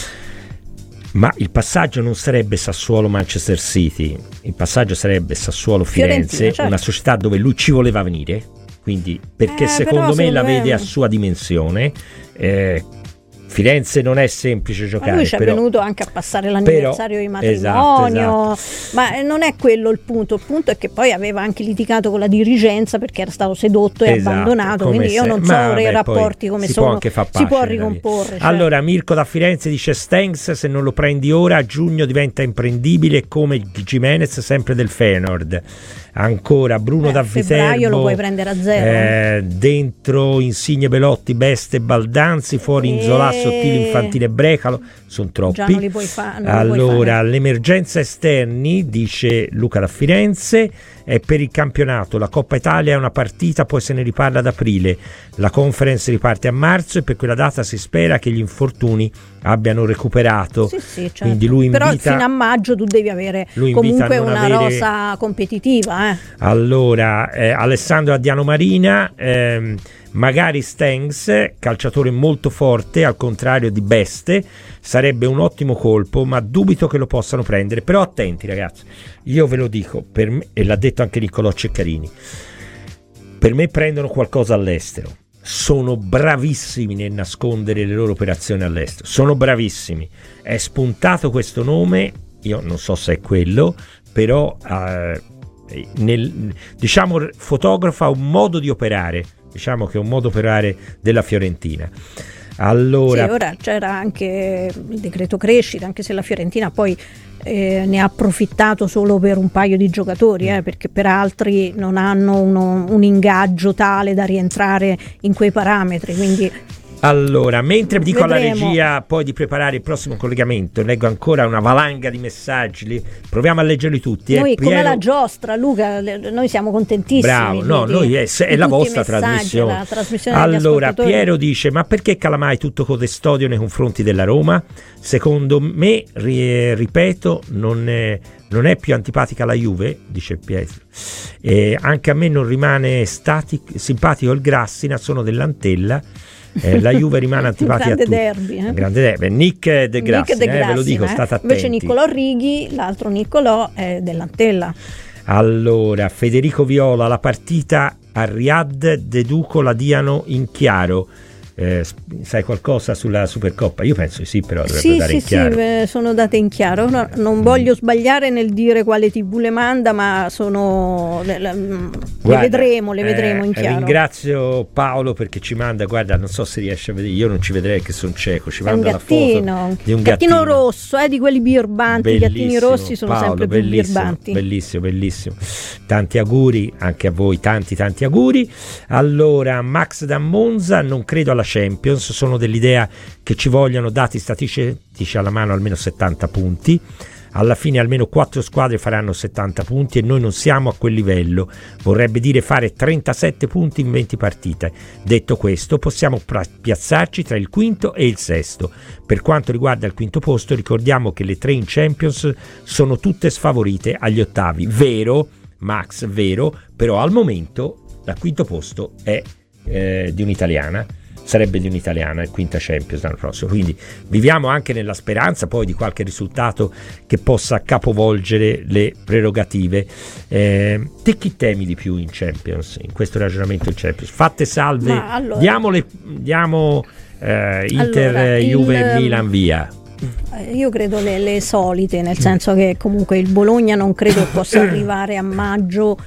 Ma il passaggio non sarebbe Sassuolo-Manchester City, il passaggio sarebbe Sassuolo-Firenze, Fiorentina, certo. una società dove lui ci voleva venire, quindi perché Eh, secondo però me secondo la me- vede a sua dimensione. eh, Firenze non è semplice Ma giocare, lui ci è però, venuto anche a passare l'anniversario però- di matrimonio, esatto, ma non è quello il punto. Il punto è che poi aveva anche litigato con la dirigenza perché era stato sedotto e Esatto, abbandonato. come Quindi io se- non so ma ora i vabbè, rapporti poi come si sono. può anche far si pace può nella vita. ricomporre. certo. Allora Mirko da Firenze dice Stengs se non lo prendi ora a giugno diventa imprendibile come Gimenez, sempre del Feyenoord. Ancora Bruno Eh, da a febbraio Viterbo, lo puoi prendere a zero. eh, dentro Insigne, Belotti, Beste, Baldanzi, fuori Inzola, Eh. Sottili, Infantile, Brecalo, sono troppi. Già non li puoi fa- non li puoi Allora fare. l'emergenza esterni, dice Luca da Firenze, è per il campionato. La Coppa Italia è una partita, poi se ne riparla ad aprile. La conference riparte a marzo e per quella data si spera che gli infortuni abbiano recuperato. Sì, sì, certo. Quindi lui invita, Però fino a maggio tu devi avere lui invita comunque a non una avere- rosa competitiva. Eh. Allora, eh, Alessandro Addiano Marina, ehm, magari Stengs, calciatore molto forte, al contrario di Beste, sarebbe un ottimo colpo, ma dubito che lo possano prendere. Però attenti ragazzi, io ve lo dico, per me, e l'ha detto anche Niccolò Ceccarini, per me prendono qualcosa all'estero. Sono bravissimi nel nascondere le loro operazioni all'estero, sono bravissimi. È spuntato questo nome, io non so se è quello, però eh, nel, diciamo fotografa un modo di operare, diciamo che è un modo di operare della Fiorentina. Allora, Sì, ora c'era anche il decreto crescita, anche se la Fiorentina poi eh, ne ha approfittato solo per un paio di giocatori, eh, perché per altri non hanno uno, un ingaggio tale da rientrare in quei parametri, quindi Allora, mentre dico alla Vedremo. regia poi di preparare il prossimo collegamento, leggo ancora una valanga di messaggi, li- proviamo a leggerli tutti. eh. noi come Piero- la giostra, Luca, le- noi siamo contentissimi. Bravo, di- no, di- noi è, di è la tutti i vostra messaggi, trasmissione. la trasmissione degli Allora, ascoltatori. Piero dice: ma perché cala mai tutto codestodio nei confronti della Roma? Secondo me, ri- ripeto, non è, non è più antipatica la Juve, dice Pietro. E anche a me non rimane statico, simpatico il Grassina, sono dell'Antella. Eh, la Juve rimane antipatica a grande tutti. derby, eh? Un grande derby. Nick De Nick Grassina, De eh, ve lo Grassina, dico, eh. state attenti. Invece Niccolò Righi, l'altro Niccolò è dell'Antella. Allora, Federico Viola, la partita a Riyadh deduco la diano in chiaro. Eh, sai qualcosa sulla Supercoppa? Io penso di sì, però dovrebbe sì, dare sì, in chiaro. Sì, sono date in chiaro. No, non voglio sbagliare nel dire quale tivù le manda, ma sono le, le, guarda, le vedremo, le vedremo eh, in chiaro. Ringrazio Paolo perché ci manda, guarda, non so se riesce a vedere, io non ci vedrei che sono cieco, ci manda la foto di un gattino, gattino rosso, eh, di quelli birbanti, i gattini rossi sono Paolo, sempre più birbanti. Bellissimo, bellissimo. Tanti auguri anche a voi, tanti tanti auguri. Allora, Max da Monza, non credo alla Champions, sono dell'idea che ci vogliono, dati statistici alla mano, almeno settanta punti. Alla fine almeno quattro squadre faranno settanta punti e noi non siamo a quel livello, vorrebbe dire fare trentasette punti in venti partite. Detto questo, possiamo piazzarci tra il quinto e il sesto. Per quanto riguarda il quinto posto, ricordiamo che le tre in Champions sono tutte sfavorite agli ottavi. Vero, Max, vero, però al momento il quinto posto è eh, di un'italiana, sarebbe di un'italiana il quinta Champions l'anno prossimo, quindi viviamo anche nella speranza poi di qualche risultato che possa capovolgere le prerogative. Eh, te chi temi di più in Champions, in questo ragionamento in Champions? Fatte salve, allora, diamo, le, diamo eh, Inter, allora, Juve il, e Milan via. Io credo le, le solite, nel senso che comunque il Bologna non credo possa arrivare a maggio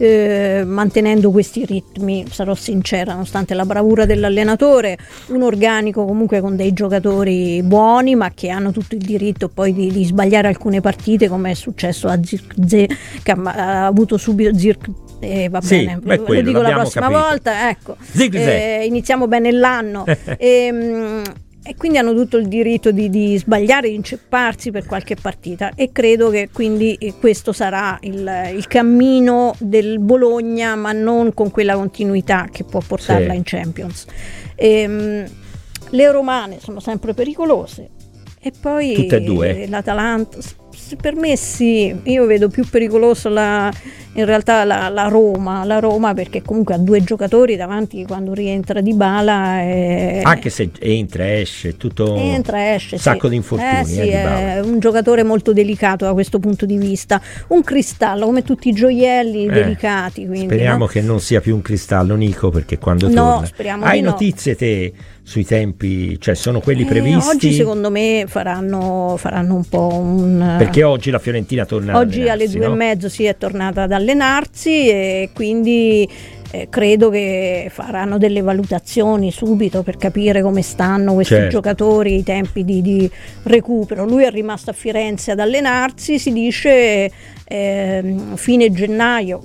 Eh, mantenendo questi ritmi, sarò sincera, nonostante la bravura dell'allenatore, un organico comunque con dei giocatori buoni ma che hanno tutto il diritto poi di, di sbagliare alcune partite, come è successo a Zirkzee, che ha, ha avuto subito Zirk eh, va sì, bene, beh, lo quello, dico la prossima capito. volta, ecco, eh, iniziamo bene l'anno e, mh, e quindi hanno tutto il diritto di, di sbagliare, di incepparsi per qualche partita, e credo che quindi questo sarà il, il cammino del Bologna, ma non con quella continuità che può portarla sì. in Champions. E, mh, le romane sono sempre pericolose, e poi tutte e due. L'Atalanta, per me sì, io vedo più pericolosa la, in realtà la, la Roma la Roma perché comunque ha due giocatori davanti quando rientra Dybala e... anche se entra esce tutto entra esce un sacco sì. di infortuni eh, sì, eh, è un giocatore molto delicato da questo punto di vista, un cristallo come tutti i gioielli eh, delicati, quindi, speriamo no? che non sia più un cristallo, Nico, perché quando no, torna speriamo hai di notizie no. te sui tempi, cioè sono quelli eh, previsti? Oggi secondo me faranno, faranno un po' un... Perché oggi la Fiorentina torna oggi alle due no? e mezzo si è tornata ad allenarsi e quindi eh, credo che faranno delle valutazioni subito per capire come stanno questi certo. giocatori, i tempi di, di recupero. Lui è rimasto a Firenze ad allenarsi, si dice eh, fine gennaio,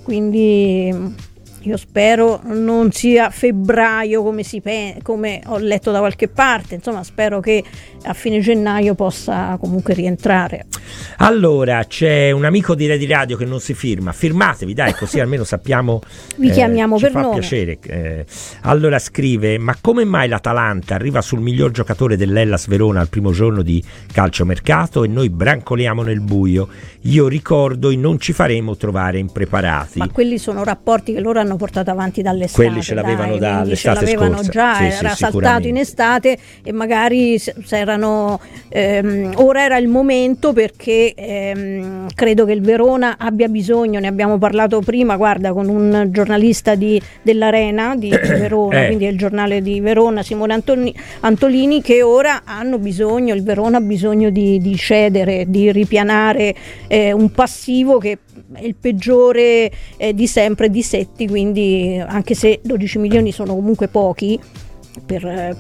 quindi io spero non sia febbraio come si pe- come ho letto da qualche parte, insomma spero che a fine gennaio possa comunque rientrare. Allora c'è un amico di Redi Radio che non si firma, firmatevi dai, così almeno sappiamo. Vi eh, chiamiamo ci per fa nome. piacere. Eh, allora scrive: ma come mai l'Atalanta arriva sul miglior giocatore dell'Hellas Verona al primo giorno di calciomercato e noi brancoliamo nel buio? Io ricordo i non ci faremo trovare impreparati. Ma quelli sono rapporti che loro hanno portato avanti dall'estate, quelli ce l'avevano dai, dall'estate ce l'avevano scorsa. già, sì, era sì, saltato in estate e magari se, se erano ehm, ora era il momento, perché ehm, credo che il Verona abbia bisogno, ne abbiamo parlato prima, guarda, con un giornalista di, dell'Arena di Verona, eh. quindi è il giornale di Verona, Simone Antoni, Antolini, che ora hanno bisogno, il Verona ha bisogno di, di cedere, di ripianare eh, un passivo che è il peggiore eh, di sempre di Setti, quindi anche se dodici milioni sono comunque pochi per, eh,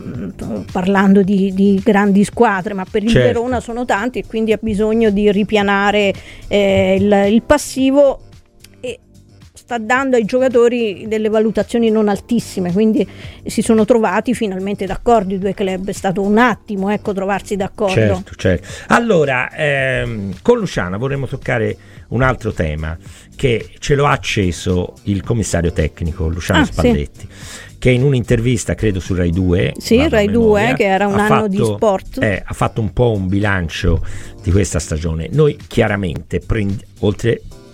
parlando di, di grandi squadre, ma per il certo. Verona sono tanti, e quindi ha bisogno di ripianare eh, il, il passivo, e sta dando ai giocatori delle valutazioni non altissime, quindi si sono trovati finalmente d'accordo i due club, è stato un attimo ecco trovarsi d'accordo. Certo, certo. Allora ehm, con Luciana vorremmo toccare un altro tema che ce lo ha acceso il commissario tecnico Luciano ah, Spalletti, sì. che in un'intervista credo su Rai due, sì, Rai due, che era un anno fatto, di sport, eh, ha fatto un po' un bilancio di questa stagione. Noi chiaramente prend- oltre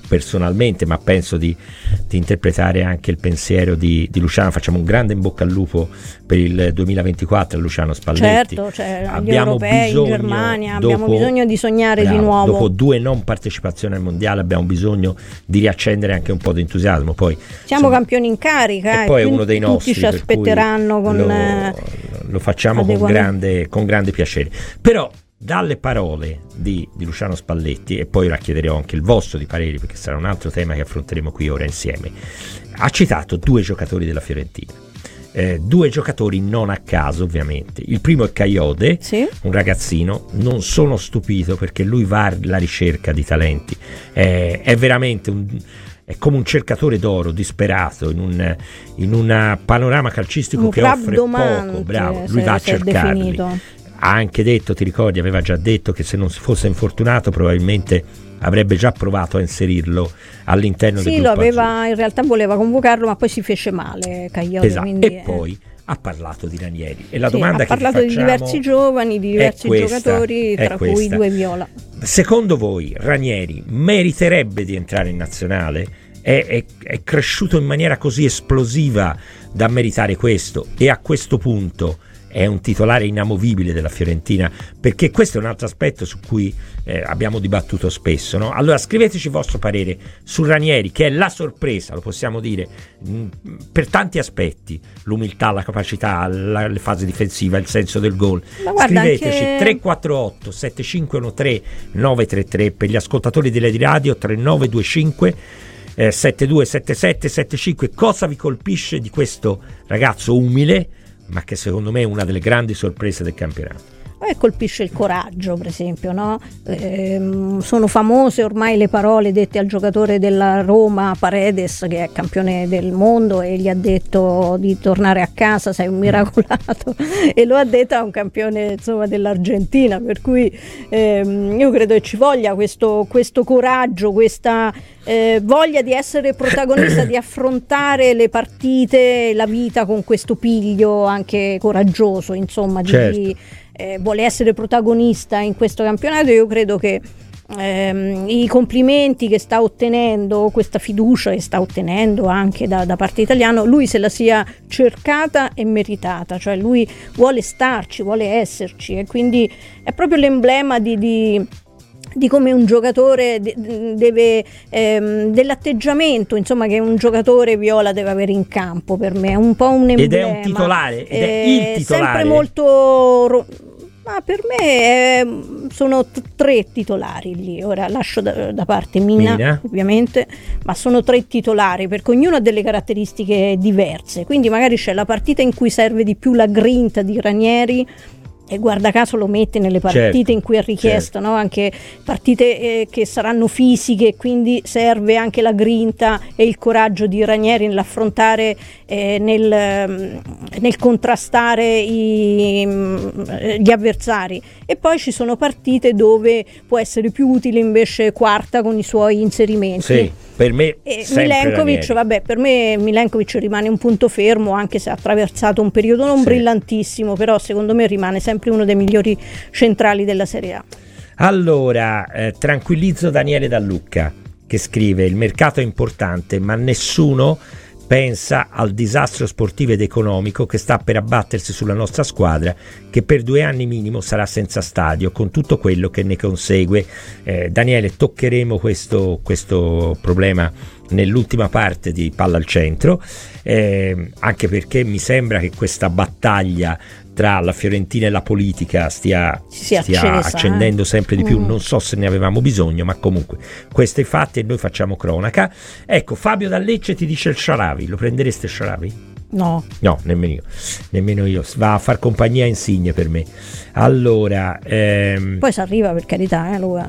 personalmente, ma penso di, di interpretare anche il pensiero di, di Luciano. Facciamo un grande in bocca al lupo per il duemilaventiquattro a Luciano Spalletti. Certo, cioè, gli abbiamo europei bisogno, in Germania, dopo, abbiamo bisogno di sognare bravo, di nuovo. Dopo due non partecipazioni al mondiale abbiamo bisogno di riaccendere anche un po' di entusiasmo. Poi, siamo insomma, campioni in carica, e eh, poi è uno dei nostri, tutti ci aspetteranno con lo, eh, lo facciamo con grande, con grande piacere. Però dalle parole di, di Luciano Spalletti, e poi ora chiederò anche il vostro di pareri, perché sarà un altro tema che affronteremo qui ora insieme, ha citato due giocatori della Fiorentina, eh, due giocatori non a caso ovviamente. Il primo è Kayode, sì. un ragazzino, non sono stupito perché lui va alla ricerca di talenti, eh, è veramente un... è come un cercatore d'oro disperato in un in una panorama calcistico un che offre poco, bravo, lui va a cercarli. Ha anche detto, ti ricordi, aveva già detto che se non si fosse infortunato probabilmente avrebbe già provato a inserirlo all'interno sì, del gruppo. Sì, lo aveva, in realtà voleva convocarlo, ma poi si fece male Kayode, esatto. quindi, e eh. poi ha parlato di Ranieri e la sì, domanda ha che parlato ti di facciamo diversi giovani, di diversi questa, giocatori, tra questa. cui due Viola. Secondo voi Ranieri meriterebbe di entrare in nazionale? È, è, è cresciuto in maniera così esplosiva da meritare questo, e a questo punto è un titolare inamovibile della Fiorentina? Perché questo è un altro aspetto su cui eh, abbiamo dibattuto spesso, no? Allora scriveteci il vostro parere su Ranieri, che è la sorpresa, lo possiamo dire, mh, per tanti aspetti: l'umiltà, la capacità, la, le fasi difensive, il senso del gol. Scriveteci anche... tre quattro otto sette cinque uno tre nove tre tre, per gli ascoltatori di Lady Radio tre nove due cinque eh, sette due sette sette sette cinque. Cosa vi colpisce di questo ragazzo umile, ma che secondo me è una delle grandi sorprese del campionato? A me colpisce il coraggio, per esempio, no? Ehm, sono famose ormai le parole dette al giocatore della Roma, Paredes, che è campione del mondo, e gli ha detto di tornare a casa, sei un miracolato, e lo ha detto a un campione, insomma, dell'Argentina, per cui ehm, io credo che ci voglia questo, questo coraggio, questa eh, voglia di essere protagonista, di affrontare le partite, la vita con questo piglio anche coraggioso, insomma, di, certo. di Eh, vuole essere protagonista in questo campionato. Io credo che ehm, i complimenti che sta ottenendo, questa fiducia che sta ottenendo anche da, da parte italiana, lui se la sia cercata e meritata, cioè lui vuole starci, vuole esserci, e quindi è proprio l'emblema di, di di come un giocatore deve ehm, dell'atteggiamento, insomma, che un giocatore Viola deve avere in campo. Per me è un po' un emblema, ed è un titolare, ed è il titolare, sempre molto, ma per me è, sono t- tre titolari lì. Ora lascio da, da parte Mina, Mina, ovviamente, ma sono tre titolari perché ognuno ha delle caratteristiche diverse, quindi magari c'è la partita in cui serve di più la grinta di Ranieri, e guarda caso lo mette nelle partite, certo, in cui è richiesto, certo, no? Anche partite eh, che saranno fisiche, quindi serve anche la grinta e il coraggio di Ranieri nell'affrontare, eh, nel, nel contrastare i, gli avversari. E poi ci sono partite dove può essere più utile invece Quarta con i suoi inserimenti. Sì, per me Milenkovic, vabbè, per me Milenkovic rimane un punto fermo, anche se ha attraversato un periodo non, sì, brillantissimo, però secondo me rimane sempre uno dei migliori centrali della Serie A. Allora, eh, tranquillizzo Daniele da Lucca, che scrive: il mercato è importante, ma nessuno pensa al disastro sportivo ed economico che sta per abbattersi sulla nostra squadra, che per due anni minimo sarà senza stadio, con tutto quello che ne consegue. Eh, Daniele, toccheremo questo, questo problema nell'ultima parte di Palla al Centro, eh, anche perché mi sembra che questa battaglia tra la Fiorentina e la politica stia, stia accesa, accendendo eh? sempre di più. Mm. Non so se ne avevamo bisogno, ma comunque questo è i fatti e noi facciamo cronaca. Ecco, Fabio da Lecce ti dice il Sharawi. Lo prendereste Sharawi? No. No, nemmeno io. Nemmeno io. Va a far compagnia a Insigne per me. Allora, ehm... poi si arriva, per carità, eh, lui...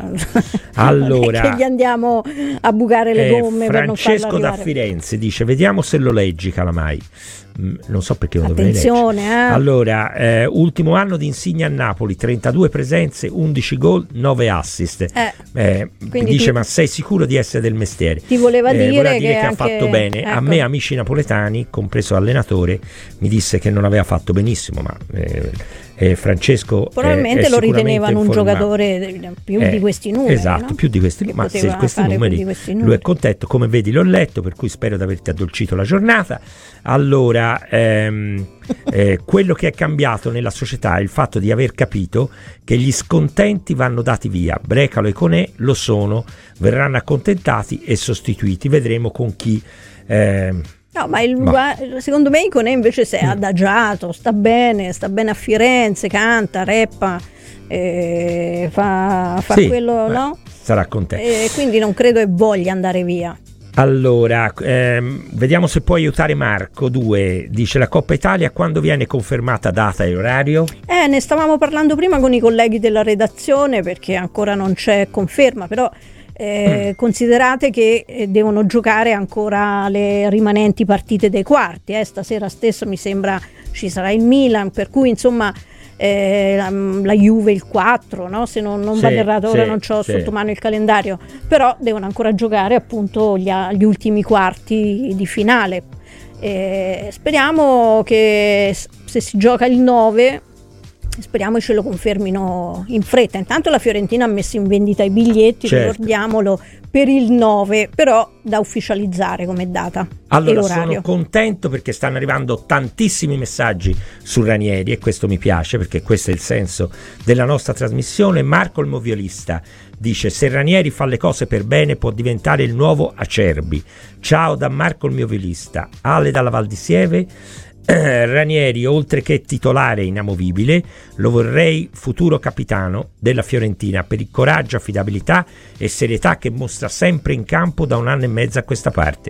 allora che gli andiamo a bucare le gomme, eh, per non farlo Francesco da Firenze dice: vediamo se lo leggi, Calamai. mh, non so perché non dovrei Attenzione, leggere. Eh. Allora, eh, ultimo anno di Insigne a Napoli, trentadue presenze, undici gol, nove assist. Eh, eh, dice ti, ma sei sicuro di essere del mestiere? Ti voleva eh, dire, voleva che, dire che anche, ha fatto bene. ecco. A me amici napoletani, compreso l'allenatore, mi disse che non aveva fatto benissimo, ma eh, eh, Francesco probabilmente è, è lo ritenevano un informato. giocatore più eh, di questi numeri, esatto, no? più di questi numeri, ma se questi numeri, questi lui numeri è contento, come vedi l'ho letto, per cui spero di averti addolcito la giornata. Allora ehm, eh, quello che è cambiato nella società è il fatto di aver capito che gli scontenti vanno dati via. Brecalo e Conè lo sono, verranno accontentati e sostituiti, vedremo con chi. ehm, No, ma, il, ma secondo me Iconè invece si è adagiato, sta bene, sta bene a Firenze, canta, rappa, eh, fa, fa sì, quello, beh, no? Sarà contento. E quindi non credo che voglia andare via. Allora, ehm, vediamo se puoi aiutare Marco. Due, dice la Coppa Italia quando viene confermata data e orario? Eh, ne stavamo parlando prima con i colleghi della redazione perché ancora non c'è conferma, però Eh, mm. considerate che eh, devono giocare ancora le rimanenti partite dei quarti, eh. Stasera stesso mi sembra ci sarà il Milan, per cui insomma eh, la, la Juve il quattro, no? Se non, non sì, vado errato, ora sì, non c'ho sì. sotto mano il calendario, però devono ancora giocare appunto gli, gli ultimi quarti di finale. Eh, speriamo che se si gioca il nove, speriamo ce lo confermino in fretta. Intanto la Fiorentina ha messo in vendita i biglietti, certo, ricordiamolo, per il nove, però da ufficializzare come data. Allora e orario. Sono contento perché stanno arrivando tantissimi messaggi su Ranieri e questo mi piace perché questo è il senso della nostra trasmissione. Marco il moviolista dice: se Ranieri fa le cose per bene può diventare il nuovo Acerbi. Ciao da Marco il moviolista. Ale dalla Val di Sieve: Ranieri, oltre che titolare inamovibile, lo vorrei futuro capitano della Fiorentina per il coraggio, affidabilità e serietà che mostra sempre in campo da un anno e mezzo a questa parte.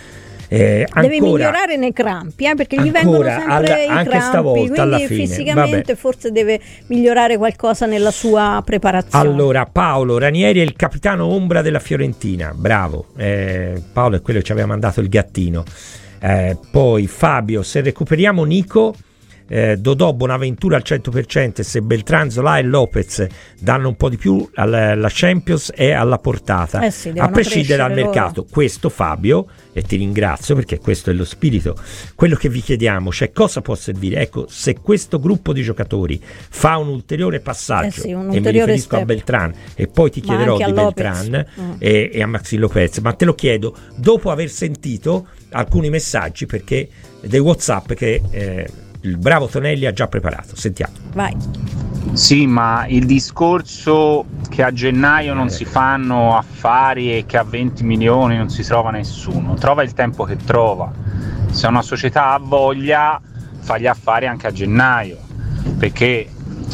Eh, ancora, deve migliorare nei crampi, eh, perché gli vengono sempre alla, i anche crampi, stavolta alla quindi fine, fisicamente vabbè. forse deve migliorare qualcosa nella sua preparazione. Allora Paolo, Ranieri è il capitano ombra della Fiorentina, bravo. eh, Paolo è quello che ci aveva mandato il gattino. Eh, poi Fabio: se recuperiamo Nico, eh, Dodò, Bonaventura al cento per cento, e se Beltran, Zola e Lopez danno un po' di più, alla, la Champions è alla portata, eh sì, a prescindere dal loro. mercato. Questo Fabio, e ti ringrazio perché questo è lo spirito, quello che vi chiediamo, cioè cosa può servire. Ecco, se questo gruppo di giocatori fa un ulteriore passaggio, eh sì, un e mi riferisco step. a Beltran e poi ti Ma chiederò anche di a Lopez. Beltran mm. e, e a Maxi Lopez, ma te lo chiedo dopo aver sentito alcuni messaggi perché dei WhatsApp che eh, il bravo Tonelli ha già preparato. Sentiamo. Vai. Sì, ma il discorso che a gennaio non si fanno affari e che a venti milioni non si trova nessuno, trova il tempo che trova. Se una società ha voglia, fa gli affari anche a gennaio, perché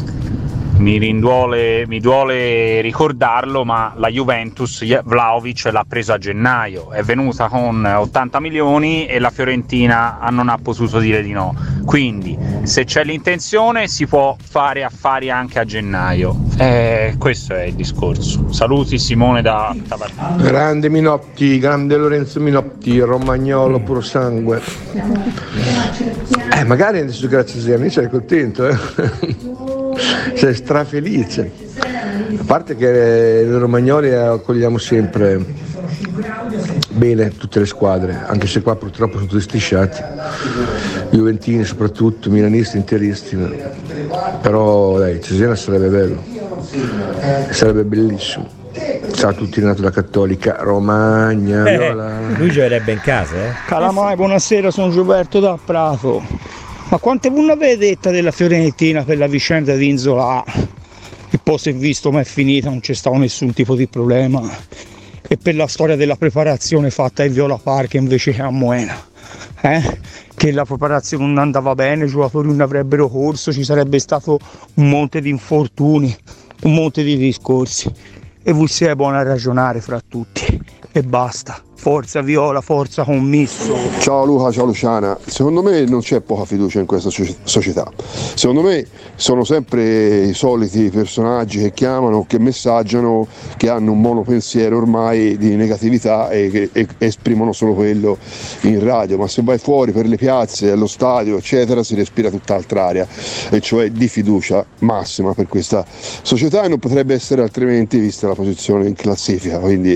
mi rinduole, mi duole ricordarlo, ma la Juventus Vlahovic l'ha preso a gennaio, è venuta con ottanta milioni e la Fiorentina non ha potuto dire di no. Quindi se c'è l'intenzione si può fare affari anche a gennaio. Eh, questo è il discorso. Saluti Simone da Tabartino. Grande Minotti, grande Lorenzo Minotti, romagnolo puro sangue. Eh, magari adesso grazie a Gianni sei contento, eh? Sei strafelice. A parte che noi romagnoli accogliamo sempre bene tutte le squadre, anche se qua purtroppo sono tutti strisciati, juventini soprattutto, milanisti, interisti, però dai, Cesena sarebbe bello, sarebbe bellissimo. Ciao a tutti, nato da Cattolica Romagna. Eh, lui giocherebbe in casa, eh? Calamai, buonasera, sono Gilberto da Prato. Ma quante punne avete detta della Fiorentina per la vicenda di Inzola? Il posto è visto ma è finita, non c'è stato nessun tipo di problema. E per la storia della preparazione fatta in Viola Park invece che a Moena, eh? Che la preparazione non andava bene, i giocatori non avrebbero corso, ci sarebbe stato un monte di infortuni, un monte di discorsi. E voi siete buoni a ragionare fra tutti. E basta. Forza Viola, forza Commisso. Ciao Luca, ciao Luciana. Secondo me non c'è poca fiducia in questa società. Secondo me sono sempre i soliti personaggi che chiamano, che messaggiano, che hanno un monopensiero ormai di negatività e che e esprimono solo quello in radio, ma se vai fuori per le piazze, allo stadio, eccetera, si respira tutt'altra aria, e cioè di fiducia massima per questa società, e non potrebbe essere altrimenti vista la posizione in classifica. Quindi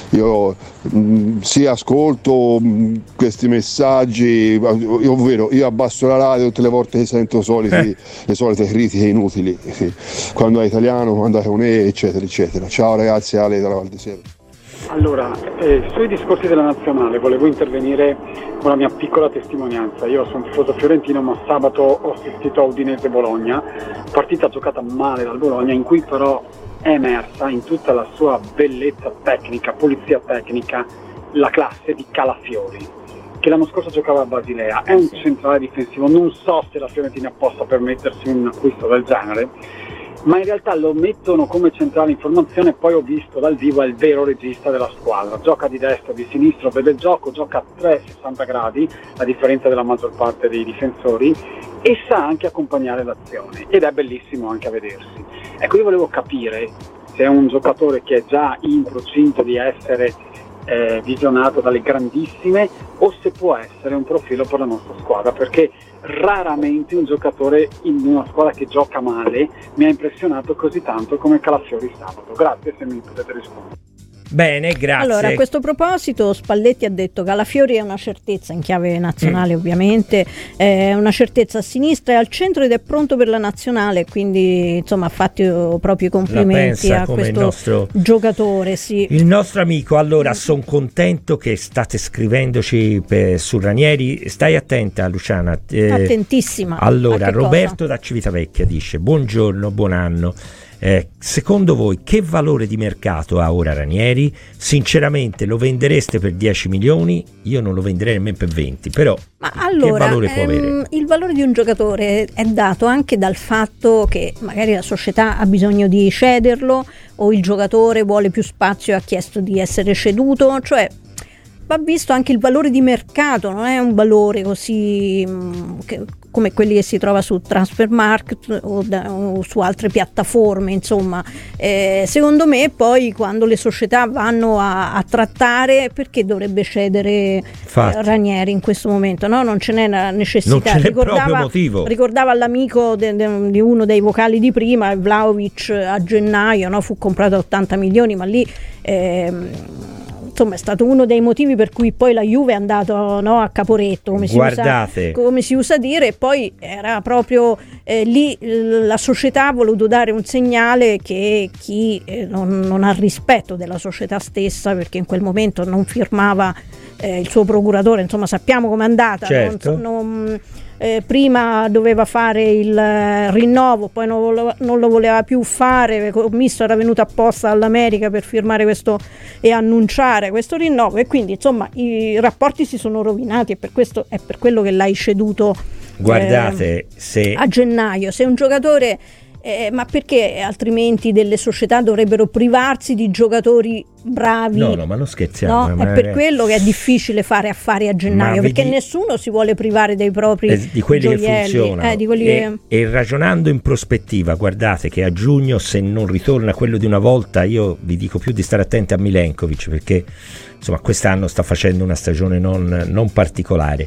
io mh, sì, ascolto mh, questi messaggi, ovvero io abbasso la radio tutte le volte che sento soliti, eh. le solite critiche inutili, sì. Quando è italiano, quando è con E, eccetera eccetera. Ciao ragazzi, Ale dalla Val di Sera. Allora, eh, sui discorsi della nazionale volevo intervenire con la mia piccola testimonianza. Io sono tifoso fiorentino, ma sabato ho assistito a Udinese-Bologna, partita giocata male dal Bologna, in cui però è emersa in tutta la sua bellezza tecnica, pulizia tecnica, la classe di Calafiori, che l'anno scorso giocava a Basilea. È un centrale difensivo, non so se la Fiorentina possa permettersi un acquisto del genere, ma in realtà lo mettono come centrale in formazione. Poi ho visto dal vivo, è il vero regista della squadra, gioca di destra, di sinistro, vede il gioco, gioca a trecentosessanta gradi, a differenza della maggior parte dei difensori, e sa anche accompagnare l'azione, ed è bellissimo anche a vedersi. Ecco, io volevo capire se è un giocatore che è già in procinto di essere eh, visionato dalle grandissime, o se può essere un profilo per la nostra squadra, perché raramente un giocatore in una squadra che gioca male mi ha impressionato così tanto come Calafiori sabato. Grazie, se mi potete rispondere. Bene, grazie. Allora, a questo proposito Spalletti ha detto che Calafiori è una certezza in chiave nazionale, mm. ovviamente è una certezza a sinistra e al centro, ed è pronto per la nazionale, quindi insomma ha fatto proprio i complimenti a questo nostro giocatore. Sì. Il nostro amico, allora sono contento che state scrivendoci per, su Ranieri, stai attenta Luciana. Eh, Attentissima. Allora, Roberto da Civitavecchia dice: buongiorno, buon anno. Eh, secondo voi che valore di mercato ha ora Ranieri? Sinceramente lo vendereste per dieci milioni? Io non lo venderei nemmeno per venti, però ma allora, che valore può ehm, avere? Il valore di un giocatore è dato anche dal fatto che magari la società ha bisogno di cederlo, o il giocatore vuole più spazio e ha chiesto di essere ceduto, cioè va visto anche il valore di mercato, non è un valore così mh, che, come quelli che si trova su Transfermarkt o, da, o su altre piattaforme, insomma. Eh, secondo me poi quando le società vanno a, a trattare, perché dovrebbe cedere eh, Ranieri in questo momento? No, non ce n'è la necessità. Non ce n'è ricordava, proprio motivo. Ricordava all'amico de, de, di uno dei vocali di prima, Vlahovic a gennaio, no? Fu comprato a ottanta milioni, ma lì ehm, insomma è stato uno dei motivi per cui poi la Juve è andato, no, a Caporetto, come si, usa, come si usa dire, e poi era proprio eh, lì la società ha voluto dare un segnale che chi eh, non, non ha rispetto della società stessa, perché in quel momento non firmava eh, il suo procuratore, insomma sappiamo com'è andata, certo. non, non, eh, prima doveva fare il eh, rinnovo, poi non, lo, non lo voleva più fare, il commisso era venuto apposta dall'America per firmare questo e annunciare questo rinnovo, e quindi insomma i rapporti si sono rovinati, e per questo è per quello che l'hai ceduto. Guardate, eh, se a gennaio, se un giocatore eh, ma perché altrimenti delle società dovrebbero privarsi di giocatori bravi? No, no, ma non scherziamo. No? Ma è per quello che è difficile fare affari a gennaio, perché vedi, nessuno si vuole privare dei propri eh, di quelli gioielli, che funzionano. Eh, di quelli e, che... e ragionando in prospettiva, guardate che a giugno, se non ritorna quello di una volta, io vi dico più di stare attenti a Milenkovic, perché insomma quest'anno sta facendo una stagione non, non particolare.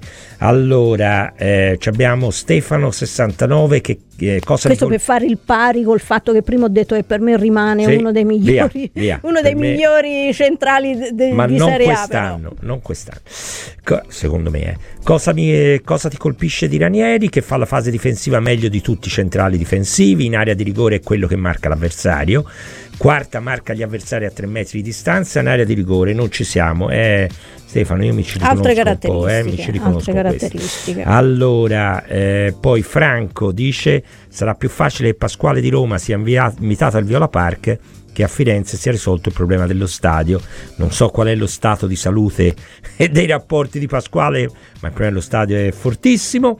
Allora eh, abbiamo Stefano sessantanove che eh, cosa questo vol- per fare il pari col fatto che prima ho detto che per me rimane sì, uno dei migliori via, via. uno dei me... migliori centrali de- de- ma di non Serie quest'anno, A, però. non quest'anno Co- secondo me eh. cosa, mi, cosa ti colpisce di Ranieri? Che fa la fase difensiva meglio di tutti i centrali difensivi, in area di rigore è quello che marca l'avversario, quarta marca gli avversari a tre metri di distanza, in area di rigore non ci siamo. eh, Stefano, io mi ci riconosco altre un po', eh, mi ci riconosco altre caratteristiche. Allora eh, poi Franco dice: sarà più facile che Pasquale di Roma sia invia- invitato al Viola Park che a Firenze sia risolto il problema dello stadio. Non so qual è lo stato di salute e dei rapporti di Pasquale, ma il problema dello stadio è fortissimo.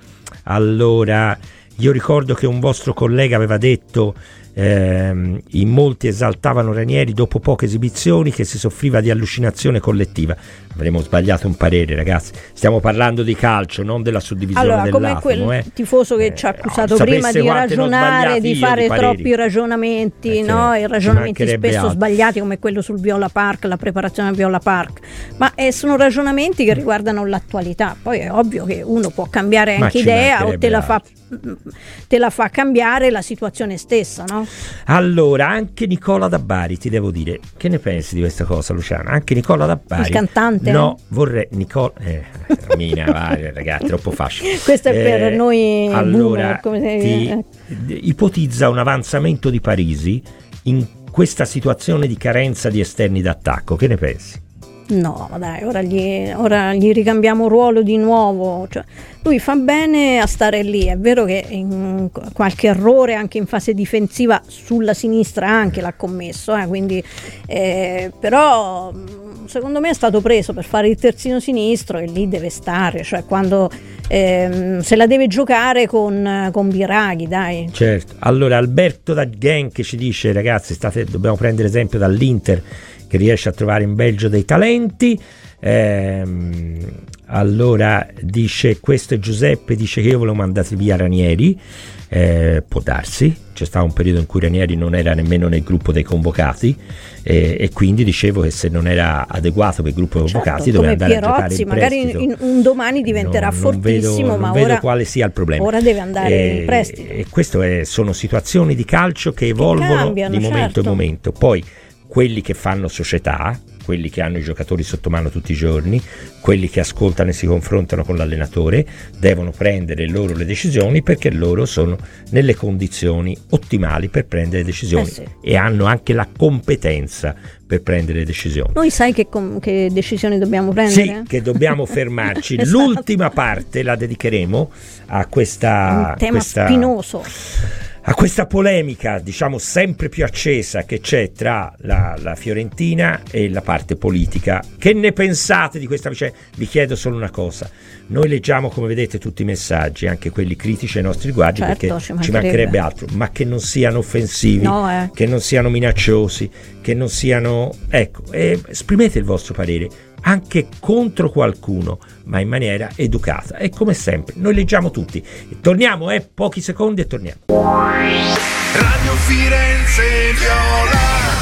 Allora io ricordo che un vostro collega aveva detto ehm, in molti esaltavano Ranieri dopo poche esibizioni, che si soffriva di allucinazione collettiva. avremo sbagliato un parere, ragazzi. Stiamo parlando di calcio, non della suddivisione allora, dell'A F M. Come quel eh. tifoso che ci ha accusato no, prima di ragionare, di fare di troppi ragionamenti, eh, no? I ragionamenti spesso altro. sbagliati, come quello sul Viola Park, la preparazione al Viola Park. Ma eh, sono ragionamenti che riguardano l'attualità. Poi è ovvio che uno può cambiare anche idea o te la fa te la fa cambiare la situazione stessa, no? Allora, anche Nicola da Bari, ti devo dire, che ne pensi di questa cosa, Luciana? Anche Nicola da Bari. Il cantante? No, vorrei Nicola eh, Mina, vai, ragazzi, troppo facile. Questo è per eh, noi allora, boomer, come ti ipotizza un avanzamento di Parisi in questa situazione di carenza di esterni d'attacco. Che ne pensi? No, ma dai, ora gli, ora gli ricambiamo ruolo di nuovo. Cioè, lui fa bene a stare lì. È vero che in qualche errore anche in fase difensiva sulla sinistra anche l'ha commesso, eh, quindi, eh, però secondo me è stato preso per fare il terzino sinistro e lì deve stare, cioè quando eh, se la deve giocare con, con Biraghi, dai. Certo. Allora Alberto da Genk ci dice: ragazzi, state, dobbiamo prendere esempio dall'Inter, che riesce a trovare in Belgio dei talenti. Ehm, allora dice, questo è Giuseppe, dice che io volevo mandare via Ranieri. Eh, può darsi, c'è stato un periodo in cui Ranieri non era nemmeno nel gruppo dei convocati, eh, e quindi dicevo che se non era adeguato per il gruppo dei convocati, certo, doveva andare Pierozzi, a giocare in magari prestito. in, un domani diventerà no, non fortissimo, vedo, ma non ora, vedo quale sia il problema. Ora deve andare eh, in prestito. E queste sono situazioni di calcio che evolvono che cambiano, di momento certo. in momento. Poi quelli che fanno società, quelli che hanno i giocatori sotto mano tutti i giorni, quelli che ascoltano e si confrontano con l'allenatore, devono prendere loro le decisioni, perché loro sono nelle condizioni ottimali per prendere decisioni, eh sì. e hanno anche la competenza per prendere le decisioni. Noi sai che, com- che decisioni dobbiamo prendere? Sì, che dobbiamo fermarci. Esatto. L'ultima parte la dedicheremo a questa... un tema questa... spinoso. A questa polemica, diciamo, sempre più accesa che c'è tra la, la Fiorentina e la parte politica. Che ne pensate di questa vicenda? Vi chiedo solo una cosa: noi leggiamo, come vedete, tutti i messaggi, anche quelli critici ai nostri riguardi, certo, perché ci mancherebbe. ci mancherebbe altro, ma che non siano offensivi, no, eh. che non siano minacciosi, che non siano... Ecco, eh, esprimete il vostro parere anche contro qualcuno, ma in maniera educata. E come sempre noi leggiamo tutti. E torniamo, eh, pochi secondi e torniamo. Radio Firenze Viola.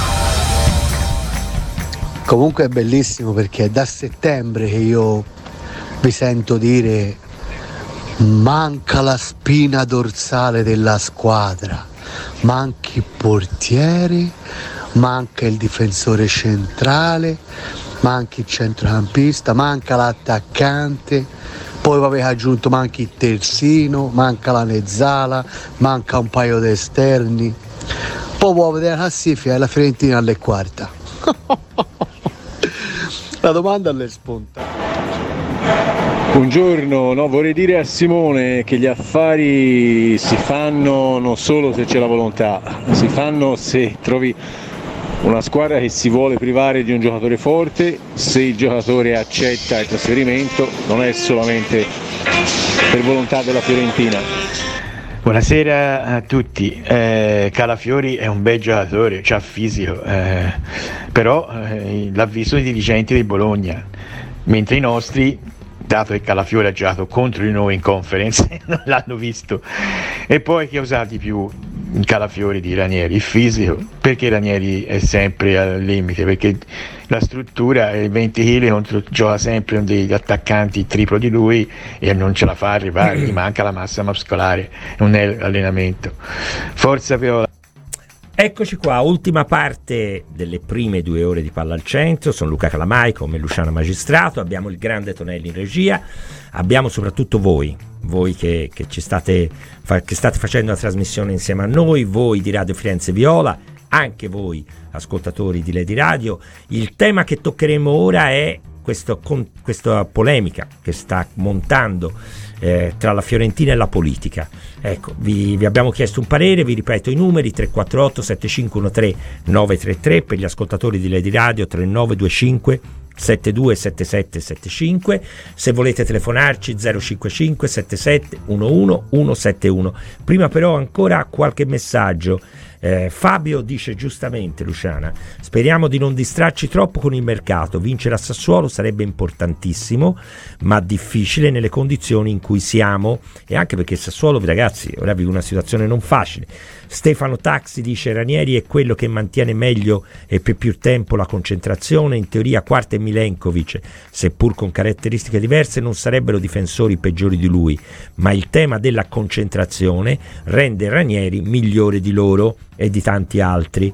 Comunque è bellissimo, perché è da settembre che io vi sento dire: manca la spina dorsale della squadra, manca il portiere, manca il difensore centrale, manca il centrocampista, manca l'attaccante, poi aveva aggiunto manca il terzino, manca la mezzala, manca un paio di esterni. Poi può vedere la classifica e la Fiorentina alle quarta. La domanda alle spunta. Buongiorno, no, vorrei dire a Simone che gli affari si fanno non solo se c'è la volontà, si fanno se trovi una squadra che si vuole privare di un giocatore forte, se il giocatore accetta il trasferimento, non è solamente per volontà della Fiorentina. Buonasera a tutti. eh, Calafiori è un bel giocatore, c'ha fisico, eh, però eh, l'avviso dei dirigenti del Bologna, mentre i nostri, dato che Calafiori ha giocato contro di noi in conference, non l'hanno visto. E poi chi ha usato di più Calafiori di Ranieri? Il fisico, perché Ranieri è sempre al limite, perché la struttura è venti chili contro, gioca sempre un degli attaccanti triplo di lui e non ce la fa arrivare, gli manca la massa muscolare, non è allenamento. Forza Viola. Eccoci qua, ultima parte delle prime due ore di Palla al Centro. Sono Luca Calamai come Luciana Magistrato, abbiamo il grande Tonelli in regia, abbiamo soprattutto voi, voi che, che ci state, fa, che state facendo la trasmissione insieme a noi, voi di Radio Firenze Viola, anche voi ascoltatori di Lady Radio. Il tema che toccheremo ora è questo, con, questa polemica che sta montando eh, tra la Fiorentina e la politica. Ecco, vi, vi abbiamo chiesto un parere, vi ripeto i numeri: tre quattro otto sette cinque uno tre nove tre tre per gli ascoltatori di Lady Radio, tre nove due cinque sette due sette sette sette cinque, se volete telefonarci zero cinque cinque sette sette uno uno uno sette uno. Prima però ancora qualche messaggio. Eh, Fabio dice giustamente, Luciana, speriamo di non distrarci troppo con il mercato, vincere a Sassuolo sarebbe importantissimo ma difficile nelle condizioni in cui siamo, e anche perché Sassuolo, ragazzi, ora vive una situazione non facile. Stefano Taxi dice Ranieri è quello che mantiene meglio e per più tempo la concentrazione, in teoria Quarta e Milenkovic, seppur con caratteristiche diverse, non sarebbero difensori peggiori di lui, ma il tema della concentrazione rende Ranieri migliore di loro e di tanti altri.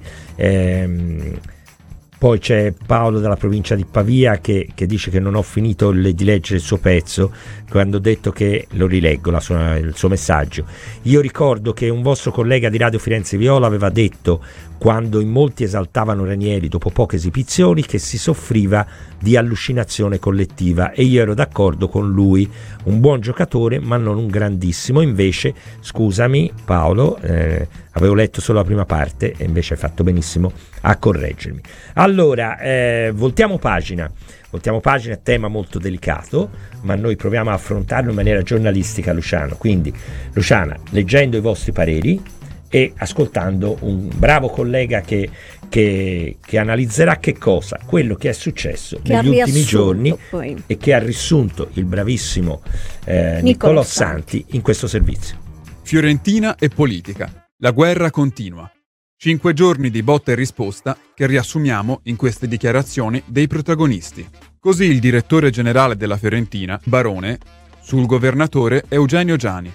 Ehm, poi c'è Paolo dalla provincia di Pavia che, che dice che non ho finito le, di leggere il suo pezzo, quando ho detto che lo rileggo la sua, il suo messaggio. Io ricordo che un vostro collega di Radio Firenze Viola aveva detto, quando in molti esaltavano Ranieri dopo poche esibizioni, che si soffriva di allucinazione collettiva, e io ero d'accordo con lui, un buon giocatore ma non un grandissimo. Invece, scusami Paolo, eh, avevo letto solo la prima parte e invece hai fatto benissimo a correggermi. Allora, eh, voltiamo pagina voltiamo pagina, tema molto delicato, ma noi proviamo a affrontarlo in maniera giornalistica, Luciano. Quindi, Luciana, leggendo i vostri pareri e ascoltando un bravo collega che, che, che analizzerà che cosa? Quello che è successo che negli ultimi giorni poi. E che ha riassunto il bravissimo eh, Niccolò Santi in questo servizio. Fiorentina e politica. La guerra continua. Cinque giorni di botta e risposta che riassumiamo in queste dichiarazioni dei protagonisti. Così il direttore generale della Fiorentina, Barone, sul governatore Eugenio Giani.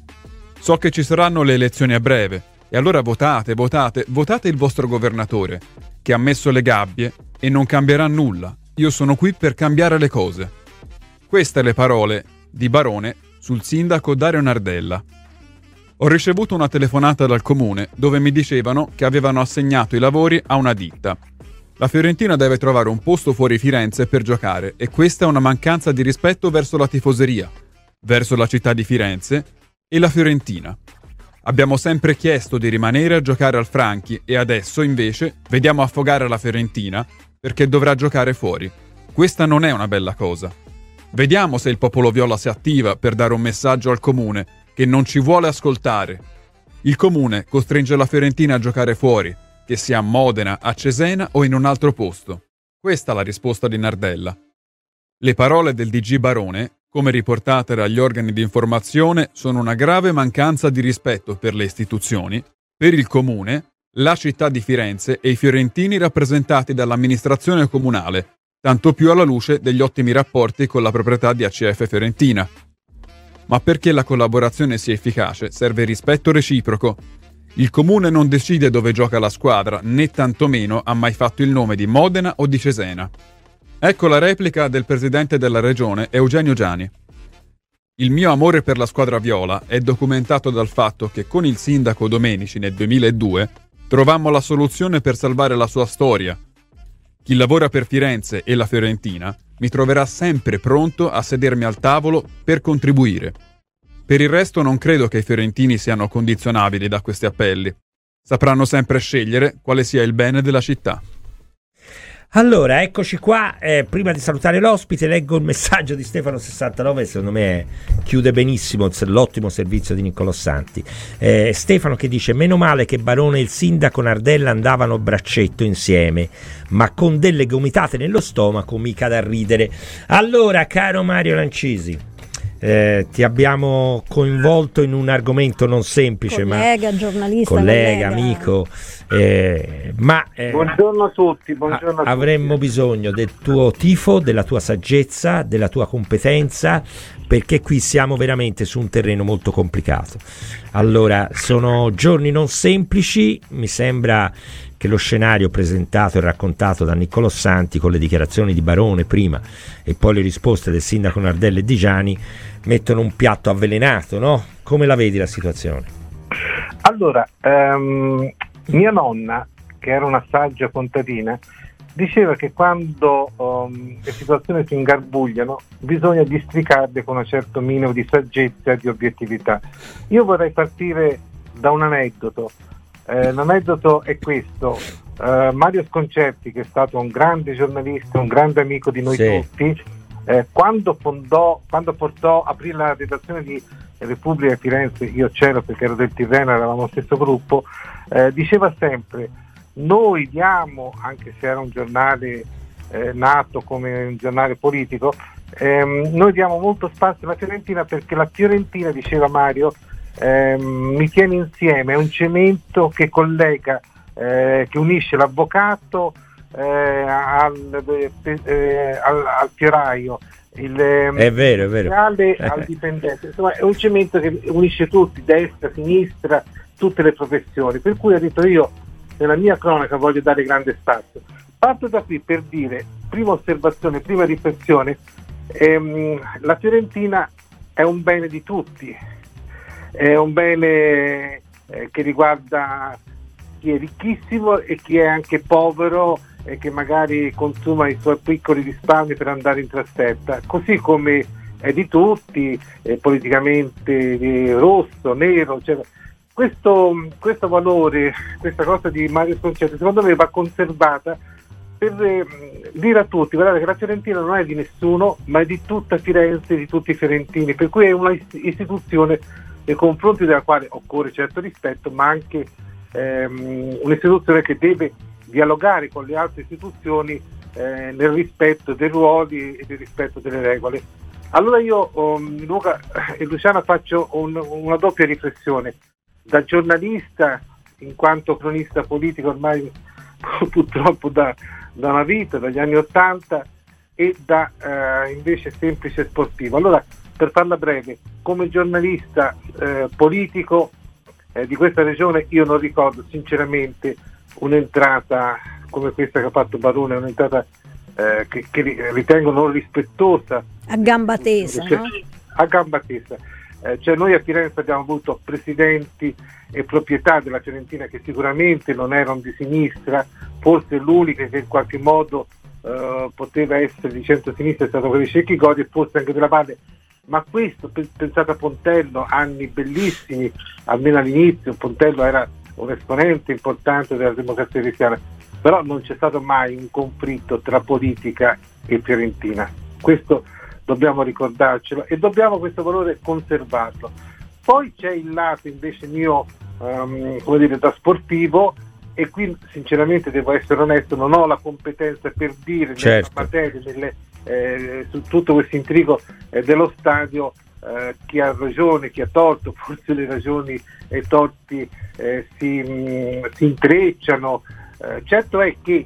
So che ci saranno le elezioni a breve, e allora votate, votate, votate il vostro governatore, che ha messo le gabbie e non cambierà nulla. Io sono qui per cambiare le cose. Queste le parole di Barone sul sindaco Dario Nardella. Ho ricevuto una telefonata dal comune dove mi dicevano che avevano assegnato i lavori a una ditta. La Fiorentina deve trovare un posto fuori Firenze per giocare e questa è una mancanza di rispetto verso la tifoseria, verso la città di Firenze e la Fiorentina. Abbiamo sempre chiesto di rimanere a giocare al Franchi e adesso invece vediamo affogare la Fiorentina perché dovrà giocare fuori. Questa non è una bella cosa. Vediamo se il popolo viola si attiva per dare un messaggio al comune che non ci vuole ascoltare. Il comune costringe la Fiorentina a giocare fuori, che sia a Modena, a Cesena o in un altro posto. Questa è la risposta di Nardella. Le parole del D G Barone, come riportate dagli organi di informazione, sono una grave mancanza di rispetto per le istituzioni, per il comune, la città di Firenze e i fiorentini rappresentati dall'amministrazione comunale, tanto più alla luce degli ottimi rapporti con la proprietà di A C F Fiorentina. Ma perché la collaborazione sia efficace serve rispetto reciproco. Il comune non decide dove gioca la squadra, né tantomeno ha mai fatto il nome di Modena o di Cesena. Ecco la replica del presidente della regione, Eugenio Giani. Il mio amore per la squadra viola è documentato dal fatto che con il sindaco Domenici nel duemiladue trovammo la soluzione per salvare la sua storia. Chi lavora per Firenze e la Fiorentina mi troverà sempre pronto a sedermi al tavolo per contribuire. Per il resto non credo che i fiorentini siano condizionabili da questi appelli. Sapranno sempre scegliere quale sia il bene della città. Allora, eccoci qua, eh, prima di salutare l'ospite leggo il messaggio di Stefano sessantanove, secondo me chiude benissimo l'ottimo servizio di Niccolò Santi. Eh, Stefano che dice, meno male che Barone e il sindaco Nardella andavano a braccetto insieme, ma con delle gomitate nello stomaco mica da ridere. Allora, caro Mario Lancisi, Eh, ti abbiamo coinvolto in un argomento non semplice, collega, ma giornalista, collega, collega. amico, eh, ma eh, buongiorno a tutti, buongiorno a tutti. Avremmo bisogno del tuo tifo, della tua saggezza, della tua competenza, perché qui siamo veramente su un terreno molto complicato. Allora, sono giorni non semplici, mi sembra che lo scenario presentato e raccontato da Niccolò Santi con le dichiarazioni di Barone prima e poi le risposte del sindaco Nardella e Di Giani mettono un piatto avvelenato, no? Come la vedi la situazione? Allora, ehm, mia nonna, che era una saggia contadina, diceva che quando um, le situazioni si ingarbugliano bisogna districarle con un certo minimo di saggezza e di obiettività. Io vorrei partire da un aneddoto. Eh, l'aneddoto è questo. Uh, Mario Sconcerti, che è stato un grande giornalista, un grande amico di noi sì. tutti, eh, quando fondò, quando portò, aprì la redazione di Repubblica di Firenze, io c'ero perché ero del Tirreno, eravamo lo stesso gruppo, eh, diceva sempre: noi diamo, anche se era un giornale eh, nato come un giornale politico, ehm, noi diamo molto spazio alla Fiorentina perché la Fiorentina, diceva Mario, ehm, mi tiene insieme, è un cemento che collega, eh, che unisce l'avvocato eh, al, eh, al, al fioraio, il è vero, è vero. al dipendente, insomma è un cemento che unisce tutti, destra, sinistra, tutte le professioni, per cui ho detto io nella mia cronaca voglio dare grande spazio. Parto da qui per dire, prima osservazione, prima riflessione, ehm, la Fiorentina è un bene di tutti, è un bene eh, che riguarda chi è ricchissimo e chi è anche povero e che magari consuma i suoi piccoli risparmi per andare in trasferta, così come è di tutti, eh, politicamente eh, rosso, nero, cioè, questo, questo valore, questa cosa di Mario Sconcerti secondo me va conservata per eh, dire a tutti: guardate che la Fiorentina non è di nessuno, ma è di tutta Firenze, di tutti i fiorentini, per cui è una istituzione nei confronti della quale occorre certo rispetto, ma anche ehm, un'istituzione che deve dialogare con le altre istituzioni eh, nel rispetto dei ruoli e nel rispetto delle regole. Allora io, um, Luca e Luciana, faccio un, una doppia riflessione. Da giornalista, in quanto cronista politico ormai purtroppo da, da una vita, dagli anni Ottanta, e da eh, invece semplice sportivo. Allora, per farla breve, come giornalista eh, politico eh, di questa regione io non ricordo sinceramente un'entrata come questa che ha fatto Barone, un'entrata eh, che, che ritengo non rispettosa. A gamba tesa, cioè, no? A gamba tesa. Eh, cioè noi a Firenze abbiamo avuto presidenti e proprietà della Fiorentina che sicuramente non erano di sinistra, forse l'unica che in qualche modo eh, poteva essere di centro-sinistra è stato quello di Cecchi Gori e forse anche della Valle, ma questo, pensate a Pontello, anni bellissimi, almeno all'inizio Pontello era un esponente importante della democrazia cristiana, però non c'è stato mai un conflitto tra politica e Fiorentina, questo dobbiamo ricordarcelo e dobbiamo questo valore conservarlo. Poi c'è il lato invece mio, um, come dire, da sportivo, e qui sinceramente devo essere onesto, non ho la competenza per dire certo. nella materia, nelle, eh, su tutto questo intrigo eh, dello stadio, eh, chi ha ragione, chi ha torto, forse le ragioni e i torti eh, si, mh, si intrecciano. Eh, certo è che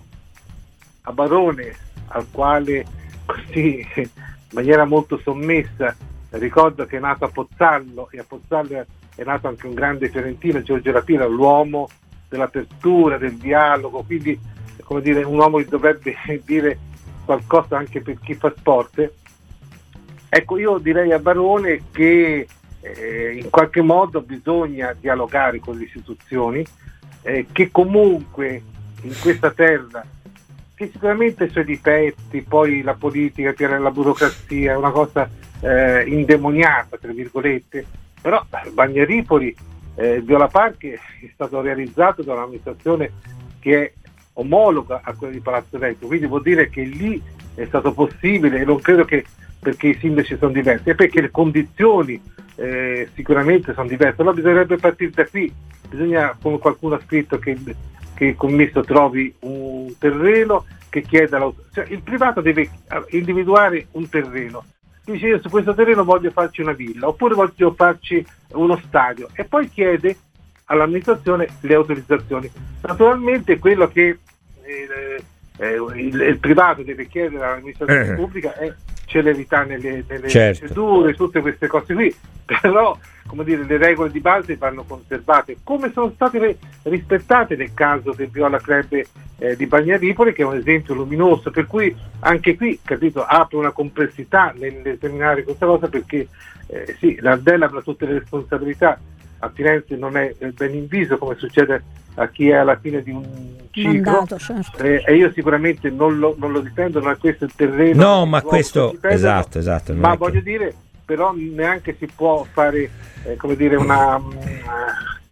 a Barone, al quale così in maniera molto sommessa ricordo che è nato a Pozzallo, e a Pozzallo è nato anche un grande fiorentino, Giorgio Rapira, l'uomo dell'apertura, del dialogo, quindi come dire un uomo che dovrebbe dire qualcosa anche per chi fa sport. Ecco, io direi a Barone che eh, in qualche modo bisogna dialogare con le istituzioni, eh, che comunque in questa terra, che sicuramente ha i suoi difetti, poi la politica, la burocrazia è una cosa eh, indemoniata, tra virgolette, però Bagnaripoli, eh, Viola Park è stato realizzato da un'amministrazione che è omologa a quella di Palazzo Vecchio, quindi vuol dire che lì è stato possibile, e non credo che perché i sindaci sono diversi, è perché le condizioni eh, sicuramente sono diverse. Allora bisognerebbe partire da qui, bisogna, come qualcuno ha scritto, che che il commesso trovi un terreno, che chieda l'autorizzazione, cioè il privato deve individuare un terreno, dice io su questo terreno voglio farci una villa oppure voglio farci uno stadio, e poi chiede all'amministrazione le autorizzazioni. Naturalmente quello che eh, eh, il, il privato deve chiedere all'amministrazione eh. pubblica è celerità nelle, nelle certo. procedure, tutte queste cose qui, però come dire, le regole di base vanno conservate, come sono state rispettate nel caso del Viola Club eh, di Bagnaripoli, che è un esempio luminoso, per cui anche qui, capito, apre una complessità nell'esaminare questa cosa, perché eh, sì, l'Ardella avrà tutte le responsabilità, a Firenze non è ben inviso come succede a chi è alla fine di un ciclo, Mandato, certo. eh, e io sicuramente non lo, non lo difendo, non è questo il terreno, no, ma questo esatto, esatto, ma che... voglio dire, però neanche si può fare eh, come dire una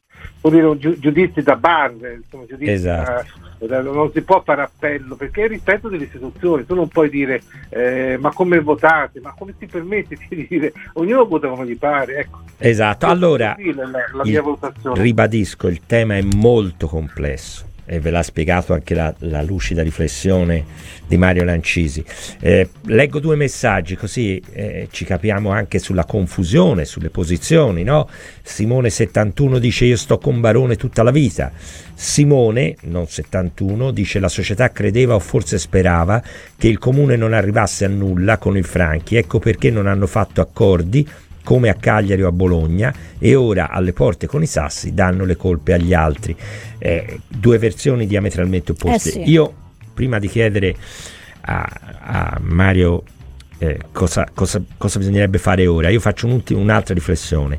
vuol dire un giu- giudizi da bar, insomma, giudizi Esatto. da, non si può fare appello perché è il rispetto delle istituzioni. Tu non puoi dire eh, ma come votate, ma come ti permetti di dire ognuno vota come gli pare, ecco. Esatto, allora La, la il- mia valutazione. ribadisco, il tema è molto complesso e ve l'ha spiegato anche la, la lucida riflessione di Mario Lancisi. Eh, leggo due messaggi così eh, ci capiamo anche sulla confusione, sulle posizioni, no? Simone settantuno dice io sto con Barone tutta la vita. Simone, non settantuno, dice la società credeva o forse sperava che il comune non arrivasse a nulla con il Franchi, ecco perché non hanno fatto accordi come a Cagliari o a Bologna e ora alle porte con i sassi danno le colpe agli altri. Eh, due versioni diametralmente opposte. Eh sì. Io prima di chiedere a, a Mario eh, cosa, cosa, cosa bisognerebbe fare ora, io faccio un'ultima, un'altra riflessione.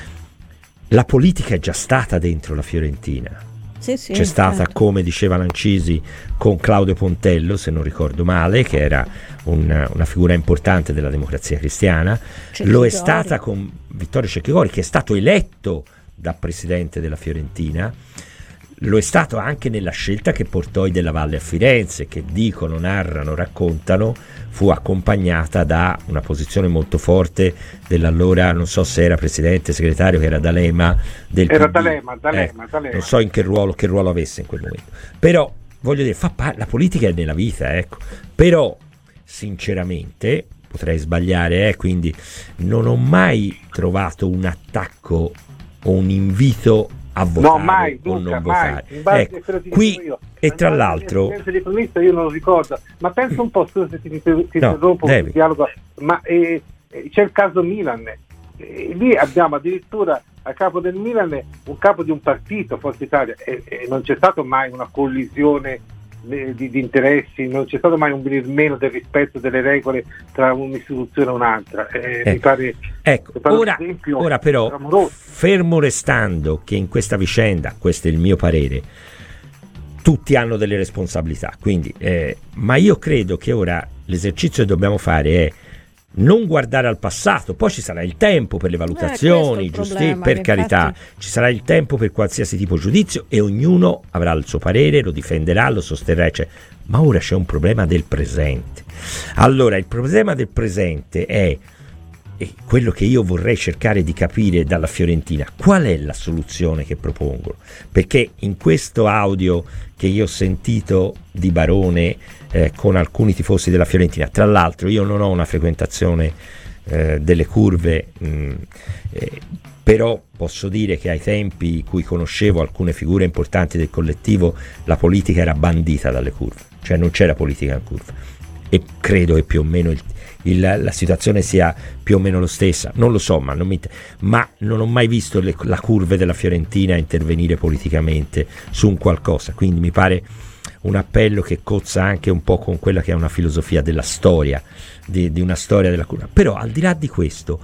La politica è già stata dentro la Fiorentina. Sì, sì, C'è stata, certo. come diceva Lancisi, con Claudio Pontello, se non ricordo male, che era un, una figura importante della Democrazia Cristiana. Cecchigori. Lo è stata con Vittorio Cecchigori, che è stato eletto da presidente della Fiorentina. Lo è stato anche nella scelta che portò i Della Valle a Firenze, che dicono, narrano, raccontano, fu accompagnata da una posizione molto forte dell'allora, non so se era presidente, segretario, che era D'Alema del Era P D. D'Alema, D'Alema, Ecco, D'Alema. non so in che ruolo, che ruolo avesse in quel momento, però voglio dire, fa par- la politica è nella vita, ecco. Però sinceramente potrei sbagliare, eh, quindi non ho mai trovato un attacco o un invito a votare No, mai, o Luca, non mai. votare. In base Ecco, a quello che qui dico io. e tra Ma l'altro la mia esperienza di cronista io non lo ricordo, ma pensa un po', scusa se ti, ti No, interrompo devi. il dialogo, ma eh, eh, c'è il caso Milan, eh, lì abbiamo addirittura a capo del Milan un capo di un partito, Forza Italia, e, e non c'è stato mai una collisione eh, di, di interessi, non c'è stato mai un venir meno del rispetto delle regole tra un'istituzione e un'altra. Eh, Eh, mi pare, ecco, mi pare un ora, esempio ora però, clamoroso. fermo restando che in questa vicenda, questo è il mio parere, tutti hanno delle responsabilità, quindi, eh, ma io credo che ora l'esercizio che dobbiamo fare è non guardare al passato, poi ci sarà il tempo per le valutazioni, il giusti, problema, per che carità, infatti- ci sarà il tempo per qualsiasi tipo di giudizio e ognuno avrà il suo parere, lo difenderà, lo sosterrà, eccetera. Ma ora c'è un problema del presente. Allora, il problema del presente è e quello che io vorrei cercare di capire dalla Fiorentina, qual è la soluzione che propongono, perché in questo audio che io ho sentito di Barone eh, con alcuni tifosi della Fiorentina, tra l'altro io non ho una frequentazione eh, delle curve, mh, eh, però posso dire che ai tempi in cui conoscevo alcune figure importanti del collettivo la politica era bandita dalle curve, cioè non c'era politica in curva, e credo che più o meno il Il, la situazione sia più o meno lo stessa, non lo so, ma non, mi, ma non ho mai visto le, la curve della Fiorentina intervenire politicamente su un qualcosa, quindi mi pare un appello che cozza anche un po' con quella che è una filosofia della storia, di, di una storia della curva. Però al di là di questo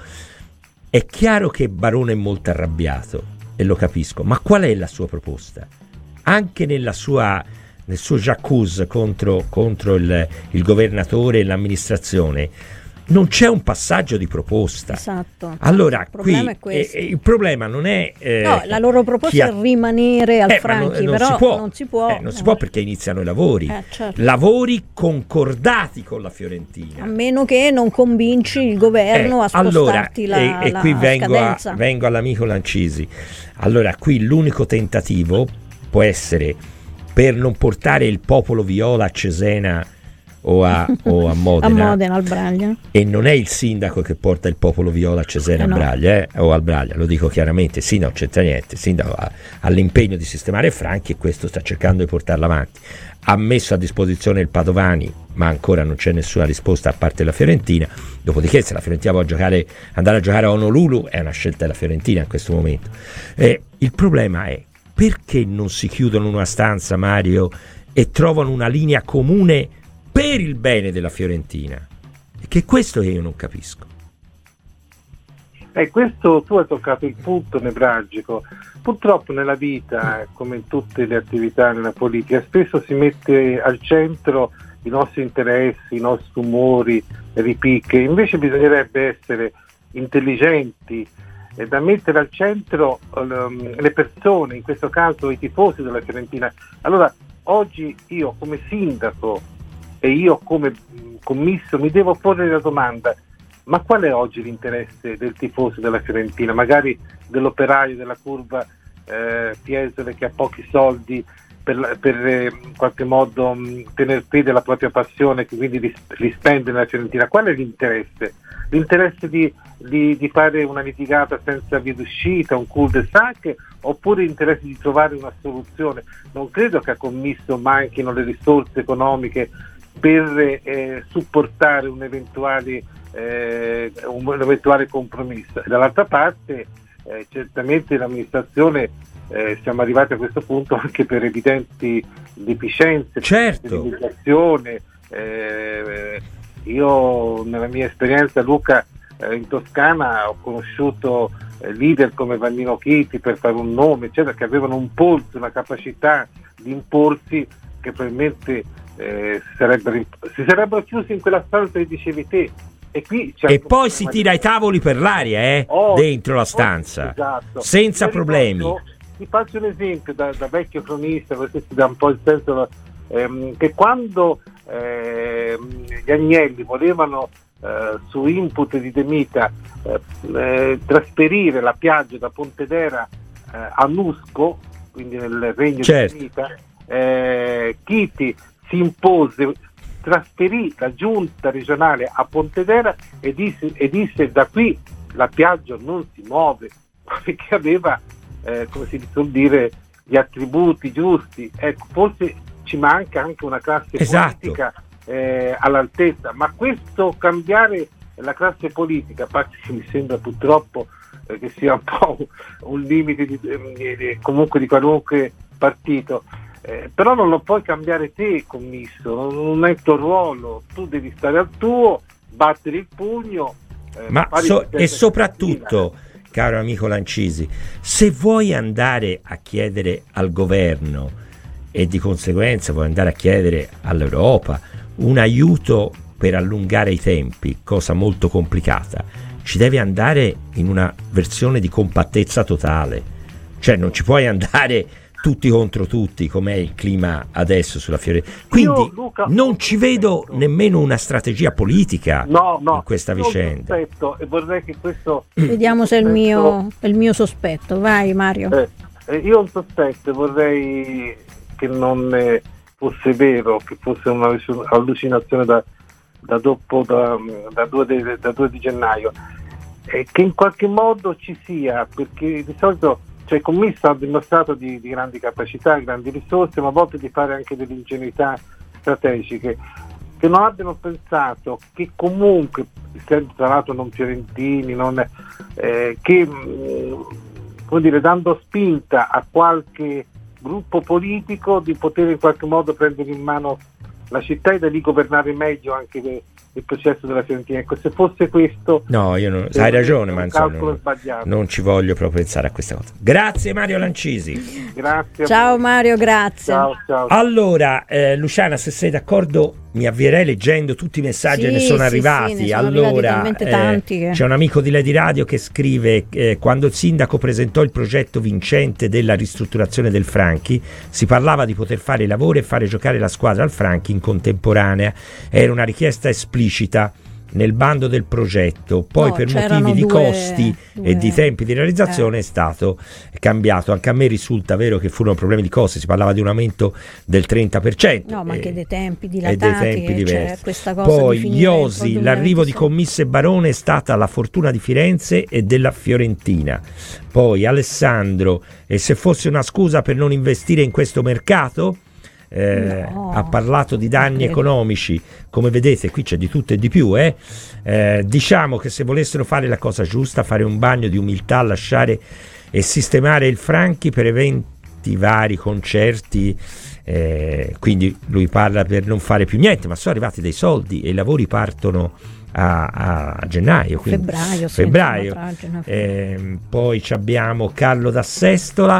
è chiaro che Barone è molto arrabbiato e lo capisco, ma qual è la sua proposta? Anche nella sua nel suo j'accuse contro, contro il, il governatore e l'amministrazione non c'è un passaggio di proposta. Esatto. Allora, il problema qui è questo. eh, il problema non è eh, No, la loro proposta chi ha- è rimanere al Eh, ma Franchi, non, non però si può, non si può. eh, non si può perché iniziano i lavori, Eh, certo. lavori concordati con la Fiorentina. A meno che non convinci il governo Eh, a allora, spostarti la, e, e la qui vengo, a, scadenza. vengo all'amico Lancisi. Allora, qui l'unico tentativo può essere per non portare il popolo viola a Cesena o a, o a a Modena, Modena, al Braglia. e non è il sindaco che porta il popolo viola a Cesena Eh no. a Braglia, eh, o al Braglia, lo dico chiaramente, sì, non c'entra niente, il sindaco ha, ha l'impegno di sistemare Franchi e questo sta cercando di portarlo avanti. Ha messo a disposizione il Padovani, ma ancora non c'è nessuna risposta a parte la Fiorentina. Dopodiché, se la Fiorentina vuole giocare, andare a giocare a Honolulu, è una scelta della Fiorentina in questo momento. Eh, il problema è: perché non si chiudono in una stanza, Mario, e trovano una linea comune per il bene della Fiorentina? E che è questo che io non capisco. E questo tu hai toccato il punto nevralgico. Purtroppo nella vita, come in tutte le attività nella politica, spesso si mette al centro i nostri interessi, i nostri umori, le ripicche. Invece bisognerebbe essere intelligenti, eh, da mettere al centro um, le persone, in questo caso i tifosi della Fiorentina. Allora oggi io come sindaco e io come commisso mi devo porre la domanda: ma qual è oggi l'interesse del tifoso della Fiorentina, magari dell'operaio della curva eh, Fiesole che ha pochi soldi per, per eh, in qualche modo mh, tenere fede alla propria passione, che quindi li, li spende nella Fiorentina? Qual è l'interesse? L'interesse di, di, di fare una litigata senza via d'uscita, un cul-de-sac, oppure l'interesse di trovare una soluzione? Non credo che a commisso manchino le risorse economiche per eh, supportare un eventuale, eh, un, un eventuale compromesso. Dall'altra parte eh, certamente l'amministrazione, eh, siamo arrivati a questo punto anche per evidenti deficienze, certo, per limitazione. Eh, io nella mia esperienza, Luca, eh, in Toscana ho conosciuto eh, leader come Vannino Chiti, per fare un nome, eccetera, che avevano un polso, una capacità di imporsi che probabilmente eh, si, sarebbero, si sarebbero chiusi in quella stanza che dicevi te. E, qui c'è e poi si tira i tavoli per l'aria, eh, oh, dentro la stanza, oh, esatto, senza Io problemi. Ricordo, ti faccio un esempio da, da vecchio cronista, perché si dà un po' il senso ehm, che quando ehm, gli Agnelli volevano eh, su input di De Mita eh, eh, trasferire la piaggia da Pontedera eh, a Nusco, quindi nel regno certo. di De Mita, eh, Chiti si impose, trasferì la giunta regionale a Pontedera e disse, e disse da qui la piaggia non si muove, perché aveva eh, come si suol dire gli attributi giusti. Ecco, forse ci manca anche una classe esatto. politica eh, all'altezza, ma questo cambiare la classe politica, a parte che mi sembra purtroppo eh, che sia un po' un limite di, di, comunque di qualunque partito, eh, però non lo puoi cambiare te, commisso, non è il tuo ruolo, tu devi stare al tuo, battere il pugno, eh, ma so, e soprattutto, caro amico Lancisi, se vuoi andare a chiedere al governo e di conseguenza vuoi andare a chiedere all'Europa un aiuto per allungare i tempi, cosa molto complicata, ci devi andare in una versione di compattezza totale, cioè non ci puoi andare tutti contro tutti com'è il clima adesso sulla Fiorentina. Quindi io, Luca, non ci vedo nemmeno una strategia politica no, no, in questa vicenda. Sospetto, e vorrei che questo vediamo se è il mio, è il mio sospetto. Vai Mario. Eh, io ho un sospetto e vorrei che non eh, fosse vero, che fosse una allucinazione da, da dopo da, da, due di, da due di gennaio, eh, che in qualche modo ci sia, perché di solito cioè, il commisso ha dimostrato di, di grandi capacità, grandi risorse, ma a volte di fare anche delle ingenuità strategiche, che non abbiano pensato che comunque, essendo tra l'altro non fiorentini, non, eh, che mh, come dire, dando spinta a qualche gruppo politico di poter in qualche modo prendere in mano la città e da lì governare meglio anche le, il processo della Fiorentina. Ecco, se fosse questo, no, io non, hai ragione, ma insomma non, sbagliato. non ci voglio proprio pensare a questa cosa. Grazie Mario Lancisi. Grazie. Ciao Mario, grazie. Ciao, ciao. Allora, eh, Luciana, se sei d'accordo, mi avvierei leggendo tutti i messaggi sì, che ne sono sì, arrivati. sì, ne sono allora, arrivati eh, tanti che... c'è un amico di Lady Radio che scrive: eh, quando il sindaco presentò il progetto vincente della ristrutturazione del Franchi, si parlava di poter fare i lavori e fare giocare la squadra al Franchi in contemporanea. Era una richiesta esplicita nel bando del progetto, poi no, per motivi di due, costi due... e di tempi di realizzazione eh. è stato cambiato. Anche a me risulta vero che furono problemi di costi, si parlava di un aumento del trenta per cento, no, ma e, anche dei tempi e dilatati, dei tempi diversi. Cioè, questa cosa poi di Iosi, l'arrivo di Commisse Barone è stata la fortuna di Firenze e della Fiorentina. Poi Alessandro, e se fosse una scusa per non investire in questo mercato? Eh, no, ha parlato di danni okay. economici, come vedete qui c'è di tutto e di più, eh? Eh, diciamo che se volessero fare la cosa giusta, fare un bagno di umiltà, lasciare e sistemare il Franchi per eventi vari, concerti, eh, quindi lui parla per non fare più niente, ma sono arrivati dei soldi e i lavori partono a, a gennaio, quindi febbraio, febbraio. Sì, Eh, poi abbiamo Carlo da Sestola.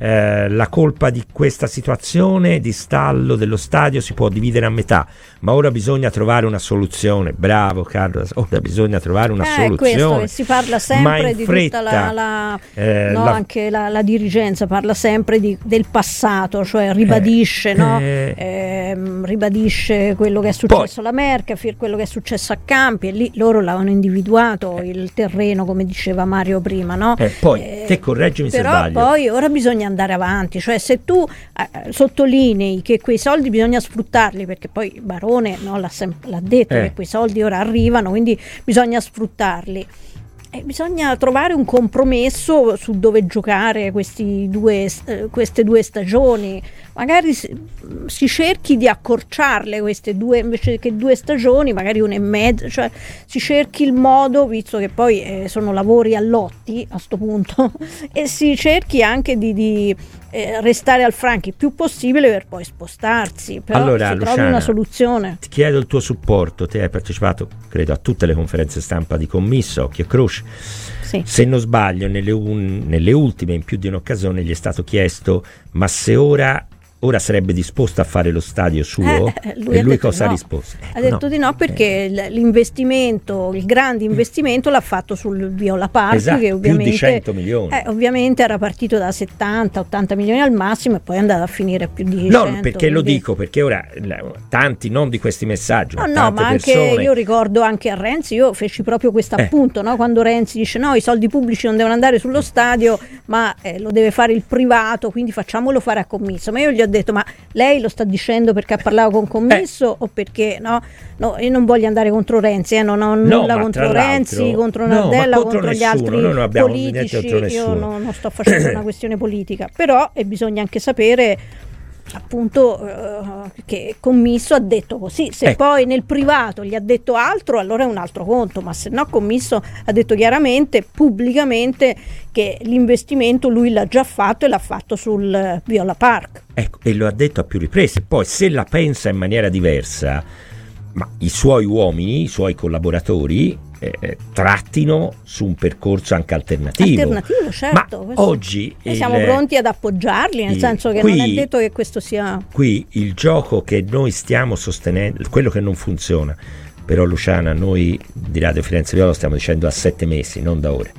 eh, la colpa di questa situazione di stallo dello stadio si può dividere a metà, ma ora bisogna trovare una soluzione. Bravo Carlo, ora bisogna trovare una eh, soluzione. Questo, che si parla sempre di fretta, tutta la, la, eh, no, la... anche la, la dirigenza parla sempre di, del passato, cioè ribadisce, eh, no? eh, eh, ribadisce quello che è successo alla Mercafir, quello che è successo a Campi, e lì loro l'avevano individuato il terreno, come diceva Mario prima, no? Eh, poi Eh, te correggimi se però sbaglio. poi ora bisogna andare avanti, cioè se tu eh, sottolinei che quei soldi bisogna sfruttarli, perché poi Barone, no, l'ha, sem- l'ha detto, Eh. che quei soldi ora arrivano, quindi bisogna sfruttarli. E bisogna trovare un compromesso su dove giocare questi due, eh, queste due stagioni. Magari si, si cerchi di accorciarle queste due, invece che due stagioni, magari una e mezza, cioè si cerchi il modo, visto che poi eh, sono lavori a lotti a sto punto, e si cerchi anche di, di eh, restare al Franchi il più possibile per poi spostarsi, però Allora, si trovi Luciana, una soluzione. Ti chiedo il tuo supporto. Te hai partecipato, credo, a tutte le conferenze stampa di Commisso, occhio e croce. Sì. Se non sbaglio, nelle, un, nelle ultime, in più di un'occasione, gli è stato chiesto: ma se ora, ora sarebbe disposto a fare lo stadio suo? Eh, lui e ha lui detto cosa no. ha risposto? Ha detto no. di no, perché l- l'investimento, il grande investimento l'ha fatto sul Viola Park, Esatto, che più ovviamente, di cento milioni. eh, ovviamente era partito da settanta ottanta milioni al massimo e poi è andato a finire a più di No, cento. perché lo quindi- dico, perché ora la- tanti, non di questi messaggi, No, ma no, tante ma anche persone... io ricordo anche a Renzi, io feci proprio questo Eh. appunto, no? Quando Renzi dice no, i soldi pubblici non devono andare sullo stadio, ma eh, lo deve fare il privato, quindi facciamolo fare a Commisso. Ma io gli ho detto, ma lei lo sta dicendo perché ha parlato con Commisso Eh. o perché no? No, io non voglio andare contro Renzi, eh, non ho No, nulla ma contro tra Renzi, l'altro- contro no, ma Nardella, contro contro gli nessuno, altri noi non abbiamo niente politici, contro io nessuno. non, non sto facendo una questione politica, però e bisogna anche sapere appunto eh, che Commisso ha detto così, se Ecco. poi nel privato gli ha detto altro allora è un altro conto, ma se no Commisso ha detto chiaramente, pubblicamente, che l'investimento lui l'ha già fatto e l'ha fatto sul eh, Viola Park. Ecco, e lo ha detto a più riprese. Poi se la pensa in maniera diversa, ma i suoi uomini, i suoi collaboratori eh, trattino su un percorso anche alternativo. Alternativo, certo. Ma questo- oggi e il- siamo pronti ad appoggiarli, nel il- senso che qui- non è detto che questo sia... Qui il gioco che noi stiamo sostenendo, quello che non funziona, però Luciana, noi di Radio Firenze Viola lo stiamo dicendo a sette mesi, non da ore,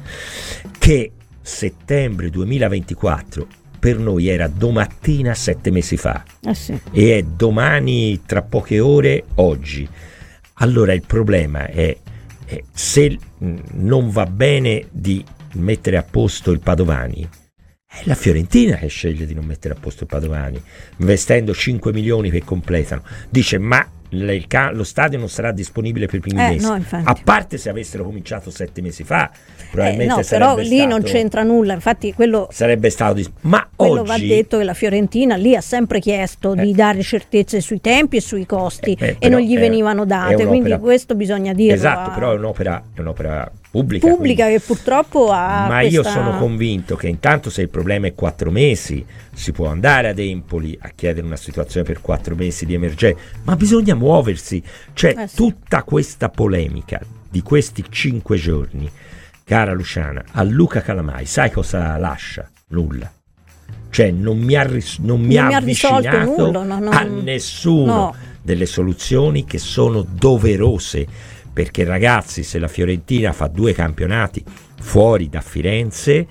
che settembre duemilaventiquattro per noi era domattina sette mesi fa Eh sì. e è domani tra poche ore oggi. Allora il problema è, è se mh, non va bene di mettere a posto il Padovani, è la Fiorentina che sceglie di non mettere a posto il Padovani, investendo cinque milioni che completano. Dice ma l- il ca- lo stadio non sarà disponibile per i primi Eh, mesi, no, infatti. a parte se avessero cominciato sette mesi fa, Eh, probabilmente no, sarebbe però lì stato, non c'entra nulla, infatti quello... sarebbe stato dis- ma Quello oggi va detto che la Fiorentina lì ha sempre chiesto di dare certezze sui tempi e sui costi Eh, e però non gli è- venivano è date, un'opera- quindi questo bisogna dirlo. esatto, a- però è un'opera, è un'opera pubblica, pubblica che purtroppo ha ma questa... io sono convinto che intanto se il problema è quattro mesi si può andare ad Empoli a chiedere una situazione per quattro mesi di emergenza, ma bisogna muoversi, cioè Eh sì. tutta questa polemica di questi cinque giorni, cara Luciana, a Luca Calamai sai cosa lascia? Nulla. Cioè non mi ha, ris- non mi Non ha mi ha risolto avvicinato nulla, no, no. a nessuno No. delle soluzioni che sono doverose, perché ragazzi, se la Fiorentina fa due campionati fuori da Firenze,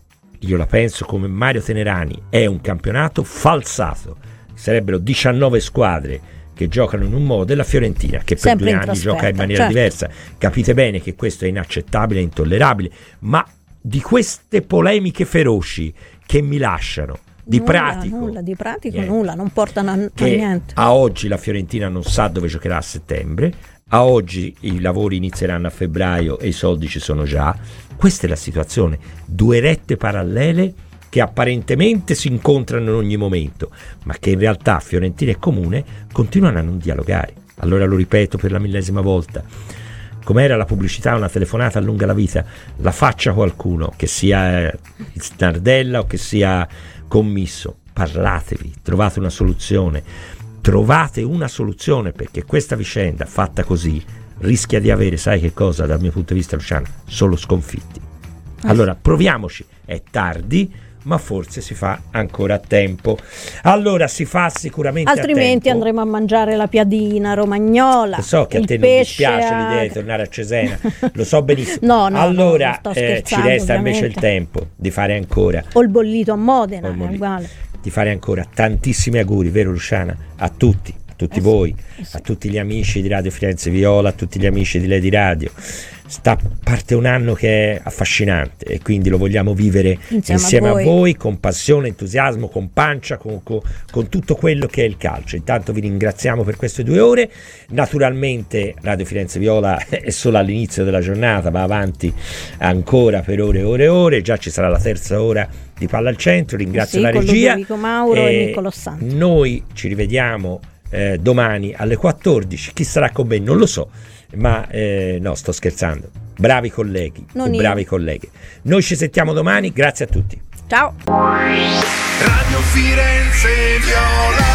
io la penso come Mario Tenerani, è un campionato falsato, sarebbero diciannove squadre che giocano in un modo e la Fiorentina che per Sempre due in anni trasferta, gioca in maniera certo. diversa. Capite bene che questo è inaccettabile e intollerabile, ma di queste polemiche feroci che mi lasciano di nulla, pratico nulla, di pratico niente. nulla, non portano a, a che niente. a oggi la Fiorentina non sa dove giocherà a settembre, a oggi i lavori inizieranno a febbraio e i soldi ci sono già. Questa è la situazione, due rette parallele che apparentemente si incontrano in ogni momento, ma che in realtà Fiorentina e Comune continuano a non dialogare. Allora lo ripeto per la millesima volta, com'era la pubblicità, una telefonata allunga la vita, la faccia qualcuno, che sia eh, Nardella o che sia Commisso, parlatevi, trovate una soluzione, trovate una soluzione, perché questa vicenda fatta così rischia di avere, sai che cosa, dal mio punto di vista, Luciana, solo sconfitti. Allora proviamoci, è tardi, ma forse si fa ancora a tempo. Allora si fa sicuramente altrimenti a tempo. andremo a mangiare la piadina romagnola. Lo so che a te non dispiace a... l'idea di tornare a Cesena, lo so benissimo. No, no, allora no, eh, ci resta invece il tempo di fare ancora o il bollito a Modena, è uguale. Di fare ancora tantissimi auguri, vero Luciana? A tutti, a tutti eh voi, sì, eh sì. a tutti gli amici di Radio Firenze Viola, a tutti gli amici di Lady Radio. Sta parte un anno che è affascinante e quindi lo vogliamo vivere insieme, insieme a, voi. a voi, con passione, entusiasmo, con pancia, con, con, con tutto quello che è il calcio. Intanto vi ringraziamo per queste due ore. Naturalmente Radio Firenze Viola è solo all'inizio della giornata, va avanti ancora per ore e ore e ore. Già ci sarà la terza ora di Palla al Centro. Ringrazio sì, la con regia. Ludovico Mauro e, e Niccolò Santi. Noi ci rivediamo eh, domani alle quattordici. Chi sarà con me non lo so. Ma eh, no, sto scherzando. Bravi colleghi, non bravi colleghi. Noi ci sentiamo domani, grazie a tutti. Ciao. Radio Firenze Viola.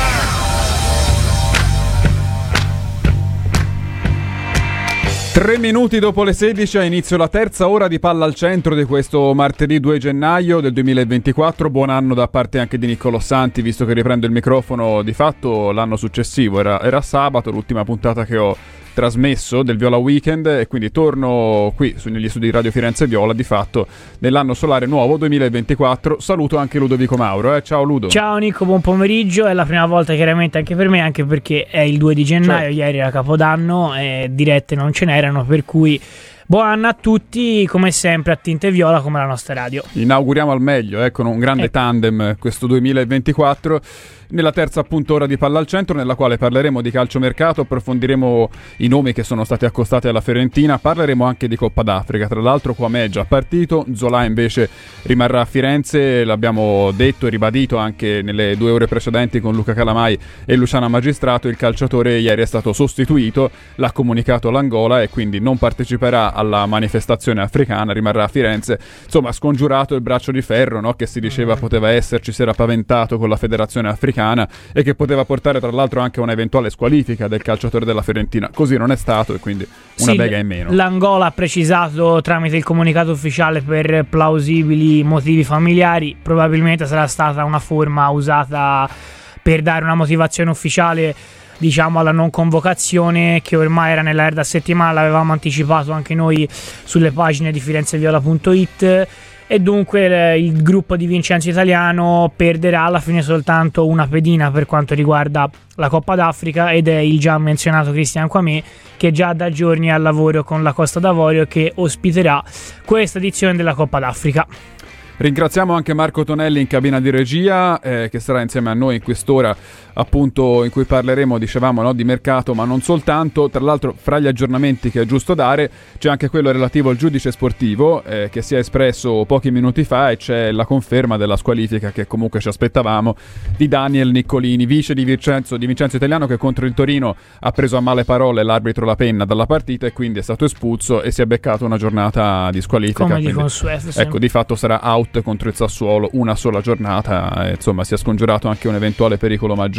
Tre minuti dopo le sedici ha inizio la terza ora di Palla al Centro di questo martedì due gennaio del duemilaventiquattro. Buon anno da parte anche di Niccolò Santi, visto che riprendo il microfono di fatto l'anno successivo, era, era sabato, l'ultima puntata che ho trasmesso del Viola Weekend, e quindi torno qui su, negli studi di Radio Firenze Viola di fatto nell'anno solare nuovo duemilaventiquattro. Saluto anche Ludovico Mauro. Eh. Ciao Ludo. Ciao Nico, buon pomeriggio. È la prima volta chiaramente anche per me, anche perché è il due di gennaio, certo. Ieri era Capodanno e dirette non ce n'erano, per cui buon anno a tutti, come sempre a Tinte Viola, come la nostra radio. Inauguriamo al meglio, eh, con un grande eh. tandem questo duemilaventiquattro. Nella terza appunto ora di Palla al Centro, nella quale parleremo di calciomercato, approfondiremo i nomi che sono stati accostati alla Fiorentina, parleremo anche di Coppa d'Africa. Tra l'altro Kwame è già partito, Zola invece rimarrà a Firenze, l'abbiamo detto e ribadito anche nelle due ore precedenti con Luca Calamai e Luciana Magistrato. Il calciatore ieri è stato sostituito, l'ha comunicato l'Angola, e quindi non parteciperà alla manifestazione africana, rimarrà a Firenze. Insomma, scongiurato il braccio di ferro, no? Che si diceva poteva esserci, si era paventato con la federazione africana, e che poteva portare tra l'altro anche a un'eventuale squalifica del calciatore della Fiorentina. Così non è stato, e quindi una sì, bega in meno. L'Angola ha precisato tramite il comunicato ufficiale per plausibili motivi familiari. Probabilmente sarà stata una forma usata per dare una motivazione ufficiale, diciamo, alla non convocazione, che ormai era nell'aria da settimana, l'avevamo anticipato anche noi sulle pagine di firenzeviola punto it. E dunque il gruppo di Vincenzo Italiano perderà alla fine soltanto una pedina per quanto riguarda la Coppa d'Africa, ed è il già menzionato Christian Kwame, che già da giorni è al lavoro con la Costa d'Avorio, che ospiterà questa edizione della Coppa d'Africa. Ringraziamo anche Marco Tonelli in cabina di regia, eh, che sarà insieme a noi in quest'ora, appunto, in cui parleremo, dicevamo, no, di mercato, ma non soltanto. Tra l'altro, fra gli aggiornamenti che è giusto dare c'è anche quello relativo al giudice sportivo, eh, che si è espresso pochi minuti fa, e c'è la conferma della squalifica che comunque ci aspettavamo di Daniel Niccolini, vice di Vincenzo, di Vincenzo Italiano, che contro il Torino ha preso a male parole l'arbitro La Penna dalla partita, e quindi è stato espulso e si è beccato una giornata di squalifica. Come quindi, di consueto, sì. Ecco, di fatto sarà out contro il Sassuolo una sola giornata, e, insomma, si è scongiurato anche un eventuale pericolo maggiore.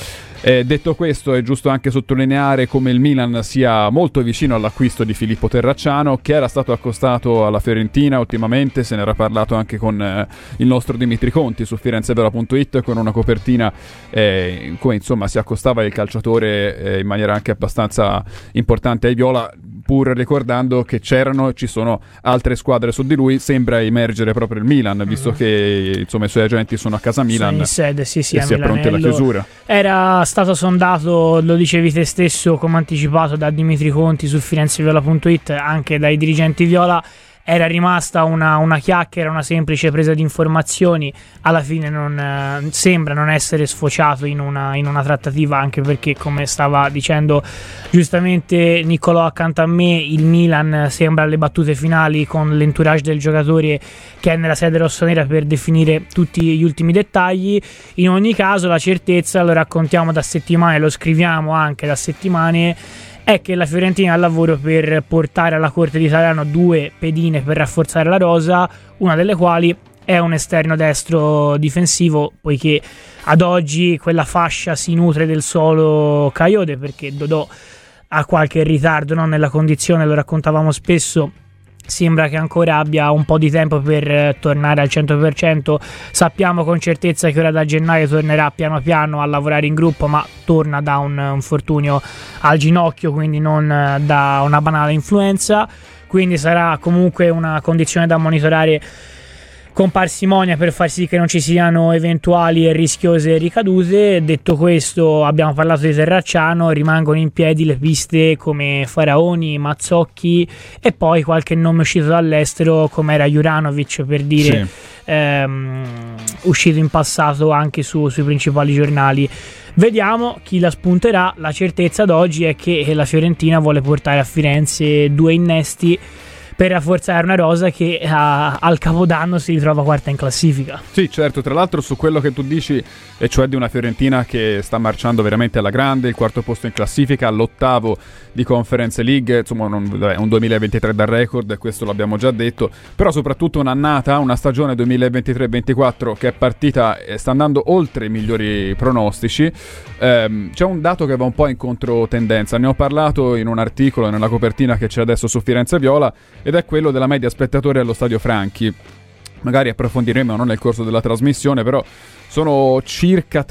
Eh, detto questo, è giusto anche sottolineare come il Milan sia molto vicino all'acquisto di Filippo Terracciano, che era stato accostato alla Fiorentina ultimamente. Se ne era parlato anche con eh, il nostro Dimitri Conti su firenzeviola punto it, con una copertina eh, in cui insomma si accostava il calciatore eh, in maniera anche abbastanza importante ai viola, pur ricordando che c'erano ci sono altre squadre su di lui. Sembra emergere proprio il Milan, visto mm-hmm. che insomma i suoi agenti sono a casa Milan, sono in sede, sì, sì, e si è pronti alla chiusura. Era stato sondato, lo dicevi te stesso, come anticipato da Dimitri Conti su firenzeviola punto it, anche dai dirigenti viola. Era rimasta una, una chiacchiera, una semplice presa di informazioni. Alla fine non eh, sembra non essere sfociato in una, in una trattativa, anche perché, come stava dicendo giustamente Niccolò accanto a me, il Milan sembra alle battute finali con l'entourage del giocatore che è nella sede rossonera per definire tutti gli ultimi dettagli. In ogni caso la certezza, lo raccontiamo da settimane, lo scriviamo anche da settimane, è che la Fiorentina ha al lavoro per portare alla corte di Italiano due pedine per rafforzare la rosa, una delle quali è un esterno destro difensivo, poiché ad oggi quella fascia si nutre del solo Coyote, perché Dodò ha qualche ritardo, no, nella condizione, lo raccontavamo spesso, sembra che ancora abbia un po' di tempo per eh, tornare al cento per cento. Sappiamo con certezza che ora da gennaio tornerà piano piano a lavorare in gruppo, ma torna da un infortunio al ginocchio, quindi non eh, da una banale influenza, quindi sarà comunque una condizione da monitorare con parsimonia per far sì che non ci siano eventuali e rischiose ricadute. Detto questo, abbiamo parlato di Terracciano, rimangono in piedi le piste come Faraoni, Mazzocchi e poi qualche nome uscito dall'estero come era Juranovic, per dire, sì. ehm, uscito in passato anche su, sui principali giornali. Vediamo chi la spunterà. La certezza d'oggi è che la Fiorentina vuole portare a Firenze due innesti per rafforzare una rosa che a, al Capodanno si ritrova quarta in classifica. Sì, certo, tra l'altro su quello che tu dici, e cioè di una Fiorentina che sta marciando veramente alla grande, il quarto posto in classifica, all'ottavo di Conference League, insomma non, vabbè, un duemilaventitré da record, questo l'abbiamo già detto, però soprattutto un'annata, una stagione duemilaventitré ventiquattro che è partita e sta andando oltre i migliori pronostici. Ehm, c'è un dato che va un po' in controtendenza, ne ho parlato in un articolo nella copertina che c'è adesso su Firenze Viola, ed è quello della media spettatori allo Stadio Franchi. Magari approfondiremo non nel corso della trasmissione, però sono circa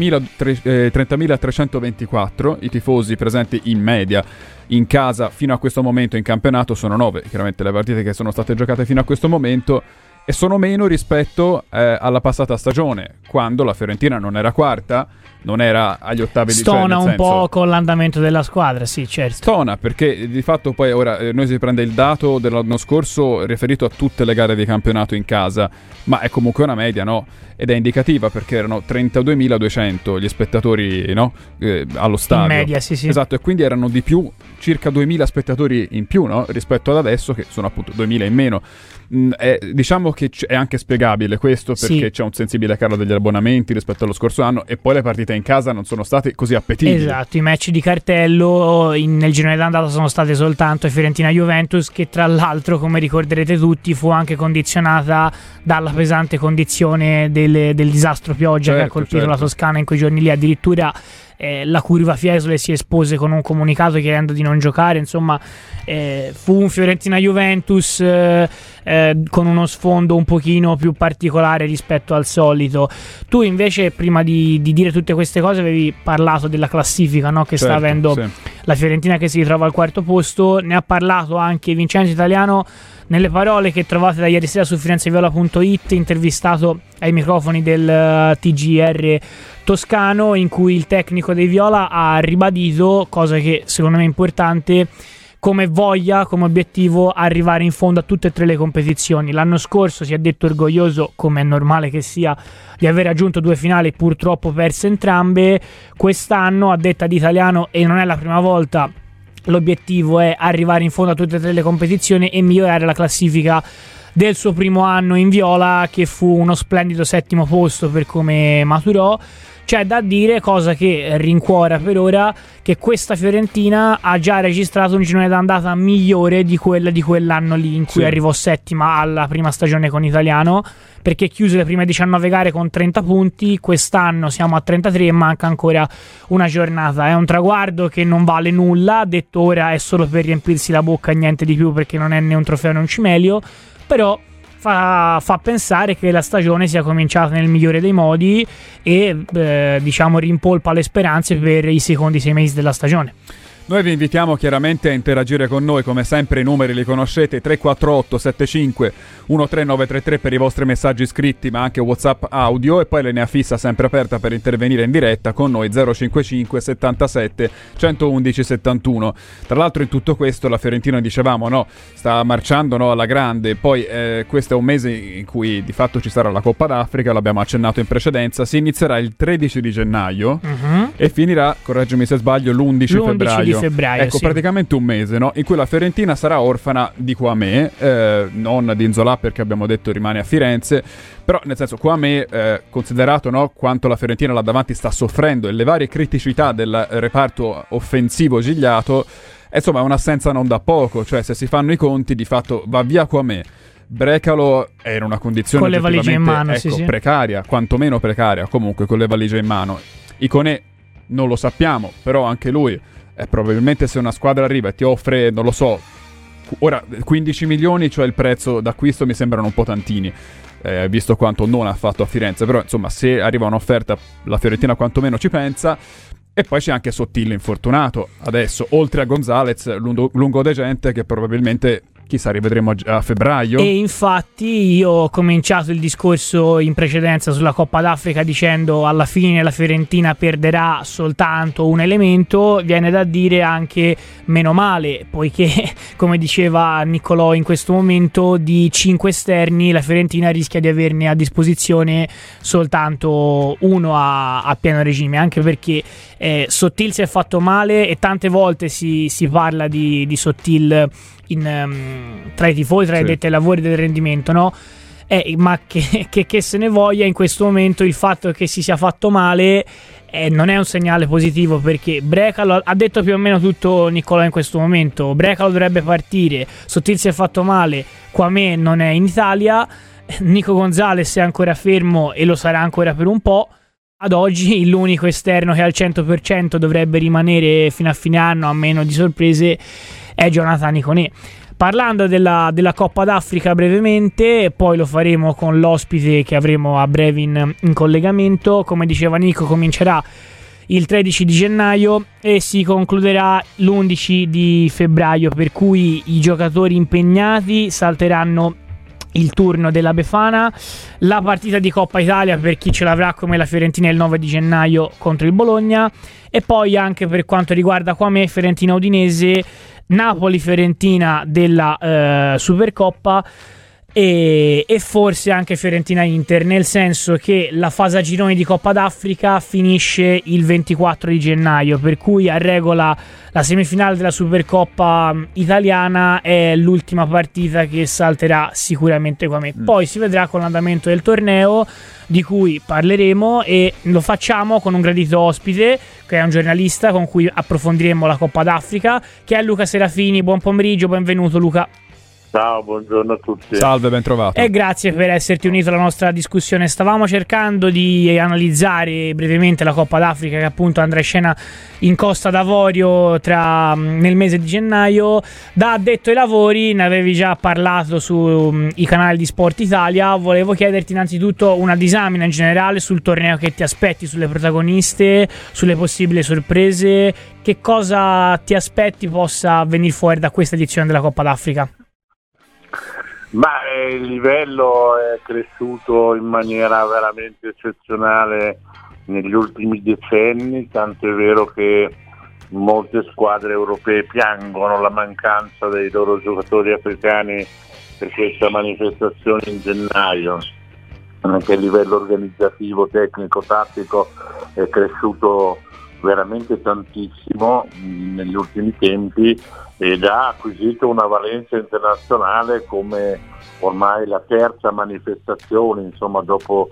trentamilatrecentoventiquattro i tifosi presenti in media in casa fino a questo momento. In campionato sono nove, chiaramente le partite che sono state giocate fino a questo momento, e sono meno rispetto eh, alla passata stagione, quando la Fiorentina non era quarta, non era agli ottavi di Stona cioè, un senso, po' con l'andamento della squadra, sì, certo. Stona perché di fatto poi ora eh, noi si prende il dato dell'anno scorso riferito a tutte le gare di campionato in casa, ma è comunque una media, no? Ed è indicativa perché erano trentaduemiladuecento gli spettatori, no? Eh, allo stadio. In media, sì, sì. Esatto, e quindi erano di più, circa duemila spettatori in più, no? Rispetto ad adesso che sono appunto duemila in meno. Mm, è, diciamo che c- è anche spiegabile questo perché sì, c'è un sensibile calo degli abbonamenti rispetto allo scorso anno, e poi le partite in casa non sono state così appetibili. Esatto, i match di cartello in, nel girone d'andata sono state soltanto Fiorentina-Juventus, che tra l'altro, come ricorderete tutti, fu anche condizionata dalla pesante condizione del, del disastro pioggia, certo, che ha colpito certo. la Toscana in quei giorni lì. Addirittura eh, la curva Fiesole si espose con un comunicato chiedendo di non giocare. Insomma, eh, fu un Fiorentina-Juventus eh, eh, con uno sfondo un pochino più particolare rispetto al solito. Tu invece, prima di, di dire tutte queste cose, avevi parlato della classifica, no? Che certo, sta avendo sì. la Fiorentina, che si ritrova al quarto posto. Ne ha parlato anche Vincenzo Italiano nelle parole che trovate da ieri sera su firenzeviola punto it, intervistato ai microfoni del uh, T G R toscano, in cui il tecnico dei Viola ha ribadito, cosa che secondo me è importante, come voglia, come obiettivo, arrivare in fondo a tutte e tre le competizioni. L'anno scorso si è detto orgoglioso, come è normale che sia, di aver raggiunto due finali, purtroppo perse entrambe. Quest'anno, a detta di Italiano, e non è la prima volta, l'obiettivo è arrivare in fondo a tutte e tre le competizioni e migliorare la classifica del suo primo anno in Viola, che fu uno splendido settimo posto per come maturò. C'è da dire, cosa che rincuora per ora, che questa Fiorentina ha già registrato un girone d'andata migliore di quella di quell'anno lì in cui sì. arrivò settima alla prima stagione con Italiano, perché chiuse le prime diciannove gare con trenta punti. Quest'anno siamo a trentatré e manca ancora una giornata. È un traguardo che non vale nulla, detto ora è solo per riempirsi la bocca e niente di più, perché non è né un trofeo né un cimelio, però Fa, fa pensare che la stagione sia cominciata nel migliore dei modi e eh, diciamo rimpolpa le speranze per i secondi sei mesi della stagione. Noi vi invitiamo chiaramente a interagire con noi, come sempre i numeri li conoscete: tre quattro otto sette cinque uno tre nove tre tre per i vostri messaggi scritti, ma anche WhatsApp audio, e poi linea fissa sempre aperta per intervenire in diretta con noi, zero cinquantacinque settantasette centoundici settantuno. Tra l'altro in tutto questo la Fiorentina, dicevamo, no, sta marciando, no, alla grande. Poi eh, questo è un mese in cui di fatto ci sarà la Coppa d'Africa, l'abbiamo accennato in precedenza, si inizierà il tredici di gennaio uh-huh. e finirà, correggimi se sbaglio, l'undici febbraio. Febbraio, ecco, sì. praticamente un mese, no? In cui la Fiorentina sarà orfana di Kouamé, eh, non di Nzola, perché abbiamo detto rimane a Firenze, però nel senso Kouamé, eh, considerato, no, quanto la Fiorentina là davanti sta soffrendo e le varie criticità del reparto offensivo gigliato, eh, insomma è un'assenza non da poco. Cioè, se si fanno i conti, di fatto va via Kouamé, Brecalo è in una condizione con le valigie in mano, ecco, sì, sì. precaria, quantomeno precaria, comunque con le valigie in mano. Iconé non lo sappiamo, però anche lui, Eh, probabilmente se una squadra arriva e ti offre, non lo so, ora quindici milioni, cioè il prezzo d'acquisto, mi sembrano un po' tantini, eh, visto quanto non ha fatto a Firenze, però insomma se arriva un'offerta la Fiorentina quantomeno ci pensa. E poi c'è anche Sottil infortunato adesso, oltre a Gonzalez, lungo, lungodegente, che probabilmente chissà rivedremo a, a febbraio. E infatti io ho cominciato il discorso in precedenza sulla Coppa d'Africa dicendo alla fine la Fiorentina perderà soltanto un elemento. Viene da dire anche meno male, poiché come diceva Niccolò in questo momento, di cinque esterni la Fiorentina rischia di averne a disposizione soltanto uno a, a pieno regime, anche perché eh, Sottil si è fatto male e tante volte si, si parla di, di Sottil in, um, tra i tifosi, tra i detti ai lavori del rendimento, no? Eh, ma che, che, che se ne voglia, in questo momento il fatto che si sia fatto male eh, non è un segnale positivo, perché Brecalo ha detto più o meno tutto Niccolò in questo momento. Brecalo dovrebbe partire, Sottil si è fatto male, Quamé non è in Italia, Nico Gonzalez è ancora fermo e lo sarà ancora per un po'. Ad oggi l'unico esterno che al cento per cento dovrebbe rimanere fino a fine anno, a meno di sorprese, è Jonathan Iconé. Parlando della, della Coppa d'Africa brevemente, poi lo faremo con l'ospite che avremo a breve in, in collegamento. Come diceva Nico, comincerà il tredici di gennaio e si concluderà l'undici di febbraio, per cui i giocatori impegnati salteranno il turno della Befana, la partita di Coppa Italia per chi ce l'avrà come la Fiorentina il nove di gennaio contro il Bologna, e poi anche per quanto riguarda Quamé, Fiorentina Udinese, Napoli-Fiorentina della eh, Supercoppa e, e forse anche Fiorentina-Inter, nel senso che la fase a gironi di Coppa d'Africa finisce il ventiquattro di gennaio, per cui a regola la semifinale della Supercoppa italiana è l'ultima partita che salterà sicuramente Quamé. Mm. Poi si vedrà con l'andamento del torneo, di cui parleremo, e lo facciamo con un gradito ospite che è un giornalista con cui approfondiremo la Coppa d'Africa, che è Luca Serafini. Buon pomeriggio, benvenuto Luca. Ciao, buongiorno a tutti. Salve, ben trovato. E grazie per esserti unito alla nostra discussione. Stavamo cercando di analizzare brevemente la Coppa d'Africa, che appunto andrà in scena in Costa d'Avorio tra, nel mese di gennaio. Da addetto ai lavori ne avevi già parlato sui canali di Sport Italia. Volevo chiederti innanzitutto una disamina in generale sul torneo che ti aspetti, sulle protagoniste, sulle possibili sorprese. Che cosa ti aspetti possa venire fuori da questa edizione della Coppa d'Africa? Ma eh, il livello è cresciuto in maniera veramente eccezionale negli ultimi decenni, tanto è vero che molte squadre europee piangono la mancanza dei loro giocatori africani per questa manifestazione in gennaio. Anche a livello organizzativo, tecnico, tattico è cresciuto veramente tantissimo negli ultimi tempi ed ha acquisito una valenza internazionale come ormai la terza manifestazione, insomma, dopo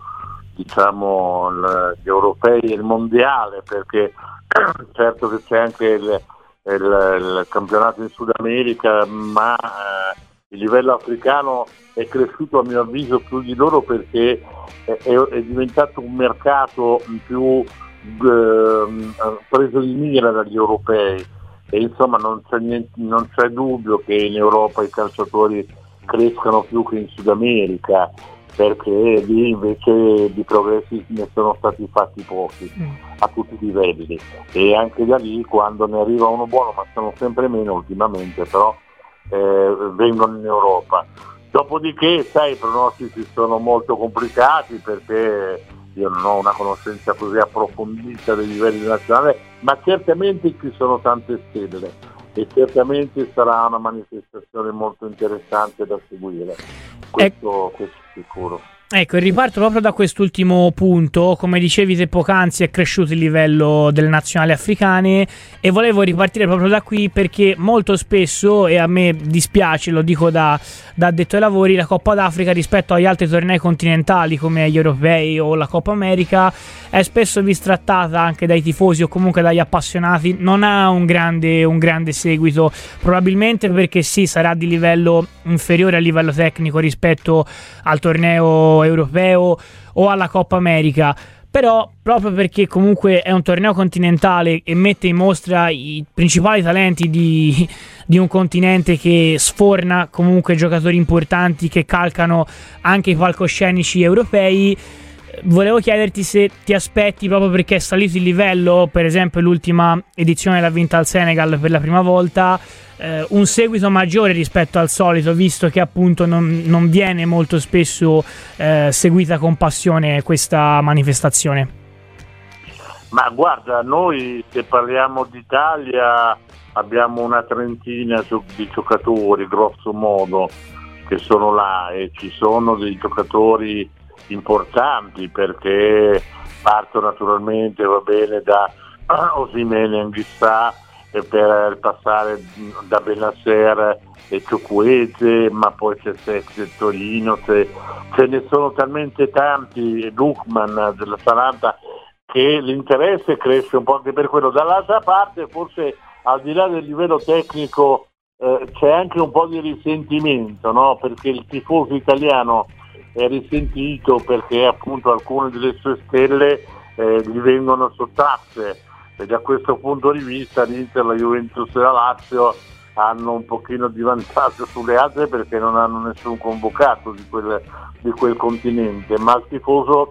diciamo gli europei e il mondiale, perché certo che c'è anche il, il, il campionato in Sud America, ma eh, il livello africano è cresciuto a mio avviso più di loro, perché è, è, è diventato un mercato più eh, preso di mira dagli europei, e insomma non c'è, niente, non c'è dubbio che in Europa i calciatori crescano più che in Sud America, perché lì invece di progressi ne sono stati fatti pochi a tutti i livelli, e anche da lì quando ne arriva uno buono, ma sono sempre meno ultimamente, però eh, vengono in Europa. Dopodiché sai, i pronostici sono molto complicati, perché io non ho una conoscenza così approfondita dei livelli nazionali, ma certamente ci sono tante stelle e certamente sarà una manifestazione molto interessante da seguire, questo, questo è sicuro. Ecco, riparto proprio da quest'ultimo punto. Come dicevi te poc'anzi, è cresciuto il livello delle nazionali africane e volevo ripartire proprio da qui, perché molto spesso, e a me dispiace, lo dico da, da addetto ai lavori, la Coppa d'Africa rispetto agli altri tornei continentali come gli europei o la Coppa America è spesso bistrattata anche dai tifosi o comunque dagli appassionati. Non ha un grande, un grande seguito, probabilmente perché sì, sarà di livello inferiore a livello tecnico rispetto al torneo europeo o alla Coppa America, però proprio perché comunque è un torneo continentale e mette in mostra i principali talenti di, di un continente che sforna comunque giocatori importanti che calcano anche i palcoscenici europei, volevo chiederti se ti aspetti, proprio perché è salito il livello, per esempio l'ultima edizione l'ha vinta il Senegal per la prima volta, eh, un seguito maggiore rispetto al solito, visto che appunto non, non viene molto spesso eh, seguita con passione questa manifestazione. Ma guarda, noi se parliamo d'Italia abbiamo una trentina di giocatori grosso modo che sono là, e ci sono dei giocatori importanti, perché parto naturalmente, va bene, da Osimhen e Anguissa, e per passare da Benasser e Chukwueze, ma poi c'è Sexy Torino, c'è, ce ne sono talmente tanti, Lukman dell'Atalanta, che l'interesse cresce un po' anche per quello. Dall'altra parte, forse al di là del livello tecnico, eh, c'è anche un po' di risentimento, no? Perché il tifoso italiano è risentito perché appunto alcune delle sue stelle eh, gli vengono sottratte, e da questo punto di vista l'Inter, la Juventus e la Lazio hanno un pochino di vantaggio sulle altre perché non hanno nessun convocato di quel, di quel continente, ma il tifoso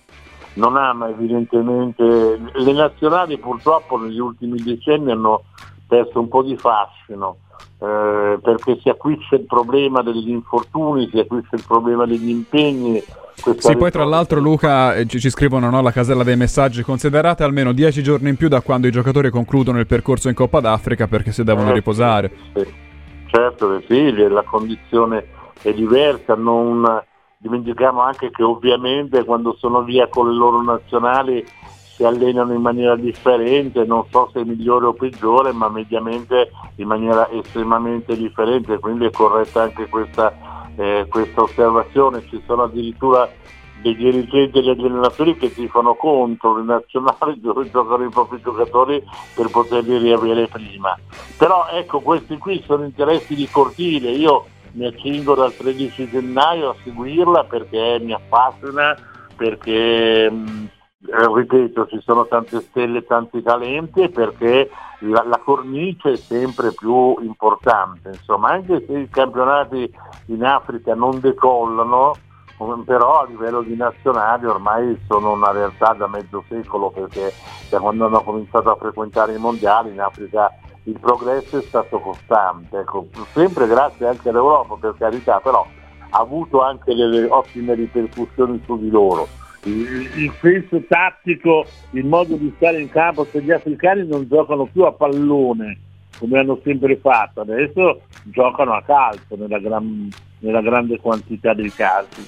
non ama evidentemente. Le nazionali purtroppo negli ultimi decenni hanno perso un po' di fascino, eh, perché si acuisce il problema degli infortuni, si acuisce il problema degli impegni. Sì, poi tra l'altro Luca, eh, ci, ci scrivono, no, la casella dei messaggi: considerate almeno dieci giorni in più da quando i giocatori concludono il percorso in Coppa d'Africa, perché si devono eh, riposare. Sì, sì. Certo che sì, la condizione è diversa, non dimentichiamo anche che ovviamente quando sono via con le loro nazionali si allenano in maniera differente, non so se migliore o peggiore, ma mediamente in maniera estremamente differente, quindi è corretta anche questa Eh, questa osservazione. Ci sono addirittura dei dirigenti e degli allenatori che tifano contro le nazionali dove giocano i propri giocatori per poterli riavere prima. Però ecco, questi qui sono interessi di cortile. Io mi accingo dal tredici gennaio a seguirla perché mi appassiona, perché mh, ripeto, ci sono tante stelle, tanti talenti, e perché la, la cornice è sempre più importante, insomma, anche se i campionati in Africa non decollano, però a livello di nazionali ormai sono una realtà da mezzo secolo, perché da quando hanno cominciato a frequentare i mondiali in Africa il progresso è stato costante, ecco, sempre grazie anche all'Europa, per carità, però ha avuto anche delle ottime ripercussioni su di loro. Il, il senso tattico, il modo di stare in campo, se gli africani non giocano più a pallone come hanno sempre fatto, adesso giocano a calcio nella, gran, nella grande quantità dei casi.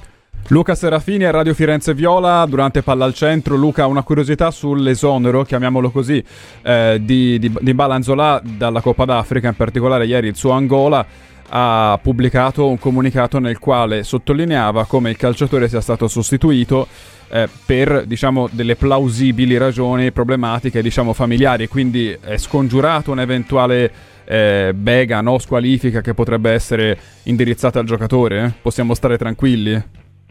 Luca Serafini a Radio Firenze Viola, durante Palla al Centro. Luca, una curiosità sull'esonero, chiamiamolo così, eh, di, di, di Balanzolà dalla Coppa d'Africa, in particolare ieri il suo Angola ha pubblicato un comunicato nel quale sottolineava come il calciatore sia stato sostituito eh, per, diciamo, delle plausibili ragioni problematiche, diciamo, familiari, quindi è scongiurato un'eventuale eh, bega, no, squalifica che potrebbe essere indirizzata al giocatore? Eh? Possiamo stare tranquilli?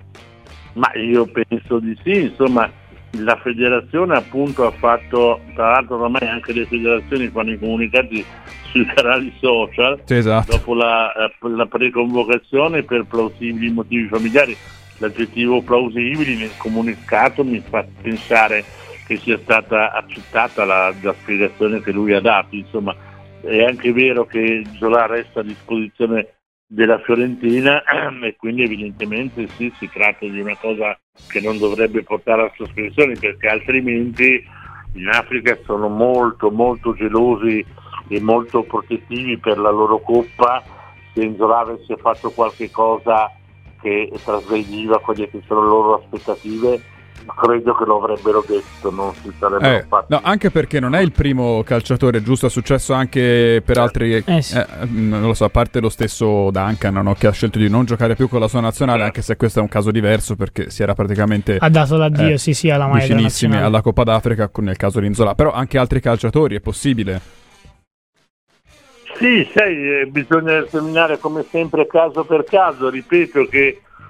Ma io penso di sì, insomma, la federazione appunto ha fatto, tra l'altro ormai anche le federazioni fanno i comunicati sui canali social, sì, esatto, dopo la, la preconvocazione per plausibili motivi familiari. L'aggettivo plausibili nel comunicato mi fa pensare che sia stata accettata la, la spiegazione che lui ha dato. Insomma, è anche vero che Zola resta a disposizione della Fiorentina e quindi evidentemente sì, si tratta di una cosa che non dovrebbe portare a sospensioni, perché altrimenti in Africa sono molto molto gelosi e molto protettivi per la loro coppa. Se Nzola avesse fatto qualche cosa che trasgrediva quelle che sono le loro aspettative, credo che lo avrebbero detto, non si sarebbero eh, fatti. No, anche perché non è il primo calciatore, giusto? È successo anche per altri, eh sì. eh, non lo so, a parte lo stesso Duncan, no? Che ha scelto di non giocare più con la sua nazionale, anche se questo è un caso diverso perché si era praticamente ha dato l'addio, eh, sì sì, alla maglia vicinissimi alla Coppa d'Africa nel caso di Nzola. Però anche altri calciatori, è possibile? Sì, sai, eh, bisogna esaminare come sempre caso per caso. Ripeto che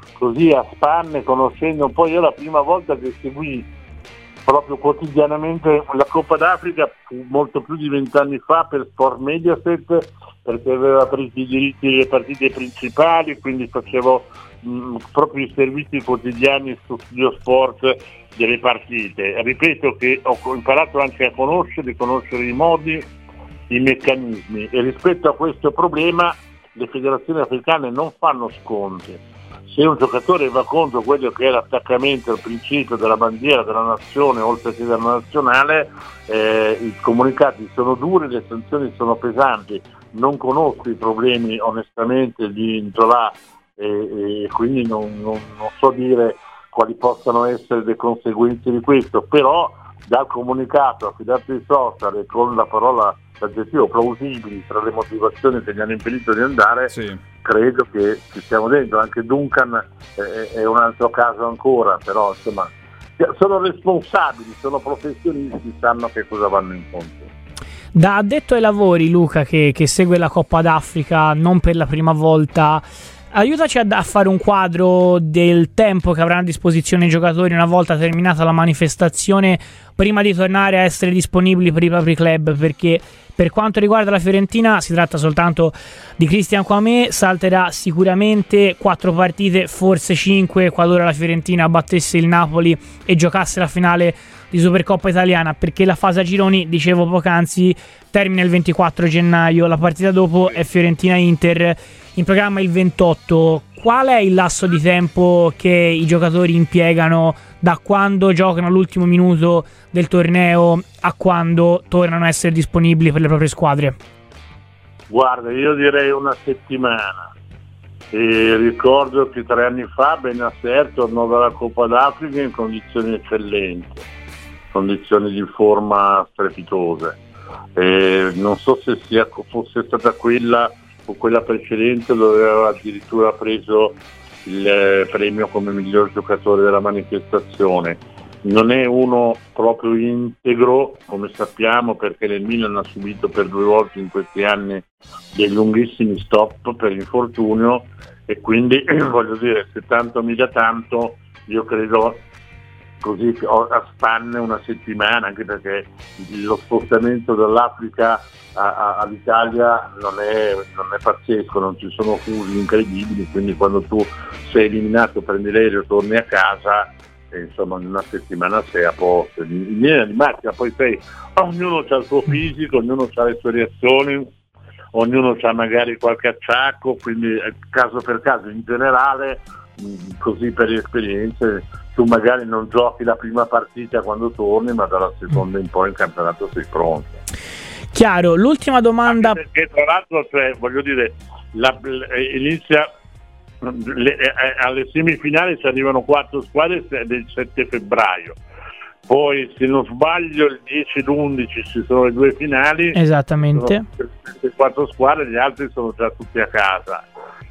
così a spanne, conoscendo un po'. Io la prima volta che seguì proprio quotidianamente la Coppa d'Africa fu molto più di vent'anni fa per Sport Mediaset, perché aveva preso i diritti delle partite principali, quindi facevo mh, proprio i servizi quotidiani su Studio Sport delle partite. Ripeto che ho imparato anche a conoscere, conoscere i modi, i meccanismi, e rispetto a questo problema le federazioni africane non fanno sconti. Se un giocatore va contro quello che è l'attaccamento al principio della bandiera della nazione oltre che della nazionale, eh, i comunicati sono duri, le sanzioni sono pesanti. Non conosco i problemi onestamente di Nzola e, e quindi non, non, non so dire quali possano essere le conseguenze di questo, però dal comunicato affidato ai social e con la parola, l'aggettivo plausibili tra le motivazioni che gli hanno impedito di andare, sì, credo che ci stiamo dentro. Anche Duncan è, è un altro caso ancora, però insomma sono responsabili, sono professionisti, sanno che cosa vanno incontro. Da addetto ai lavori, Luca, che, che segue la Coppa d'Africa non per la prima volta, aiutaci a, a fare un quadro del tempo che avranno a disposizione i giocatori una volta terminata la manifestazione, prima di tornare a essere disponibili per i propri club, perché per quanto riguarda la Fiorentina si tratta soltanto di Christian Kouamé. Salterà sicuramente quattro partite, forse cinque, qualora la Fiorentina battesse il Napoli e giocasse la finale di Supercoppa italiana, perché la fase a gironi, dicevo poc'anzi, termina il ventiquattro gennaio, la partita dopo è Fiorentina-Inter, in programma il ventotto. Qual è il lasso di tempo che i giocatori impiegano da quando giocano all'ultimo minuto del torneo a quando tornano a essere disponibili per le proprie squadre? Guarda, io direi una settimana. E ricordo che tre anni fa Benasser tornò dalla Coppa d'Africa in condizioni eccellenti, condizioni di forma strepitose. E non so se sia, fosse stata quella o quella precedente dove aveva addirittura preso il premio come miglior giocatore della manifestazione. Non è uno proprio integro, come sappiamo, perché nel Milan ha subito per due volte in questi anni dei lunghissimi stop per infortunio, e quindi voglio dire, se tanto mi dà tanto, io credo così a spanne una settimana, anche perché lo spostamento dall'Africa a, a, all'Italia non è, non è pazzesco, non ci sono fusi incredibili, quindi quando tu sei eliminato prendi l'aereo, torni a casa e insomma in una settimana sei a posto. In linea di massima poi sei, ognuno ha il suo fisico, ognuno ha le sue reazioni, ognuno ha magari qualche acciacco, quindi caso per caso. In generale, così per esperienze, tu magari non giochi la prima partita quando torni, ma dalla seconda in poi in campionato sei pronto. Chiaro, l'ultima domanda. Anche perché tra l'altro, cioè, voglio dire, la, inizia le, alle semifinali ci arrivano quattro squadre del sette febbraio, poi se non sbaglio il dieci e l'undici ci sono le due finali, esattamente, le quattro squadre, gli altri sono già tutti a casa.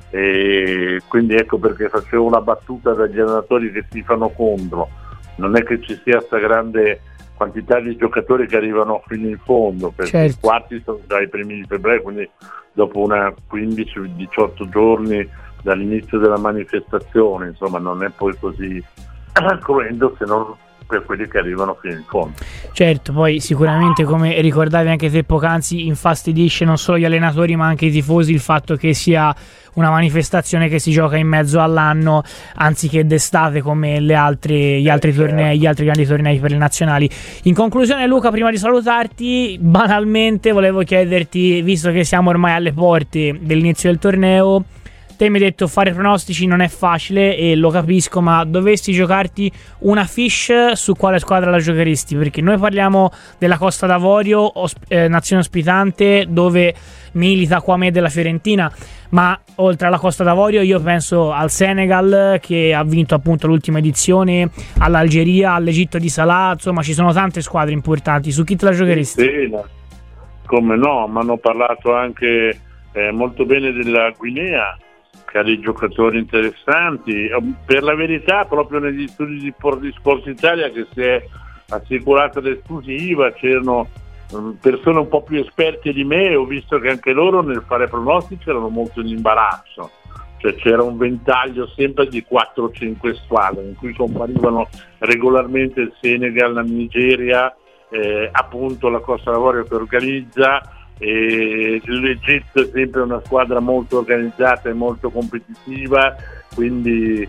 E quindi ecco perché facevo una battuta dagli allenatori che si fanno contro, non è che ci sia questa grande quantità di giocatori che arrivano fino in fondo, perché certo, i quarti sono già i primi di febbraio, quindi dopo una quindici diciotto giorni dall'inizio della manifestazione, insomma non è poi così cruento se non per quelli che arrivano fino in fondo. Certo, poi sicuramente, come ricordavi anche te poc'anzi, infastidisce non solo gli allenatori ma anche i tifosi il fatto che sia una manifestazione che si gioca in mezzo all'anno anziché d'estate come le altre, gli altri tornei, gli altri grandi tornei per le nazionali. In conclusione, Luca, prima di salutarti, banalmente volevo chiederti, visto che siamo ormai alle porte dell'inizio del torneo, te mi hai detto fare pronostici non è facile e lo capisco, ma dovessi giocarti una fish, su quale squadra la giocheresti? Perché noi parliamo della Costa d'Avorio, osp- eh, nazione ospitante, dove milita Kouamé della Fiorentina, ma oltre alla Costa d'Avorio io penso al Senegal, che ha vinto appunto l'ultima edizione, all'Algeria, all'Egitto di Salah, insomma ci sono tante squadre importanti. Su chi te la giocheresti? Sì, come no, mi hanno parlato anche eh, molto bene della Guinea, che ha dei giocatori interessanti. Per la verità, proprio negli studi di, di Sports Italia, che si è assicurata l'esclusiva, c'erano um, persone un po' più esperte di me, e ho visto che anche loro nel fare pronostici erano molto in imbarazzo, cioè c'era un ventaglio sempre di quattro o cinque squadre in cui comparivano regolarmente il Senegal, la Nigeria, eh, appunto la Costa d'Avorio che organizza, e l'Egitto è sempre una squadra molto organizzata e molto competitiva, quindi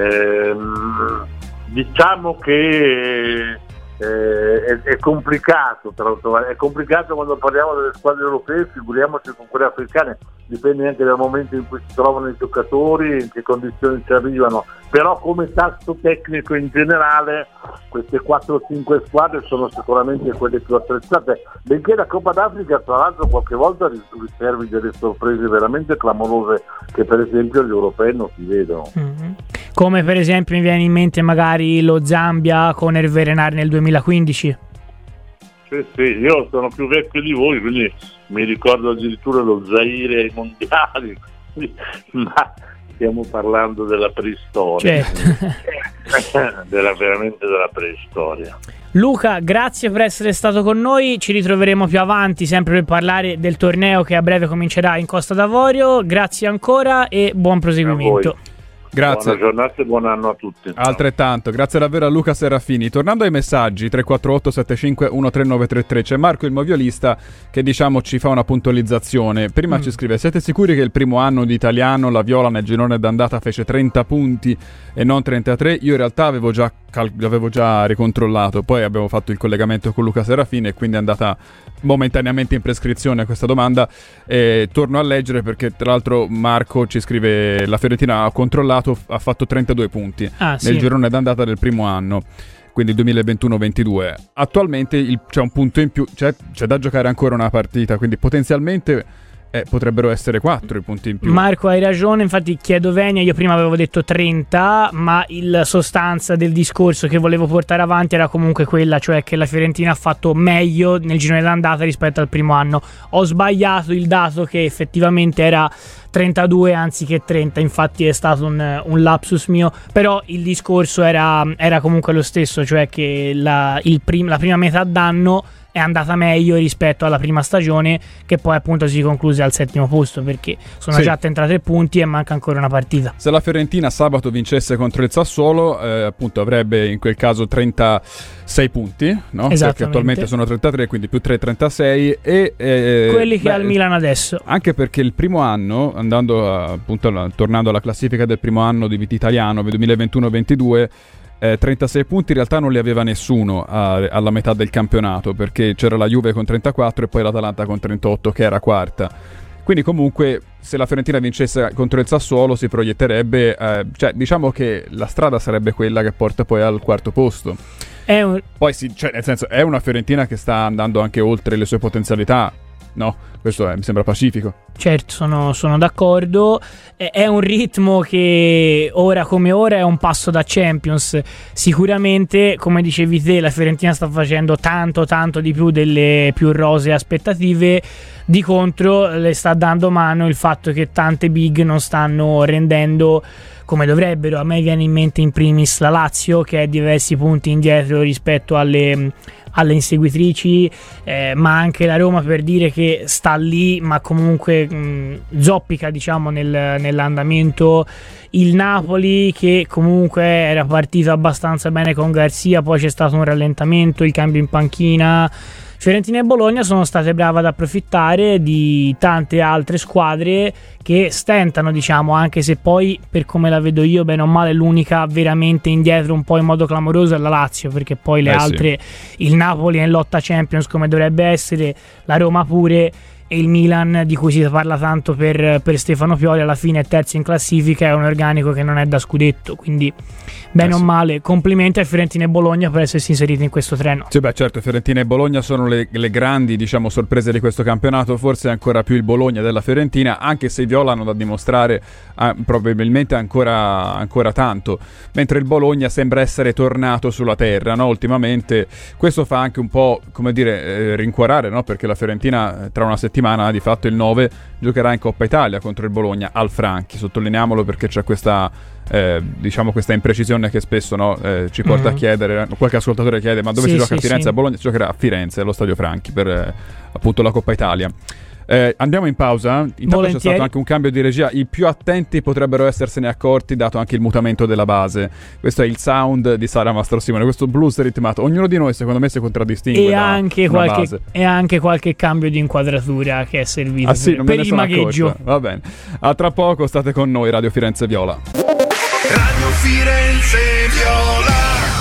ehm, diciamo che eh, è, è complicato è complicato quando parliamo delle squadre europee, figuriamoci con quelle africane. Dipende anche dal momento in cui si trovano i giocatori, in che condizioni ci arrivano, però come tasso tecnico in generale queste quattro o cinque squadre sono sicuramente quelle più attrezzate, benché la Coppa d'Africa tra l'altro qualche volta riservi delle sorprese veramente clamorose che per esempio gli europei non si vedono. Mm-hmm. Come per esempio mi viene in mente magari lo Zambia con Hervé Renard nel duemilaquindici. Sì, sì, io sono più vecchio di voi, quindi mi ricordo addirittura lo Zaire ai mondiali, ma stiamo parlando della preistoria, certo. della, veramente della preistoria. Luca, grazie per essere stato con noi, ci ritroveremo più avanti sempre per parlare del torneo che a breve comincerà in Costa d'Avorio. Grazie ancora e buon proseguimento. Grazie. Buona giornata e buon anno a tutti. Altrettanto, grazie davvero a Luca Serafini. Tornando ai messaggi tre quattro otto sette cinque uno tre nove tre tre, c'è Marco il moviolista che diciamo ci fa una puntualizzazione. Prima mm. ci scrive: siete sicuri che il primo anno di italiano la Viola nel girone d'andata fece trenta punti e non trentatré? Io in realtà avevo già cal- l'avevo già ricontrollato, poi abbiamo fatto il collegamento con Luca Serafini e quindi è andata momentaneamente in prescrizione questa domanda. E torno a leggere perché tra l'altro Marco ci scrive: la Fiorentina ha controllato, ha fatto trentadue punti ah, nel sì. girone d'andata del primo anno, quindi il duemilaventuno ventidue. Attualmente il, c'è un punto in più, c'è, c'è da giocare ancora una partita, quindi potenzialmente eh, potrebbero essere quattro i punti in più. Marco, hai ragione, infatti chiedo venia, io prima avevo detto trenta, ma la sostanza del discorso che volevo portare avanti era comunque quella, cioè che la Fiorentina ha fatto meglio nel girone d'andata rispetto al primo anno. Ho sbagliato il dato che effettivamente era trentadue anziché trenta, infatti è stato un, un lapsus mio, però il discorso era, era comunque lo stesso, cioè che la, il prim, la prima metà d'anno è andata meglio rispetto alla prima stagione, che poi appunto si concluse al settimo posto, perché sono sì. già a trentatré punti e manca ancora una partita. Se la Fiorentina sabato vincesse contro il Sassuolo, eh, appunto avrebbe in quel caso trentasei punti, no? Perché attualmente sono trentatré, quindi più tre, trentasei e eh, quelli che beh, ha il Milan adesso. Anche perché il primo anno, andando a, appunto tornando alla classifica del primo anno di vita italiano duemilaventuno ventidue, Eh, trentasei punti in realtà non li aveva nessuno a, alla metà del campionato, perché c'era la Juve con trentaquattro e poi l'Atalanta con trentotto che era quarta. Quindi comunque se la Fiorentina vincesse contro il Sassuolo si proietterebbe, eh, cioè diciamo che la strada sarebbe quella che porta poi al quarto posto. È un... Poi sì, cioè, nel senso è una Fiorentina che sta andando anche oltre le sue potenzialità. No, questo è, mi sembra pacifico. Certo, sono, sono d'accordo. È, è un ritmo che ora come ora è un passo da Champions. Sicuramente, come dicevi te, la Fiorentina sta facendo tanto tanto di più delle più rosee aspettative. Di contro le sta dando mano il fatto che tante big non stanno rendendo come dovrebbero. A me viene in mente in primis la Lazio, che è diversi punti indietro rispetto alle alle inseguitrici, eh, ma anche la Roma, per dire, che sta lì ma comunque mh, zoppica diciamo nel, nell'andamento. Il Napoli che comunque era partito abbastanza bene con Garcia, poi c'è stato un rallentamento, il cambio in panchina. Fiorentina e Bologna sono state brave ad approfittare di tante altre squadre che stentano, diciamo, anche se poi, per come la vedo io, bene o male l'unica veramente indietro un po' in modo clamoroso è la Lazio, perché poi le eh altre, sì. Il Napoli è in lotta Champions come dovrebbe essere, la Roma pure, e il Milan, di cui si parla tanto per, per Stefano Pioli, alla fine è terzo in classifica, è un organico che non è da scudetto, quindi bene eh sì. o male complimenti a Fiorentina e Bologna per essersi inseriti in questo treno. Sì, beh, certo, Fiorentina e Bologna sono le, le grandi, diciamo, sorprese di questo campionato, forse ancora più il Bologna della Fiorentina, anche se i Viola hanno da dimostrare eh, probabilmente ancora, ancora tanto, mentre il Bologna sembra essere tornato sulla terra, no? Ultimamente. Questo fa anche un po', come dire, eh, rincuorare, no? Perché la Fiorentina eh, tra una settimana, di fatto il nove, giocherà in Coppa Italia contro il Bologna al Franchi, sottolineiamolo perché c'è questa eh, diciamo questa imprecisione che spesso no, eh, ci porta mm-hmm. a chiedere, qualche ascoltatore chiede ma dove sì, si gioca sì, a Firenze? Sì. A Bologna si giocherà a Firenze allo Stadio Franchi per eh, appunto la Coppa Italia. Eh, andiamo in pausa. Intanto Volentieri. c'è stato anche un cambio di regia. I più attenti potrebbero essersene accorti, dato anche il mutamento della base. Questo è il sound di Sara Mastrosimone, questo blues ritmato. Ognuno di noi secondo me si contraddistingue E da anche, una qualche, base. e anche qualche cambio di inquadratura che è servito Ah sì, per, non me per ne il sono magheggio. accorto. Va bene. A tra poco, state con noi, Radio Firenze Viola. Radio Firenze Viola.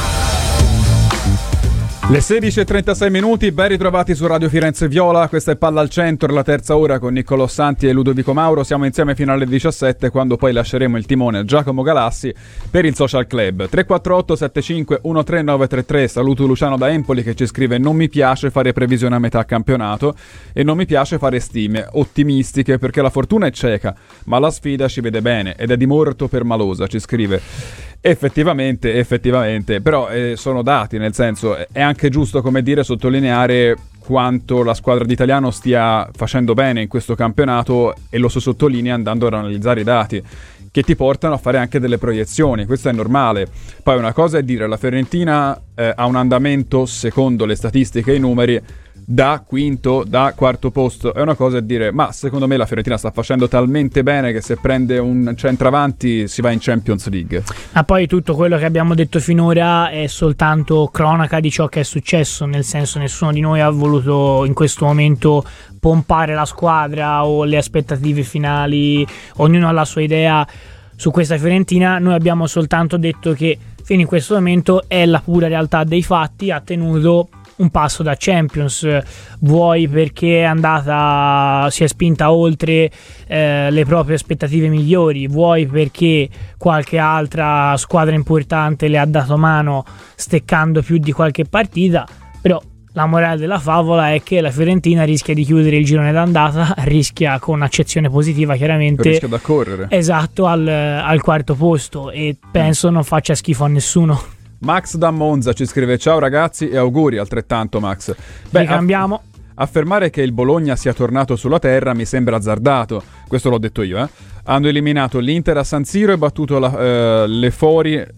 Le sedici e trentasei minuti, ben ritrovati su Radio Firenze Viola. Questa è Palla al Centro, la terza ora con Niccolò Santi e Ludovico Mauro. Siamo insieme fino alle diciassette, quando poi lasceremo il timone a Giacomo Galassi per il Social Club. Tre quattro otto sette cinque uno tre nove tre tre. Saluto Luciano da Empoli che ci scrive: non mi piace fare previsioni a metà campionato e non mi piace fare stime ottimistiche perché la fortuna è cieca, ma la sfida ci vede bene ed è di morto per malosa, ci scrive. Effettivamente, effettivamente, però eh, sono dati, nel senso, è anche giusto, come dire, sottolineare quanto la squadra di Italiano stia facendo bene in questo campionato, e lo si sottolinea andando ad analizzare i dati che ti portano a fare anche delle proiezioni. Questo è normale. Poi una cosa è dire la Fiorentina eh, ha un andamento secondo le statistiche e i numeri da quinto, da quarto posto, è una cosa è dire ma secondo me la Fiorentina sta facendo talmente bene che se prende un centravanti si va in Champions League. Ma poi tutto quello che abbiamo detto finora è soltanto cronaca di ciò che è successo, nel senso nessuno di noi ha voluto in questo momento pompare la squadra o le aspettative finali, ognuno ha la sua idea su questa Fiorentina. Noi abbiamo soltanto detto che fino in questo momento è la pura realtà dei fatti, ha tenuto un passo da Champions, vuoi perché è andata, si è spinta oltre eh, le proprie aspettative migliori, vuoi perché qualche altra squadra importante le ha dato mano steccando più di qualche partita, però la morale della favola è che la Fiorentina rischia di chiudere il girone d'andata, rischia con accezione positiva chiaramente, rischia da correre, esatto, al, al quarto posto, e penso non faccia schifo a nessuno. Max da Monza ci scrive: ciao ragazzi e auguri altrettanto Max. Beh, cambiamo. Aff- affermare che il Bologna sia tornato sulla terra mi sembra azzardato, questo l'ho detto io, eh. Hanno eliminato l'Inter a San Siro e battuto la, eh, le Fori eh,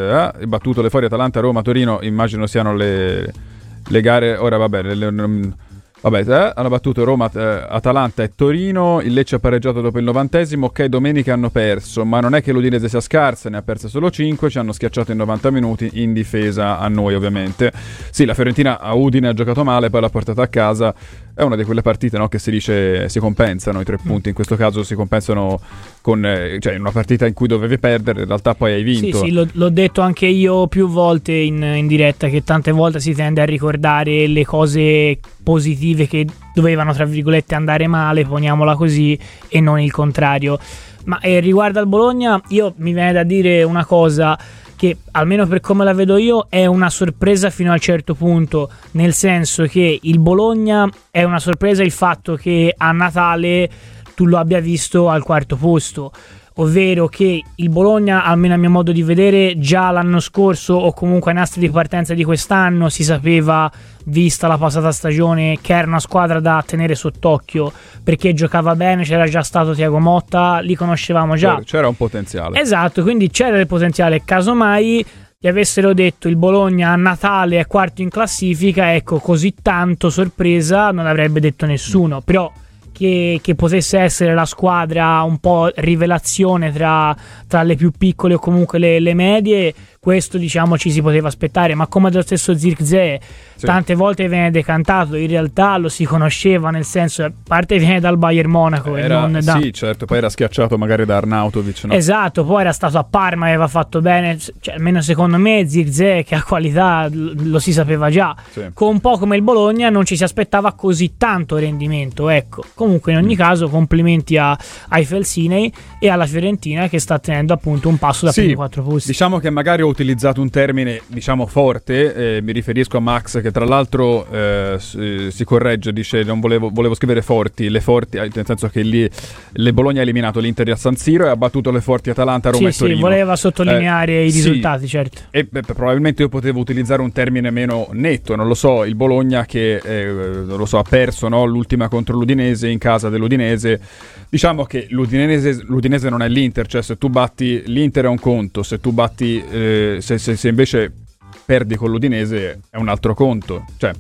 e battuto le Fori Atalanta, Roma, Torino, immagino siano le, le gare, ora vabbè, le, le, Vabbè, eh, hanno battuto Roma, eh, Atalanta e Torino, il Lecce ha pareggiato dopo il novantesimo, ok, domenica hanno perso, ma non è che l'Udinese sia scarsa, ne ha perse solo cinque, ci hanno schiacciato in novanta minuti in difesa a noi ovviamente. Sì, la Fiorentina a Udine ha giocato male, poi l'ha portata a casa, è una di quelle partite, no, che si dice si compensano i tre punti, in questo caso si compensano con, eh, cioè in una partita in cui dovevi perdere, in realtà poi hai vinto. Sì, sì, l'ho, l'ho detto anche io più volte in, in diretta, che tante volte si tende a ricordare le cose positive che dovevano tra virgolette andare male, poniamola così, e non il contrario. Ma eh, riguardo al Bologna, io mi viene da dire una cosa che almeno per come la vedo io è una sorpresa fino a un certo punto, nel senso che il Bologna è una sorpresa il fatto che a Natale tu lo abbia visto al quarto posto, ovvero che il Bologna, almeno a mio modo di vedere, già l'anno scorso o comunque ai nastri di partenza di quest'anno si sapeva, vista la passata stagione, che era una squadra da tenere sott'occhio perché giocava bene, c'era già stato Thiago Motta, li conoscevamo già, c'era un potenziale, esatto, quindi c'era il potenziale. Casomai gli avessero detto il Bologna a Natale è quarto in classifica, ecco, così tanto sorpresa non avrebbe detto nessuno, però Che, che potesse essere la squadra un po' rivelazione tra, tra le più piccole o comunque le, le medie, questo diciamo ci si poteva aspettare, ma come dello stesso Zirkzee sì. Tante volte viene decantato, in realtà lo si conosceva, nel senso, a parte viene dal Bayern Monaco era, e non da... sì certo, poi era schiacciato magari da Arnautovic, no? Esatto, poi era stato a Parma, aveva fatto bene, cioè, almeno secondo me Zirkzee che ha qualità lo si sapeva già, sì. Con un po' come il Bologna non ci si aspettava così tanto rendimento, ecco. Comunque in ogni mm. caso complimenti a, ai Felsinei e alla Fiorentina che sta tenendo appunto un passo da sì, primi quattro posti. Diciamo che magari ho utilizzato un termine diciamo forte, eh, mi riferisco a Max che tra l'altro eh, si, si corregge, dice non volevo, volevo scrivere forti, le forti, nel senso che lì le Bologna ha eliminato l'Inter a San Siro e ha battuto le forti Atalanta, Roma sì, e Torino. Sì, voleva sottolineare eh, i risultati, sì. Certo. E beh, probabilmente io potevo utilizzare un termine meno netto, non lo so, il Bologna che eh, non lo so, ha perso, no, l'ultima contro l'Udinese in casa dell'Udinese. Diciamo che l'Udinese, l'Udinese non è l'Inter, cioè se tu batti l'Inter è un conto, se tu batti eh, se, se, se invece perdi con l'Udinese è un altro conto, cioè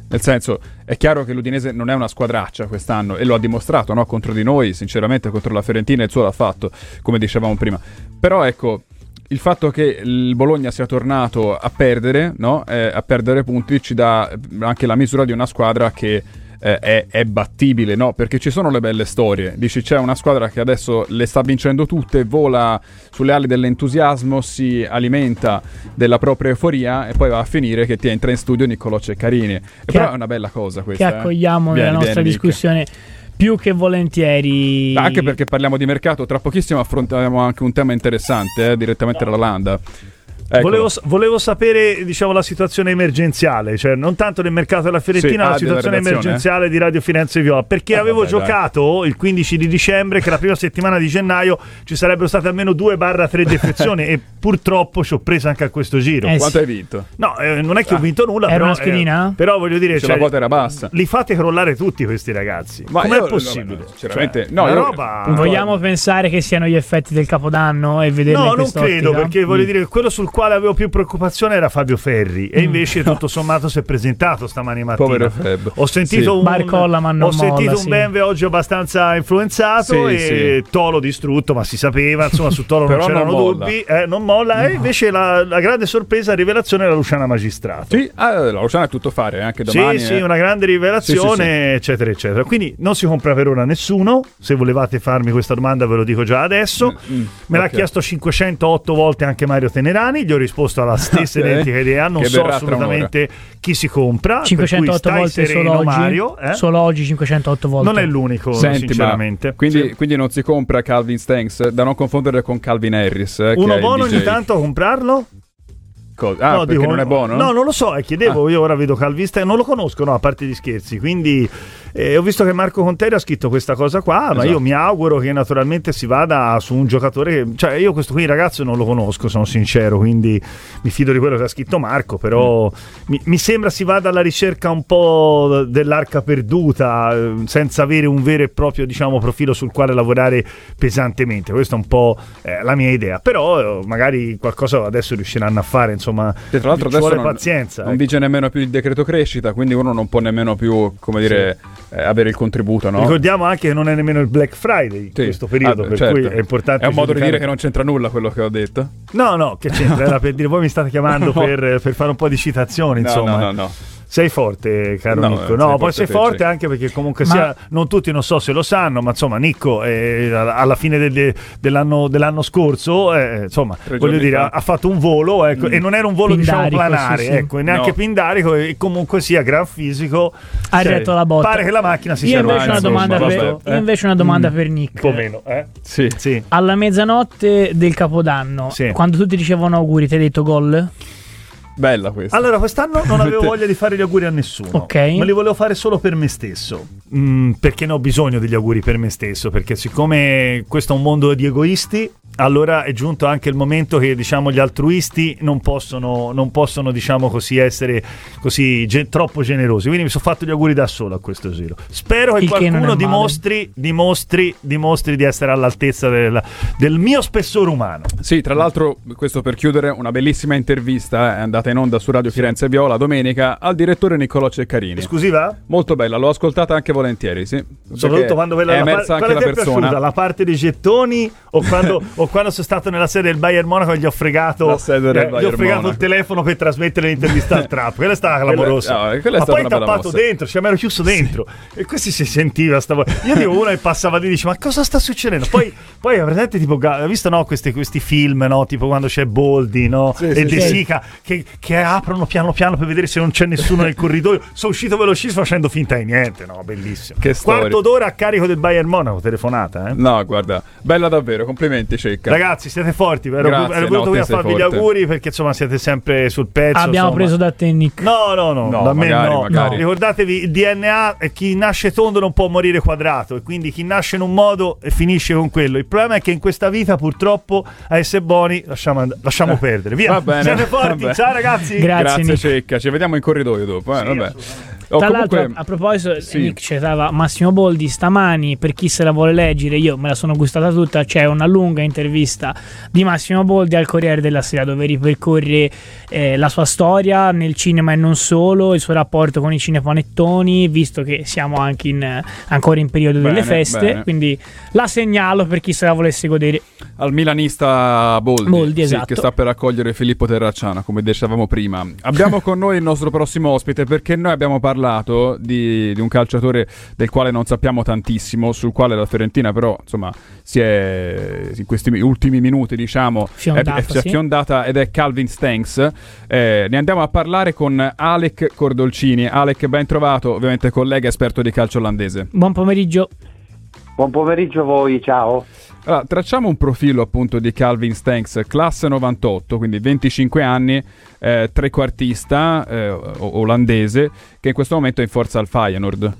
Nel senso, è chiaro che l'Udinese non è una squadraccia quest'anno e lo ha dimostrato, no? Contro di noi, sinceramente, contro la Fiorentina il suo l'ha fatto, come dicevamo prima. Però ecco, il fatto che il Bologna sia tornato a perdere, no? Eh, a perdere punti ci dà anche la misura di una squadra che eh, è, è battibile, no? Perché ci sono le belle storie. Dici, c'è una squadra che adesso le sta vincendo tutte, vola sulle ali dell'entusiasmo, si alimenta della propria euforia e poi va a finire che ti entra in studio Niccolò Ceccarini. E però è una bella cosa questa. Che accogliamo eh? nella Vieni, nostra vieni, discussione più che volentieri. Anche perché parliamo di mercato, tra pochissimo affrontiamo anche un tema interessante, eh, direttamente dalla Landa. Ecco. Volevo, volevo sapere, diciamo, la situazione emergenziale, cioè non tanto nel mercato della Fiorentina, sì, la ah, situazione emergenziale eh? di Radio Firenze Viola, perché ah, avevo vabbè, giocato dai. il quindici di dicembre che la prima settimana di gennaio ci sarebbero state almeno due barra tre defezioni e purtroppo ci ho preso anche a questo giro. Eh, Quanto sì. hai vinto? No, eh, non è che ho vinto nulla, era però, una schedina? Eh, però voglio dire, cioè, cioè, la quota era bassa. Li fate crollare tutti questi ragazzi. Ma com'è io, possibile? No, sinceramente, cioè, no, io, roba... vogliamo pensare che siano gli effetti del Capodanno e vederli no, in non credo, ottica? perché voglio mm. dire, quello sul quale avevo più preoccupazione era Fabio Ferri e invece tutto sommato si è presentato stamani mattina. Povero Feb. Ho sentito sì. un Barcolla, ma non ho sentito molla, un sì. Benve oggi abbastanza influenzato sì, e sì. Tolo distrutto, ma si sapeva, insomma su Tolo non c'erano non dubbi, eh, non molla. No. E invece la, la grande sorpresa, rivelazione era Luciana Magistrato. Sì, ah, la Luciana è tutto fare anche domani. Sì, sì, eh. una grande rivelazione, sì, sì, sì. eccetera, eccetera. Quindi non si compra per ora nessuno. Se volevate farmi questa domanda ve lo dico già adesso. Mm, mm, Me l'ha okay. chiesto cinquecentootto volte anche Mario Tenerani, gli ho risposto alla stessa Okay. identica idea, non Che so verrà tra assolutamente chi si compra, cinquecentootto per cui volte stai sereno, solo oggi, Mario, eh? solo oggi cinquecentootto volte. Non è l'unico, Senti, sinceramente. ma quindi, Sì. quindi non si compra Calvin Stanks, da non confondere con Calvin Harris. Eh, Uno che è buono il D J. ogni tanto a comprarlo? Cosa? Ah, no, perché dico, non è buono? No, non lo so, eh, chiedevo, ah. io ora vedo Calvin Stanks, non lo conosco, no, a parte gli scherzi, quindi eh, ho visto che Marco Conteri ha scritto questa cosa qua, esatto. Ma io mi auguro che naturalmente si vada su un giocatore che, cioè io questo qui ragazzo non lo conosco, sono sincero, quindi mi fido di quello che ha scritto Marco, però mm. mi, mi sembra si vada alla ricerca un po' dell'arca perduta, eh, senza avere un vero e proprio, diciamo, profilo sul quale lavorare pesantemente. Questa è un po' eh, la mia idea, però eh, magari qualcosa adesso riusciranno a fare, insomma. E tra l'altro ci adesso vuole non, pazienza, non ecco. vige nemmeno più il decreto crescita, quindi uno non può nemmeno più, come dire, sì. eh, avere il contributo, no? Ricordiamo anche che non è nemmeno il Black Friday in sì. questo periodo, ah, per certo. cui è importante. È un modo di giudicare... dire che non c'entra nulla quello che ho detto. No, no, che c'entra? Era per dire, voi mi state chiamando no. per, per fare un po' di citazioni, no, insomma. No, no, no. Sei forte, caro no, Nicco. No, sei poi sei forte te, anche perché comunque ma... sia, non tutti non so se lo sanno, ma insomma Nicco eh, alla fine del, dell'anno, dell'anno scorso eh, insomma voglio dire ha, ha fatto un volo ecco, mm. e non era un volo pindarico, diciamo planare, sì, sì. ecco, e neanche no. pindarico, e comunque sia gran fisico, ha cioè, retto la botta. Pare che la macchina si io sia invece una domanda insomma, per, vabbè, io invece una domanda mm. per Nick. Un po' meno, eh? Sì. sì. Alla mezzanotte del Capodanno, sì. quando tutti dicevano auguri, ti hai detto gol? Bella questa. Allora, quest'anno non avevo voglia di fare gli auguri a nessuno. Ok. Me li volevo fare solo per me stesso. Mm, perché ne ho bisogno degli auguri per me stesso. Perché siccome questo è un mondo di egoisti, allora è giunto anche il momento che, diciamo, gli altruisti non possono, non possono diciamo così, essere così ge- troppo generosi. Quindi mi sono fatto gli auguri da solo a questo giro. Spero che il qualcuno che dimostri, dimostri, dimostri di essere all'altezza del, del mio spessore umano. Sì, tra l'altro, questo per chiudere, una bellissima intervista è andata in onda su Radio Firenze Viola domenica al direttore Niccolò Ceccarini. Esclusiva? Molto bella, l'ho ascoltata anche volentieri, sì. Soprattutto quando ve la, è la, emersa par- anche la ti è persona. piaciuta? La parte dei gettoni o quando, o quando sono stato nella sede del Bayern Monaco e gli ho fregato, la sede del eh, gli ho Bayern fregato Monaco. il telefono per trasmettere l'intervista al Trump. Quella è stata clamorosa. Quella, no, quella è ma stata poi una bella tappato mossa. dentro, cioè mi ero chiuso dentro sì. E questi si sentiva sta voce. Io dico uno e passava di dice ma cosa sta succedendo? Poi poi presente tipo hai visto no questi, questi film no tipo quando c'è Boldi no sì, e sì, De sì. Sica che, che aprono piano piano per vedere se non c'è nessuno nel corridoio. Sono uscito velocissimo facendo finta di niente, no, bellissimo. Che storia. Quarto d'ora a carico del Bayern Monaco, telefonata, eh? No, guarda, bella davvero, complimenti Cecca. Ragazzi, siete forti, ero, Grazie, ero venuto no, qui a sei farvi gli forte. auguri perché insomma siete sempre sul pezzo. Abbiamo insomma. preso da te, Nick. No, no, no, No, da me magari, no. magari. no. Ricordatevi, il D N A è chi nasce tondo non può morire quadrato e quindi chi nasce in un modo e finisce con quello. Il problema è che in questa vita purtroppo a essere buoni lasciamo, and- lasciamo Eh, perdere. Via, va bene, siete forti, va ciao ragazzi. Grazie, Grazie Nick. Cecca, ci vediamo in corridoio dopo, eh, Sì, vabbè. assolutamente. Tra comunque, l'altro, a proposito, sì. Nick citava Massimo Boldi stamani, per chi se la vuole leggere, io me la sono gustata tutta, c'è una lunga intervista di Massimo Boldi al Corriere della Sera dove ripercorre eh, la sua storia nel cinema e non solo, il suo rapporto con i cinepanettoni, visto che siamo anche in, ancora in periodo bene, delle feste, bene. Quindi la segnalo per chi se la volesse godere. Al milanista Boldi, Boldi esatto. Sì, che sta per accogliere Filippo Terracciano, come dicevamo prima. Abbiamo con noi il nostro prossimo ospite, perché noi abbiamo parlato di, di un calciatore del quale non sappiamo tantissimo, sul quale la Fiorentina però insomma si è in questi ultimi minuti diciamo fiondata, è, è, si è sì. fiondata ed è Calvin Stengs. Eh, ne andiamo a parlare con Alec Cordolcini. Alec, ben trovato, ovviamente collega esperto di calcio olandese. Buon pomeriggio. Buon pomeriggio a voi, ciao. Allora, tracciamo un profilo appunto di Calvin Stengs, classe novantotto, quindi venticinque anni, eh, trequartista eh, olandese, che in questo momento è in forza al Feyenoord.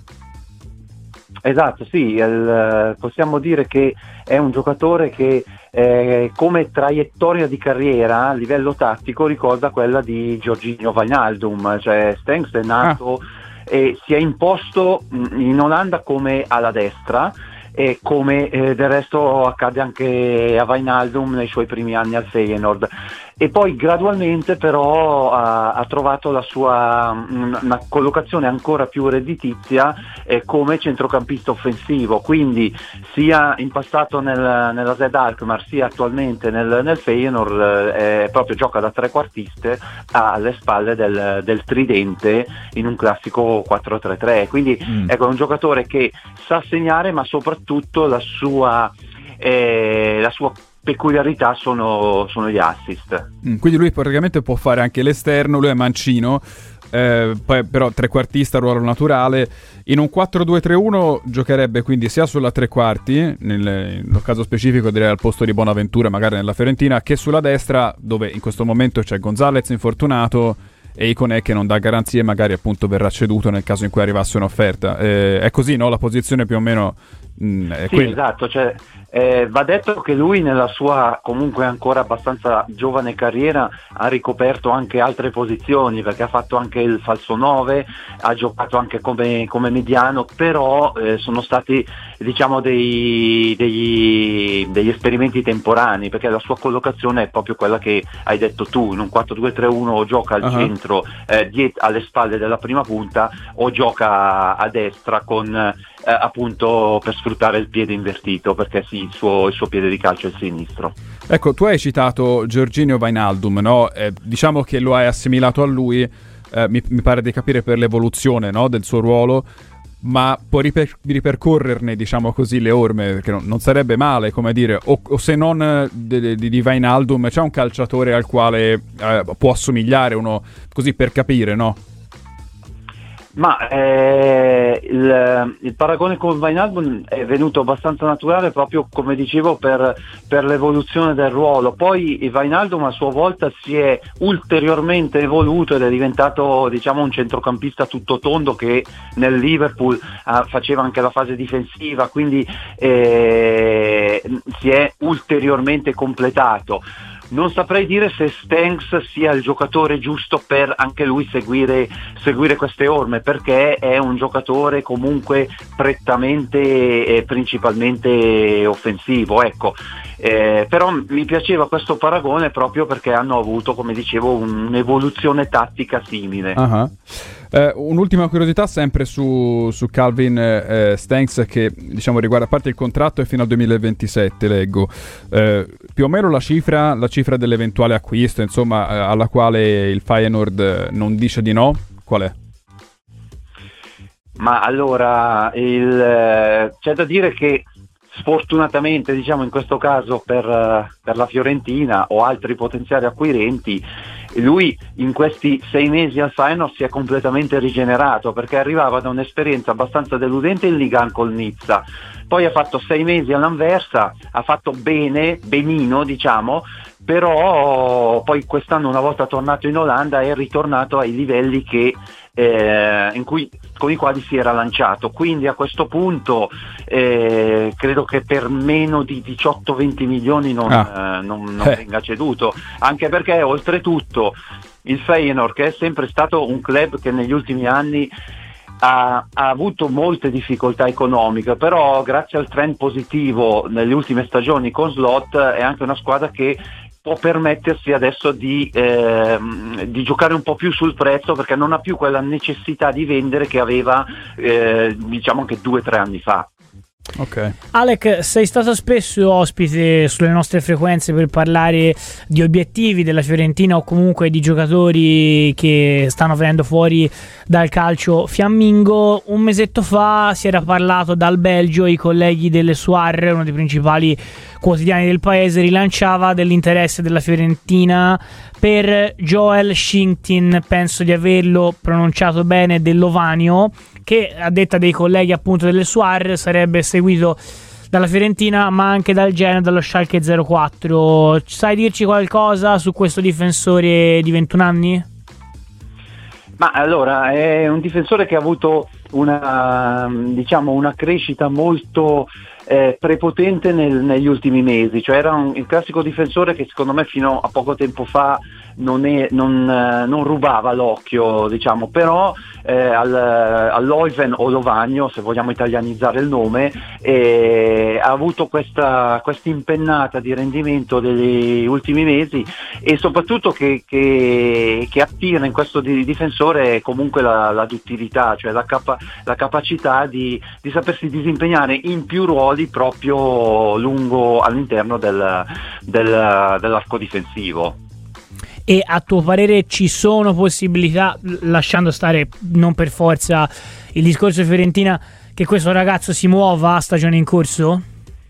Esatto, sì, il, possiamo dire che è un giocatore che eh, come traiettoria di carriera a livello tattico ricorda quella di Jorginho Wijnaldum, cioè Stengs è nato ah. e si è imposto in Olanda come ala destra, e come eh, del resto accade anche a Wijnaldum nei suoi primi anni al Feyenoord, e poi gradualmente però ha, ha trovato la sua una collocazione ancora più redditizia eh, come centrocampista offensivo, quindi sia in passato nel, nella Z Alkmaar sia attualmente nel, nel Feyenoord eh, proprio gioca da trequartiste alle spalle del, del tridente in un classico quattro tre tre, quindi mm. ecco, è un giocatore che sa segnare, ma soprattutto la sua eh, la sua peculiarità sono, sono gli assist. Mm, quindi lui praticamente può fare anche l'esterno, lui è mancino, eh, poi però trequartista, ruolo naturale. In un quattro due tre uno giocherebbe quindi sia sulla tre quarti, nel, nel caso specifico direi al posto di Bonaventura magari nella Fiorentina, che sulla destra, dove in questo momento c'è Gonzalez infortunato e Iconè che non dà garanzie, magari appunto verrà ceduto nel caso in cui arrivasse un'offerta. Eh, è così, no? La posizione più o meno mh, è sì, quella. Esatto, cioè, eh, va detto che lui nella sua comunque ancora abbastanza giovane carriera ha ricoperto anche altre posizioni, perché ha fatto anche il falso nove, ha giocato anche come, come mediano, però eh, sono stati diciamo dei, degli, degli esperimenti temporanei, perché la sua collocazione è proprio quella che hai detto tu, in un quattro due tre uno o gioca al uh-huh. centro eh, diet- alle spalle della prima punta, o gioca a destra con eh, appunto per sfruttare il piede invertito, perché sì, il suo, il suo piede di calcio è il sinistro. Ecco, tu hai citato Jorginho Wijnaldum, no? Eh, diciamo che lo hai assimilato a lui, eh, mi, mi pare di capire per l'evoluzione, no? del suo ruolo, ma può riper- ripercorrerne, diciamo così, le orme, perché non, non sarebbe male, come dire, o, o se non di, di, di Wijnaldum c'è un calciatore al quale eh, può assomigliare, uno così per capire, no? Ma eh, il, il paragone con Wijnaldum è venuto abbastanza naturale proprio, come dicevo, per, per l'evoluzione del ruolo. Poi Wijnaldum a sua volta si è ulteriormente evoluto ed è diventato, diciamo, un centrocampista tutto tondo che nel Liverpool eh, faceva anche la fase difensiva, quindi eh, si è ulteriormente completato. Non saprei dire se Stengs sia il giocatore giusto per anche lui seguire, seguire queste orme, perché è un giocatore comunque prettamente e principalmente offensivo, ecco. Eh, però mi piaceva questo paragone proprio perché hanno avuto, come dicevo, un'evoluzione tattica simile. Uh-huh. Eh, un'ultima curiosità sempre su, su Calvin eh, Stengs, che diciamo riguarda, a parte il contratto è fino al duemilaventisette, leggo, eh, più o meno la cifra, la cifra dell'eventuale acquisto, insomma, eh, alla quale il Feyenoord non dice di no, qual è? Ma allora, il, eh, c'è da dire che sfortunatamente, diciamo in questo caso per, per la Fiorentina o altri potenziali acquirenti, lui in questi sei mesi al Feyenoord si è completamente rigenerato, perché arrivava da un'esperienza abbastanza deludente in Liga col Nizza, poi ha fatto sei mesi all'Anversa, ha fatto bene, benino diciamo, però poi quest'anno, una volta tornato in Olanda, è ritornato ai livelli che Eh, in cui, con i quali si era lanciato, quindi a questo punto eh, credo che per meno di diciotto venti milioni non, ah. eh, non, non eh. venga ceduto, anche perché oltretutto il Feyenoord, che è sempre stato un club che negli ultimi anni ha, ha avuto molte difficoltà economiche, però grazie al trend positivo nelle ultime stagioni con Slot è anche una squadra che può permettersi adesso di, ehm, di giocare un po' più sul prezzo, perché non ha più quella necessità di vendere che aveva eh, diciamo anche due o tre anni fa. Ok. Alec, sei stato spesso ospite sulle nostre frequenze per parlare di obiettivi della Fiorentina o comunque di giocatori che stanno venendo fuori dal calcio fiammingo. Un mesetto fa si era parlato dal Belgio, i colleghi delle Soir, uno dei principali quotidiani del paese, rilanciava dell'interesse della Fiorentina per Joel Shinktin, penso di averlo pronunciato bene, dell'Ovanio, che a detta dei colleghi appunto delle Soir sarebbe seguito dalla Fiorentina ma anche dal Genoa e dallo Schalke zero quattro. Sai dirci qualcosa su questo difensore di ventuno anni? Ma allora è un difensore che ha avuto una, diciamo, una crescita molto eh, prepotente nel, negli ultimi mesi, cioè era un, il classico difensore che secondo me fino a poco tempo fa non, è, non, eh, non rubava l'occhio, diciamo, però eh, al, all'Oiven o Lovagno, se vogliamo italianizzare il nome, eh, ha avuto questa impennata di rendimento degli ultimi mesi, e soprattutto che, che, che attira in questo di, difensore comunque la, la duttilità, cioè la, capa, la capacità di, di sapersi disimpegnare in più ruoli proprio lungo all'interno del, del, dell'arco difensivo. E a tuo parere ci sono possibilità, lasciando stare non per forza il discorso Fiorentina, che questo ragazzo si muova a stagione in corso?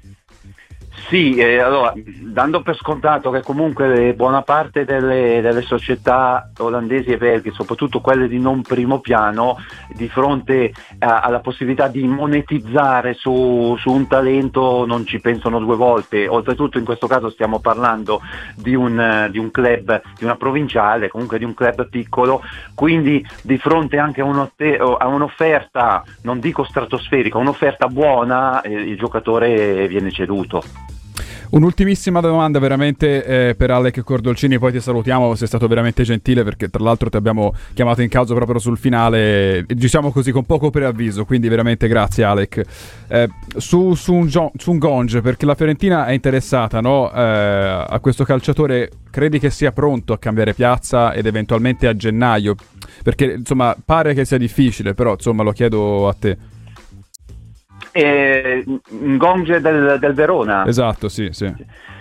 Sì, eh, allora, dando per scontato che comunque buona parte delle, delle società olandesi e belghe, soprattutto quelle di non primo piano, di fronte a, alla possibilità di monetizzare su, su un talento non ci pensano due volte. Oltretutto in questo caso stiamo parlando di un, di un club, di una provinciale, comunque di un club piccolo, quindi di fronte anche a, a un'offerta, non dico stratosferica, un'offerta buona, eh, il giocatore viene ceduto. Un'ultimissima domanda veramente eh, per Alec Cordolcini, poi ti salutiamo, sei stato veramente gentile perché tra l'altro ti abbiamo chiamato in causa proprio sul finale, diciamo così con poco preavviso, quindi veramente grazie Alec. Eh, su, su, un Gio- su un Gonge, perché la Fiorentina è interessata, no? eh, a questo calciatore, credi che sia pronto a cambiare piazza ed eventualmente a gennaio? Perché insomma pare che sia difficile, però insomma lo chiedo a te. Eh, Ngonge del, del Verona. Esatto, sì, sì.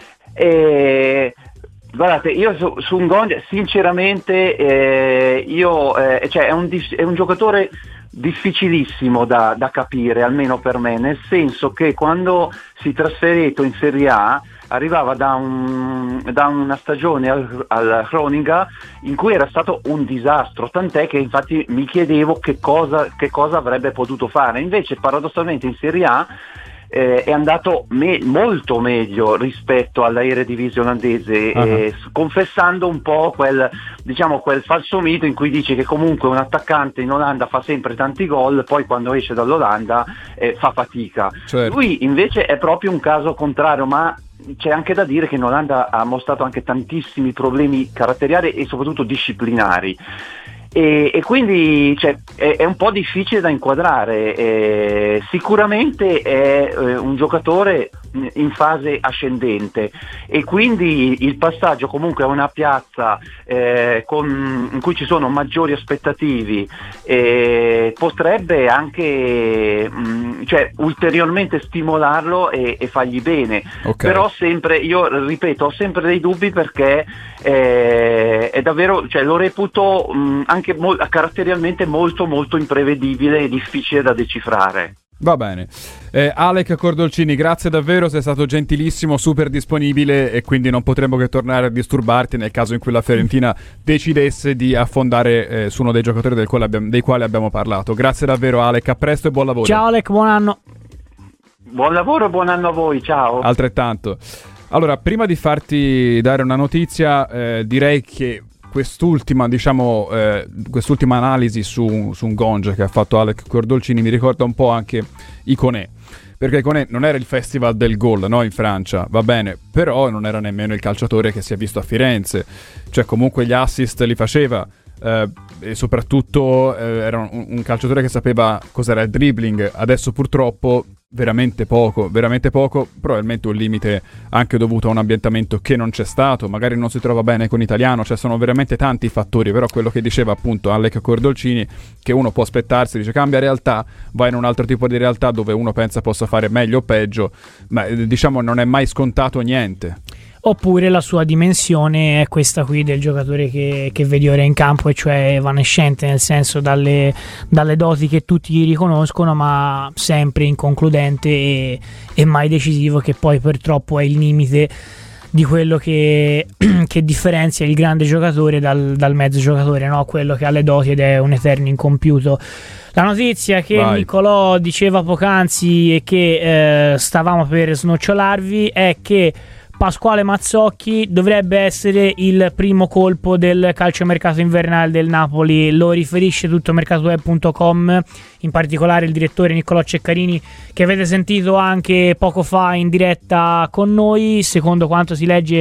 Eh, guardate, io su, su Ngonge sinceramente eh, io eh, cioè è un, è un giocatore difficilissimo da, da capire, almeno per me, nel senso che quando si trasferito in Serie A arrivava da, un, da una stagione al, al Groninga in cui era stato un disastro, tant'è che infatti mi chiedevo che cosa, che cosa avrebbe potuto fare. Invece paradossalmente in Serie A eh, è andato me- molto meglio rispetto alla Eredivisie olandese, uh-huh. eh, confessando un po' quel, diciamo, quel falso mito in cui dice che comunque un attaccante in Olanda fa sempre tanti gol, poi quando esce dall'Olanda eh, fa fatica. Certo. Lui invece è proprio un caso contrario, ma c'è anche da dire che in Olanda ha mostrato anche tantissimi problemi caratteriali e soprattutto disciplinari. E, e quindi cioè, è, è un po' difficile da inquadrare. Eh, sicuramente è eh, un giocatore in fase ascendente e quindi il passaggio comunque a una piazza eh, con, in cui ci sono maggiori aspettativi eh, potrebbe anche mh, cioè, ulteriormente stimolarlo e, e fargli bene. Okay. Però sempre, io ripeto, ho sempre dei dubbi perché eh, è davvero, cioè, lo reputo mh, anche mo- caratterialmente molto molto imprevedibile e difficile da decifrare. Va bene. Eh, Alec Cordolcini, grazie davvero, sei stato gentilissimo, super disponibile e quindi non potremmo che tornare a disturbarti nel caso in cui la Fiorentina decidesse di affondare eh, su uno dei giocatori del quale abbiamo, dei quali abbiamo parlato. Grazie davvero Alec, a presto e buon lavoro. Ciao Alec, buon anno. Buon lavoro e buon anno a voi, ciao. Altrettanto. Allora, prima di farti dare una notizia, eh, direi che quest'ultima, diciamo, eh, quest'ultima analisi su, su un Gonge che ha fatto Alec Cordolcini mi ricorda un po' anche Iconé, perché Iconé non era il festival del gol, no, in Francia, va bene, però non era nemmeno il calciatore che si è visto a Firenze, cioè comunque gli assist li faceva, eh, e soprattutto eh, era un, un calciatore che sapeva cos'era il dribbling. Adesso purtroppo veramente poco, veramente poco, probabilmente un limite anche dovuto a un ambientamento che non c'è stato, magari non si trova bene con italiano, cioè sono veramente tanti fattori, però quello che diceva appunto Alec Cordolcini, che uno può aspettarsi, dice cambia realtà, vai in un altro tipo di realtà dove uno pensa possa fare meglio o peggio, ma eh, diciamo non è mai scontato niente. Oppure la sua dimensione è questa qui del giocatore che, che vedi ora in campo, e cioè evanescente, nel senso dalle, dalle doti che tutti gli riconoscono, ma sempre inconcludente e, e mai decisivo, che poi purtroppo è il limite di quello che, che differenzia il grande giocatore dal, dal mezzo giocatore, no? Quello che ha le doti ed è un eterno incompiuto. La notizia che Vai. Nicolò diceva poc'anzi e che eh, stavamo per snocciolarvi è che Pasquale Mazzocchi dovrebbe essere il primo colpo del calciomercato invernale del Napoli. Lo riferisce tutto mercatoweb punto com, in particolare il direttore Niccolò Ceccarini, che avete sentito anche poco fa in diretta con noi. Secondo quanto si legge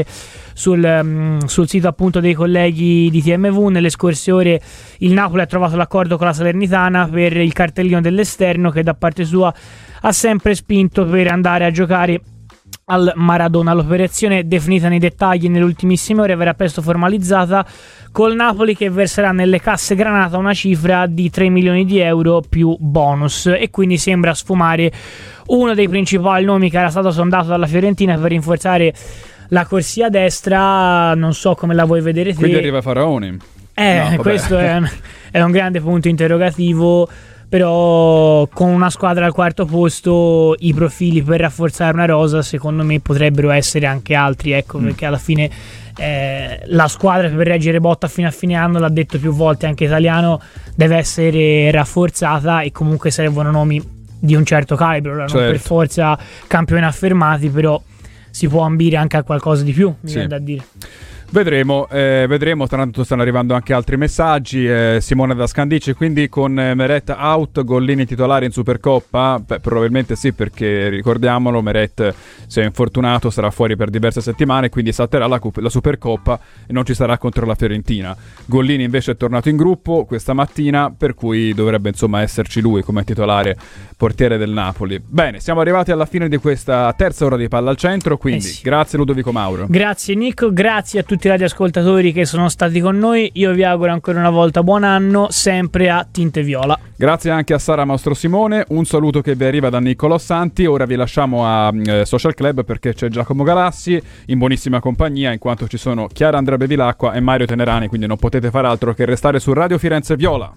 sul, sul sito appunto dei colleghi di T M V, nelle scorse ore il Napoli ha trovato l'accordo con la Salernitana per il cartellino dell'esterno, che da parte sua ha sempre spinto per andare a giocare al Maradona. L'operazione, definita nei dettagli nelle ultimissime ore, verrà presto formalizzata, col Napoli che verserà nelle casse Granata una cifra di tre milioni di euro più bonus, e quindi sembra sfumare uno dei principali nomi che era stato sondato dalla Fiorentina per rinforzare la corsia destra. Non so come la vuoi vedere te. Quindi arriva Faraoni. Eh, no, questo è un, è un grande punto interrogativo. Però con una squadra al quarto posto i profili per rafforzare una rosa secondo me potrebbero essere anche altri, ecco, mm. perché alla fine eh, la squadra per reggere botta fino a fine anno, l'ha detto più volte anche Italiano, deve essere rafforzata, e comunque servono nomi di un certo calibro, non certo. per forza campioni affermati, però si può ambire anche a qualcosa di più, mi sì. viene da dire. Vedremo, eh, vedremo, tra l'altro stanno arrivando anche altri messaggi. eh, Simone da Scandice, quindi con eh, Meret out, Gollini titolare in Supercoppa? Beh, probabilmente sì, perché ricordiamolo, Meret si è infortunato, sarà fuori per diverse settimane, quindi salterà la, la Supercoppa e non ci sarà contro la Fiorentina. Gollini invece è tornato in gruppo questa mattina, per cui dovrebbe insomma esserci lui come titolare portiere del Napoli. Bene, siamo arrivati alla fine di questa terza ora di Palla al Centro, quindi eh sì. grazie Ludovico Mauro. Grazie Nico, grazie a tutti i radioascoltatori che sono stati con noi. Io vi auguro ancora una volta buon anno, sempre a Tinte Viola. Grazie anche a Sara Mastro Simone, un saluto che vi arriva da Niccolò Santi. Ora vi lasciamo a eh, Social Club, perché c'è Giacomo Galassi in buonissima compagnia, in quanto ci sono Chiara Andrea Bevilacqua e Mario Tenerani, quindi non potete far altro che restare su Radio Firenze Viola.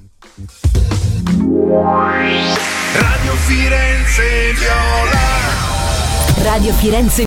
Radio Firenze Viola. Radio Firenze